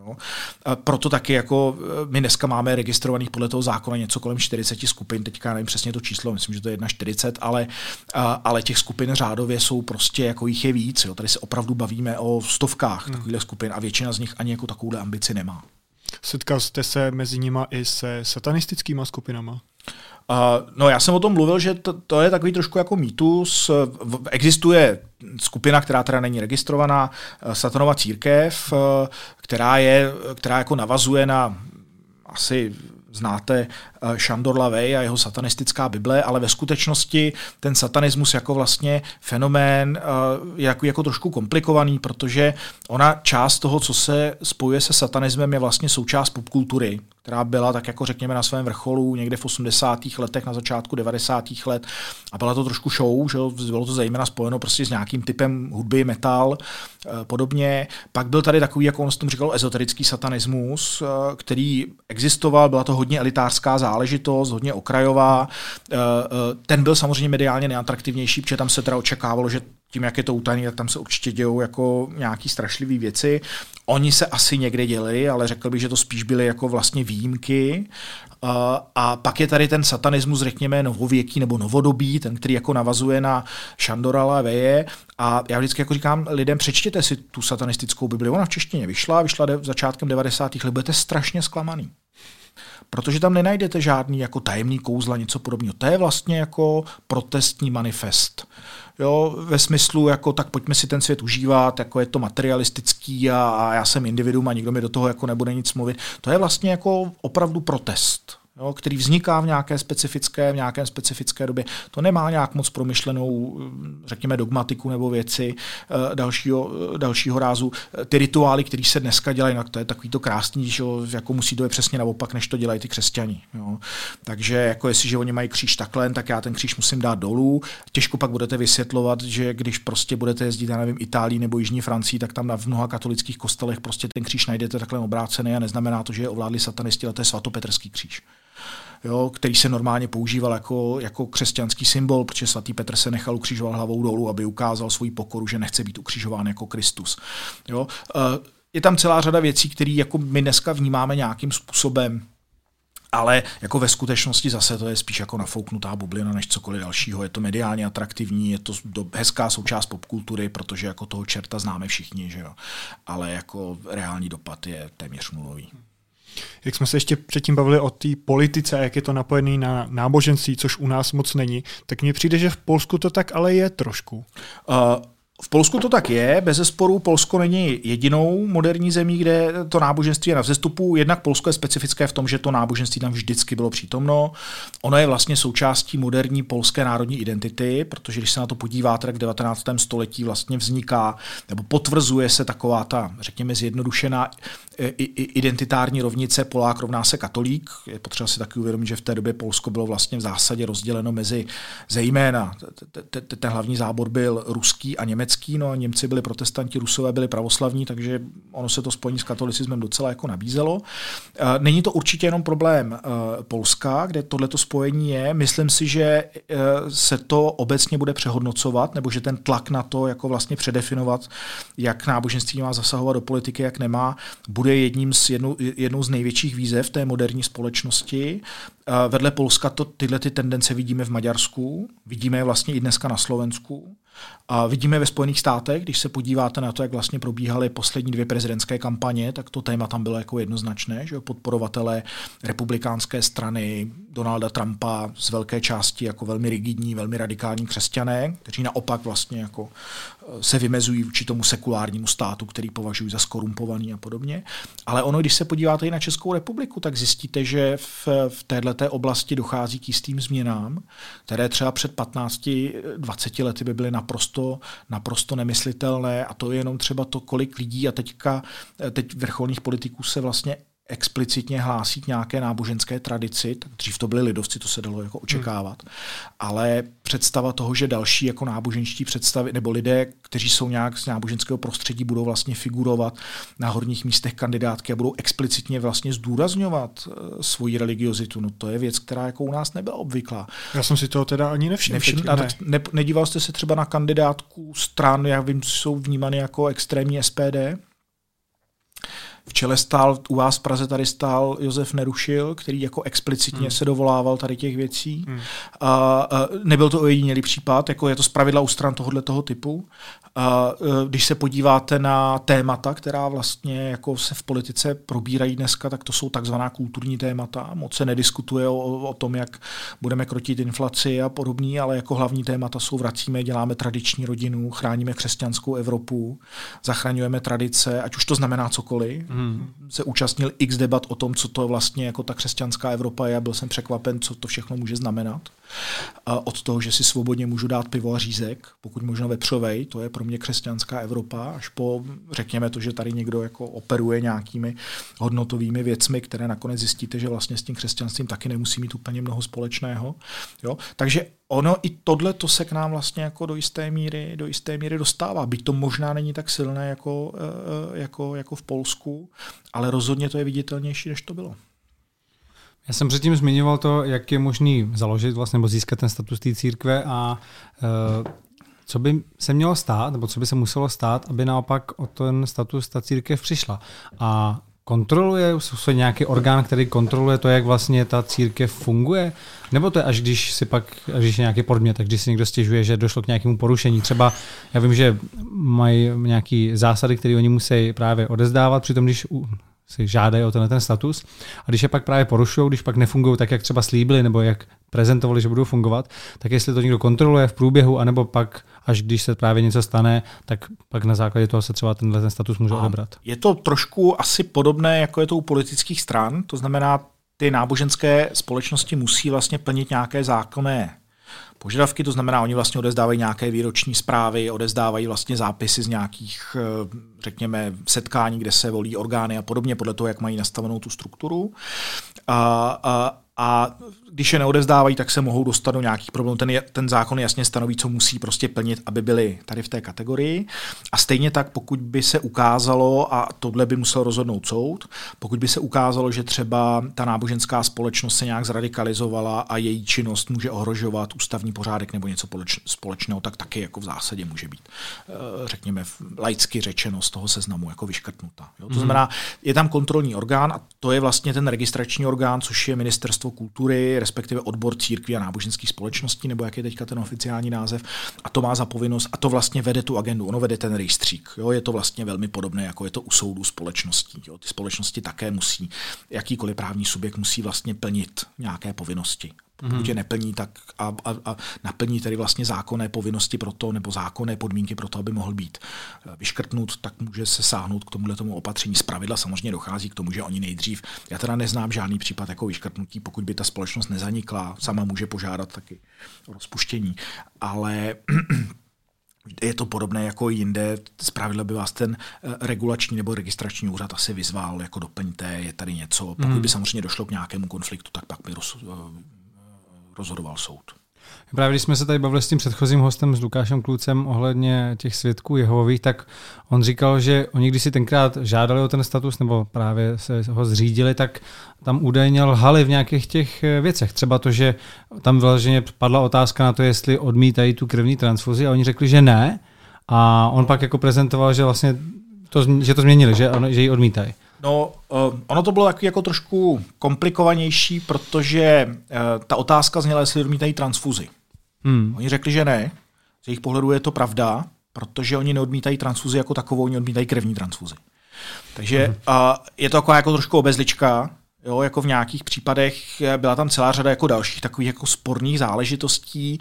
Jo. Proto taky jako my dneska máme registrovaných podle toho zákona něco kolem 40 skupin, teďka nevím přesně to číslo, myslím, že to je 41, ale těch skupin řádově jsou prostě, jako jich je víc. Jo. Tady se opravdu bavíme o stovkách takových skupin a většina z nich ani jako takovouhle ambici nemá. Setkal jste se mezi nima i se satanistickými skupinama? No já jsem o tom mluvil, že to je takový trošku jako mýtus. Existuje skupina, která teda není registrovaná, Satanova církev, která jako navazuje na, asi znáte Šandor LaVey a jeho satanistická Bible, ale ve skutečnosti ten satanismus jako vlastně fenomén je jako trošku komplikovaný, protože ona část toho, co se spojuje se satanismem, je vlastně součást popkultury, která byla tak jako řekněme na svém vrcholu někde v 80. letech, na začátku 90. let a byla to trošku show, že bylo to zejména spojeno prostě s nějakým typem hudby, metal, podobně. Pak byl tady takový, jako on s tom říkal, ezoterický satanismus, který existoval, byla to hodně elitářská záležitost, hodně okrajová. Ten byl samozřejmě mediálně neatraktivnější, protože tam se teda očekávalo, že tím, jak je to utajený, tak tam se určitě dějou jako nějaký strašlivý věci. Oni se asi někde dělili, ale řekl bych, že to spíš byly jako vlastně výjimky. A pak je tady ten satanismus, řekněme, novověký nebo novodobý, ten, který jako navazuje na Šandora LaVeye. A já vždycky jako říkám lidem, přečtěte si tu satanistickou Bibli. Ona v češtině vyšla začátkem 90. let, budete strašně zklamaný. Protože tam nenajdete žádný jako tajemný kouzla, něco podobného. To je vlastně jako protestní manifest. Jo, ve smyslu, jako tak pojďme si ten svět užívat, jako je to materialistický a já jsem individuum a nikdo mi do toho jako nebude nic mluvit. To je vlastně jako opravdu protest, jo, který vzniká v nějakém specifické době. To nemá nějak moc promyšlenou, řekněme, dogmatiku nebo věci dalšího rázu. Ty rituály, které se dneska dělají, no, to je takový to krásný, že jako musí to je přesně naopak, než to dělají ty křesťani. Jo. Takže jako jestliže oni mají kříž takhle, tak já ten kříž musím dát dolů. Těžko pak budete vysvětlovat, že když prostě budete jezdit, já nevím, Itálii nebo Jižní Francii, tak tam v mnoha katolických kostelech prostě ten kříž najdete takhle obrácený a neznamená to, že je ovládli satanisti, ale to je svatopetrský kříž. Jo, který se normálně používal jako křesťanský symbol, protože svatý Petr se nechal ukřižovat hlavou dolů, aby ukázal svoji pokoru, že nechce být ukřižován jako Kristus. Jo, je tam celá řada věcí, které jako my dneska vnímáme nějakým způsobem, ale jako ve skutečnosti zase to je spíš jako nafouknutá bublina než cokoliv dalšího. Je to mediálně atraktivní, je to hezká součást popkultury, protože jako toho čerta známe všichni, že jo. Ale jako reální dopad je téměř nulový. Jak jsme se ještě předtím bavili o té politice, jak je to napojený na náboženství, což u nás moc není, tak mně přijde, že v Polsku to tak ale je trošku. V Polsku to tak je, bezesporu Polsko není jedinou moderní zemí, kde to náboženství je na vzestupu. Jednak Polsko je specifické v tom, že to náboženství tam vždycky bylo přítomno. Ono je vlastně součástí moderní polské národní identity, protože když se na to podíváte, tak v 19. století vlastně vzniká nebo potvrzuje se taková ta, řekněme, zjednodušená identitární rovnice Polák rovná se katolík. Je potřeba si taky uvědomit, že v té době Polsko bylo vlastně v zásadě rozděleno mezi zejména, ten hlavní zábor byl ruský a německý, no a Němci byli protestanti, Rusové byli pravoslavní, takže ono se to spojení s katolicismem docela jako nabízelo. Není to určitě jenom problém Polska, kde tohleto spojení je. Myslím si, že se to obecně bude přehodnocovat, nebo že ten tlak na to, jako vlastně předefinovat, jak náboženství má zasahovat do politiky, jak nemá, bude jednou z největších výzev té moderní společnosti. Vedle Polska tyhle ty tendence vidíme v Maďarsku, vidíme je vlastně i dneska na Slovensku. A vidíme ve Spojených státech, když se podíváte na to, jak vlastně probíhaly poslední 2 prezidentské kampaně, tak to téma tam bylo jako jednoznačné, že podporovatelé republikánské strany Donalda Trumpa z velké části jako velmi rigidní, velmi radikální křesťané, kteří naopak vlastně jako se vymezují vůči tomu sekulárnímu státu, který považují za skorumpovaný a podobně. Ale ono, když se podíváte i na Českou republiku, tak zjistíte, že v téhleté oblasti dochází k jistým změnám, které třeba před 15-20 lety by byly naprosto nemyslitelné, a to je jenom třeba to, kolik lidí a teď vrcholných politiků se vlastně explicitně hlásí k nějaké náboženské tradici, tak dřív to byli lidovci, to se dalo jako očekávat, ale představa toho, že další jako náboženští představy nebo lidé, kteří jsou nějak z náboženského prostředí, budou vlastně figurovat na horních místech kandidátky a budou explicitně vlastně zdůrazňovat svoji religiozitu, no to je věc, která jako u nás nebyla obvyklá. Já jsem si toho teda ani nevšiml. Nedíval jste se třeba na kandidátku stran, jak vím, jsou vnímány jako extrémní SPD? V čele stál, u vás v Praze tady stál Josef Nerušil, který jako explicitně se dovolával tady těch věcí. Nebyl to ojedinělý případ, jako je to zpravidla u stran tohoto typu. Když se podíváte na témata, která vlastně jako se v politice probírají dneska, tak to jsou takzvaná kulturní témata. Moc se nediskutuje o tom, jak budeme krotit inflaci a podobný, ale jako hlavní témata jsou vracíme, děláme tradiční rodinu, chráníme křesťanskou Evropu, zachraňujeme tradice, ať už to znamená cokoliv. Se účastnil x debat o tom, co to vlastně jako ta křesťanská Evropa je a byl jsem překvapen, co to všechno může znamenat. Od toho, že si svobodně můžu dát pivo a řízek, pokud možno vepřovej, to je pro mě křesťanská Evropa, až po, řekněme to, že tady někdo jako operuje nějakými hodnotovými věcmi, které nakonec zjistíte, že vlastně s tím křesťanstvím taky nemusí mít úplně mnoho společného. Jo? Takže ono i tohle to se k nám vlastně jako do jisté míry dostává. Byť to možná není tak silné jako v Polsku, ale rozhodně to je viditelnější, než to bylo. Já jsem předtím zmiňoval to, jak je možný založit vlastně, nebo získat ten status té církve a co by se mělo stát, nebo co by se muselo stát, aby naopak o ten status ta církev přišla. A kontroluje se nějaký orgán, který kontroluje to, jak vlastně ta církev funguje? Nebo to je až když je nějaký podmět, tak když si někdo stěžuje, že došlo k nějakému porušení. Třeba já vím, že mají nějaké zásady, které oni musí právě odezdávat, přitom když si žádají o ten status. A když je pak právě porušují, když pak nefungují tak, jak třeba slíbili, nebo jak prezentovali, že budou fungovat, tak jestli to někdo kontroluje v průběhu, anebo pak, až když se právě něco stane, tak pak na základě toho se třeba ten status může odebrat. Je to trošku asi podobné, jako je to u politických stran, to znamená, ty náboženské společnosti musí vlastně plnit nějaké zákonné požadavky, to znamená, oni vlastně odezdávají nějaké výroční zprávy, odezdávají vlastně zápisy z nějakých, řekněme, setkání, kde se volí orgány a podobně, podle toho, jak mají nastavenou tu strukturu. A když je neodezdávají, tak se mohou dostat do nějakých problémů. Ten zákon jasně stanoví, co musí prostě plnit, aby byli tady v té kategorii. A stejně tak, pokud by se ukázalo, a tohle by musel rozhodnout soud, pokud by se ukázalo, že třeba ta náboženská společnost se nějak zradikalizovala a její činnost může ohrožovat ústavní pořádek nebo něco společného, tak taky jako v zásadě může být, řekněme, laicky řečeno z toho seznamu jako vyškrtnuta. Jo? To znamená, je tam kontrolní orgán a to je vlastně ten registrační orgán, což je Ministerstvo kultury, respektive odbor církví a náboženských společností, nebo jak je teďka ten oficiální název, a to má za povinnost, a to vlastně vede tu agendu, ono vede ten rejstřík. Jo? Je to vlastně velmi podobné, jako je to u soudu společností. Jo? Ty společnosti také musí, jakýkoliv právní subjekt musí vlastně plnit nějaké povinnosti. Pokud je neplní, tak a naplní tedy vlastně zákonné povinnosti pro to, nebo zákonné podmínky pro to, aby mohl být vyškrtnut, tak může se sáhnout k tomuto opatření. Zpravidla samozřejmě dochází k tomu, že oni nejdřív, já teda neznám žádný případ jako vyškrtnutí, pokud by ta společnost nezanikla, sama může požádat taky o rozpuštění. Ale je to podobné jako jinde. Zpravidla by vás ten regulační nebo registrační úřad asi vyzval, jako doplňte, je tady něco. Pokud by samozřejmě došlo k nějakému konfliktu, tak pak by rozhodoval soud. Právě když jsme se tady bavili s tím předchozím hostem, s Lukášem Klucem, ohledně těch svědků Jehovových, tak on říkal, že oni, když si tenkrát žádali o ten status nebo právě se ho zřídili, tak tam údajně lhali v nějakých těch věcech. Třeba to, že tam vyloženě padla otázka na to, jestli odmítají tu krevní transfuzi a oni řekli, že ne. A on pak jako prezentoval, že vlastně že to změnili, že ji odmítají. No, ono to bylo taky jako trošku komplikovanější, protože ta otázka zněla, jestli odmítají transfuzi. Oni řekli, že ne. Z jejich pohledu je to pravda, protože oni neodmítají transfuzi jako takovou, oni odmítají krevní transfuzi. Takže je to jako trošku obezlička. Jo, jako v nějakých případech byla tam celá řada jako dalších takových jako sporných záležitostí.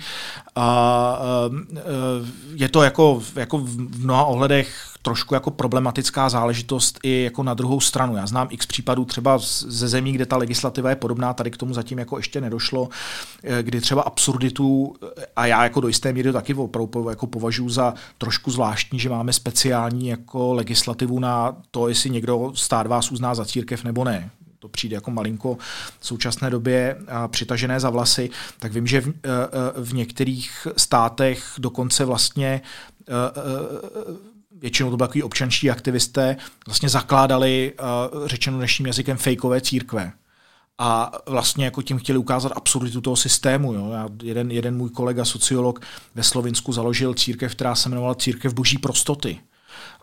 Je to jako v mnoha ohledech trošku jako problematická záležitost i jako na druhou stranu. Já znám x případů třeba ze zemí, kde ta legislativa je podobná, tady k tomu zatím jako ještě nedošlo, kdy třeba absurditu, a já jako do jisté míry taky opravdu jako považuji za trošku zvláštní, že máme speciální jako legislativu na to, jestli někdo stát vás uzná za církev nebo ne. To přijde jako malinko v současné době přitažené za vlasy, tak vím, že v některých státech dokonce vlastně většinou to byli takový občanští aktivisté, vlastně zakládali, řečeno dnešním jazykem, fejkové církve. A vlastně jako tím chtěli ukázat absurditu toho systému. Jo. Jeden můj kolega, sociolog ve Slovinsku, založil církev, která se jmenovala Církev boží prostoty.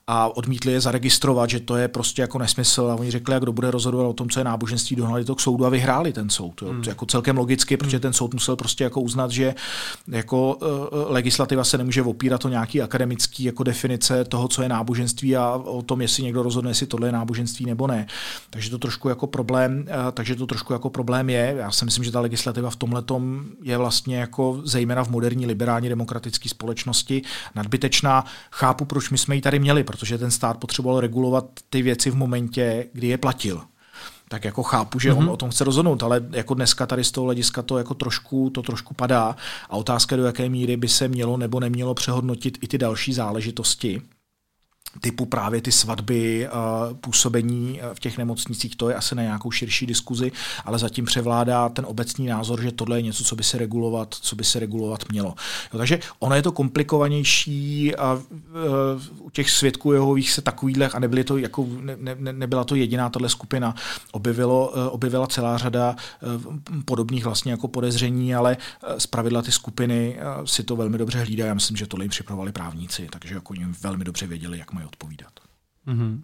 a odmítli je zaregistrovat, že to je prostě jako nesmysl a oni řekli, kdo bude rozhodovat o tom, co je náboženství, dohnali to k soudu a vyhráli ten soud. To jako celkem logicky, protože ten soud musel prostě jako uznat, že jako legislativa se nemůže opírat o nějaký akademický jako definice toho, co je náboženství a o tom, jestli někdo rozhodne, jestli tohle je náboženství nebo ne. Takže to trošku jako problém je. Já si myslím, že ta legislativa v tomhletom je vlastně jako zejména v moderní liberální demokratické společnosti nadbytečná. Chápu, proč my jsme ji tady měli, protože ten stát potřeboval regulovat ty věci v momentě, kdy je platil. Tak jako chápu, že on o tom chce rozhodnout, ale jako dneska tady z toho hlediska to jako trošku padá a otázka, do jaké míry by se mělo nebo nemělo přehodnotit i ty další záležitosti, typu právě ty svatby, působení v těch nemocnicích, to je asi na nějakou širší diskuzi, ale zatím převládá ten obecný názor, že tohle je něco, co by se regulovat mělo. Jo, takže ono je to komplikovanější a u těch svědků Jehových se takových, a nebyla to jediná tahle skupina, objevila celá řada podobných vlastně jako podezření, ale zpravidla ty skupiny si to velmi dobře hlídají. Já myslím, že tohle jim připravovali právníci, takže jako jim velmi dobře věděli, jak mají odpovídat. Mm-hmm.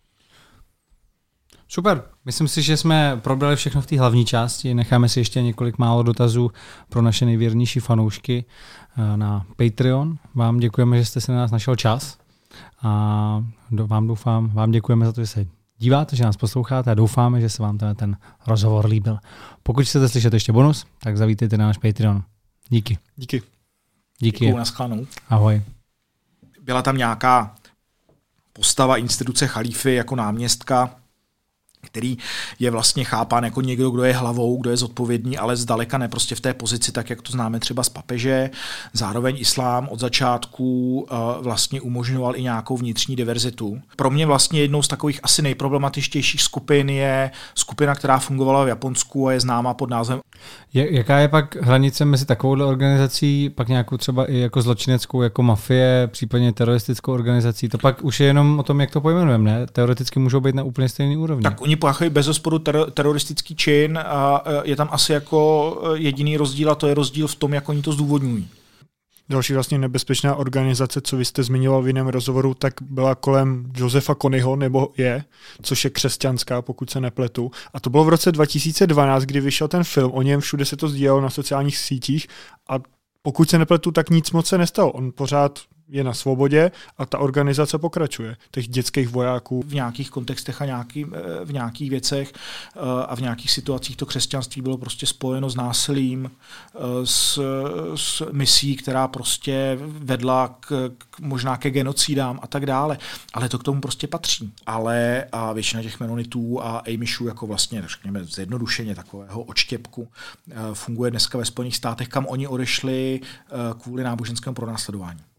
Super. Myslím si, že jsme probrali všechno v té hlavní části. Necháme si ještě několik málo dotazů pro naše nejvěrnější fanoušky na Patreon. Vám děkujeme, že jste si na nás našel čas a vám děkujeme za to, že se díváte, že nás posloucháte a doufáme, že se vám ten rozhovor líbil. Pokud chcete slyšet ještě bonus, tak zavítejte na náš Patreon. Díky. Děkuju, naschledanou. Ahoj. Byla tam nějaká postava instituce chalífy jako náměstka, který je vlastně chápán jako někdo, kdo je hlavou, kdo je zodpovědný, ale zdaleka ne prostě v té pozici, tak jak to známe třeba z papeže. Zároveň islám od začátku vlastně umožňoval i nějakou vnitřní diverzitu. Pro mě vlastně jednou z takových asi nejproblematičtějších skupin je skupina, která fungovala v Japonsku a je známá pod názvem. Jaká je pak hranice mezi takovouhle organizací, pak nějakou třeba i jako zločineckou, jako mafie, případně teroristickou organizací? To pak už je jenom o tom, jak to pojmenujeme, ne? Teoreticky můžou být na úplně stejný úrovni. Tak oni páchají bezesporu teroristický čin a je tam asi jako jediný rozdíl a to je rozdíl v tom, jak oni to zdůvodňují. Další vlastně nebezpečná organizace, co vy jste zmiňoval v jiném rozhovoru, tak byla kolem Josefa Konyho, nebo je, což je křesťanská, pokud se nepletu. A to bylo v roce 2012, kdy vyšel ten film, o něm všude se to sdílelo na sociálních sítích a pokud se nepletu, tak nic moc se nestalo. On pořád je na svobodě a ta organizace pokračuje. Těch dětských vojáků. V nějakých kontextech a v nějakých věcech a v nějakých situacích to křesťanství bylo prostě spojeno s násilím, s misí, která prostě vedla možná ke genocídám a tak dále. Ale to k tomu prostě patří. Ale a většina těch menonitů a Amishů jako vlastně, řekněme, zjednodušeně takového odštěpku funguje dneska ve Spojených státech, kam oni odešli kvůli náboženskému pronásledování.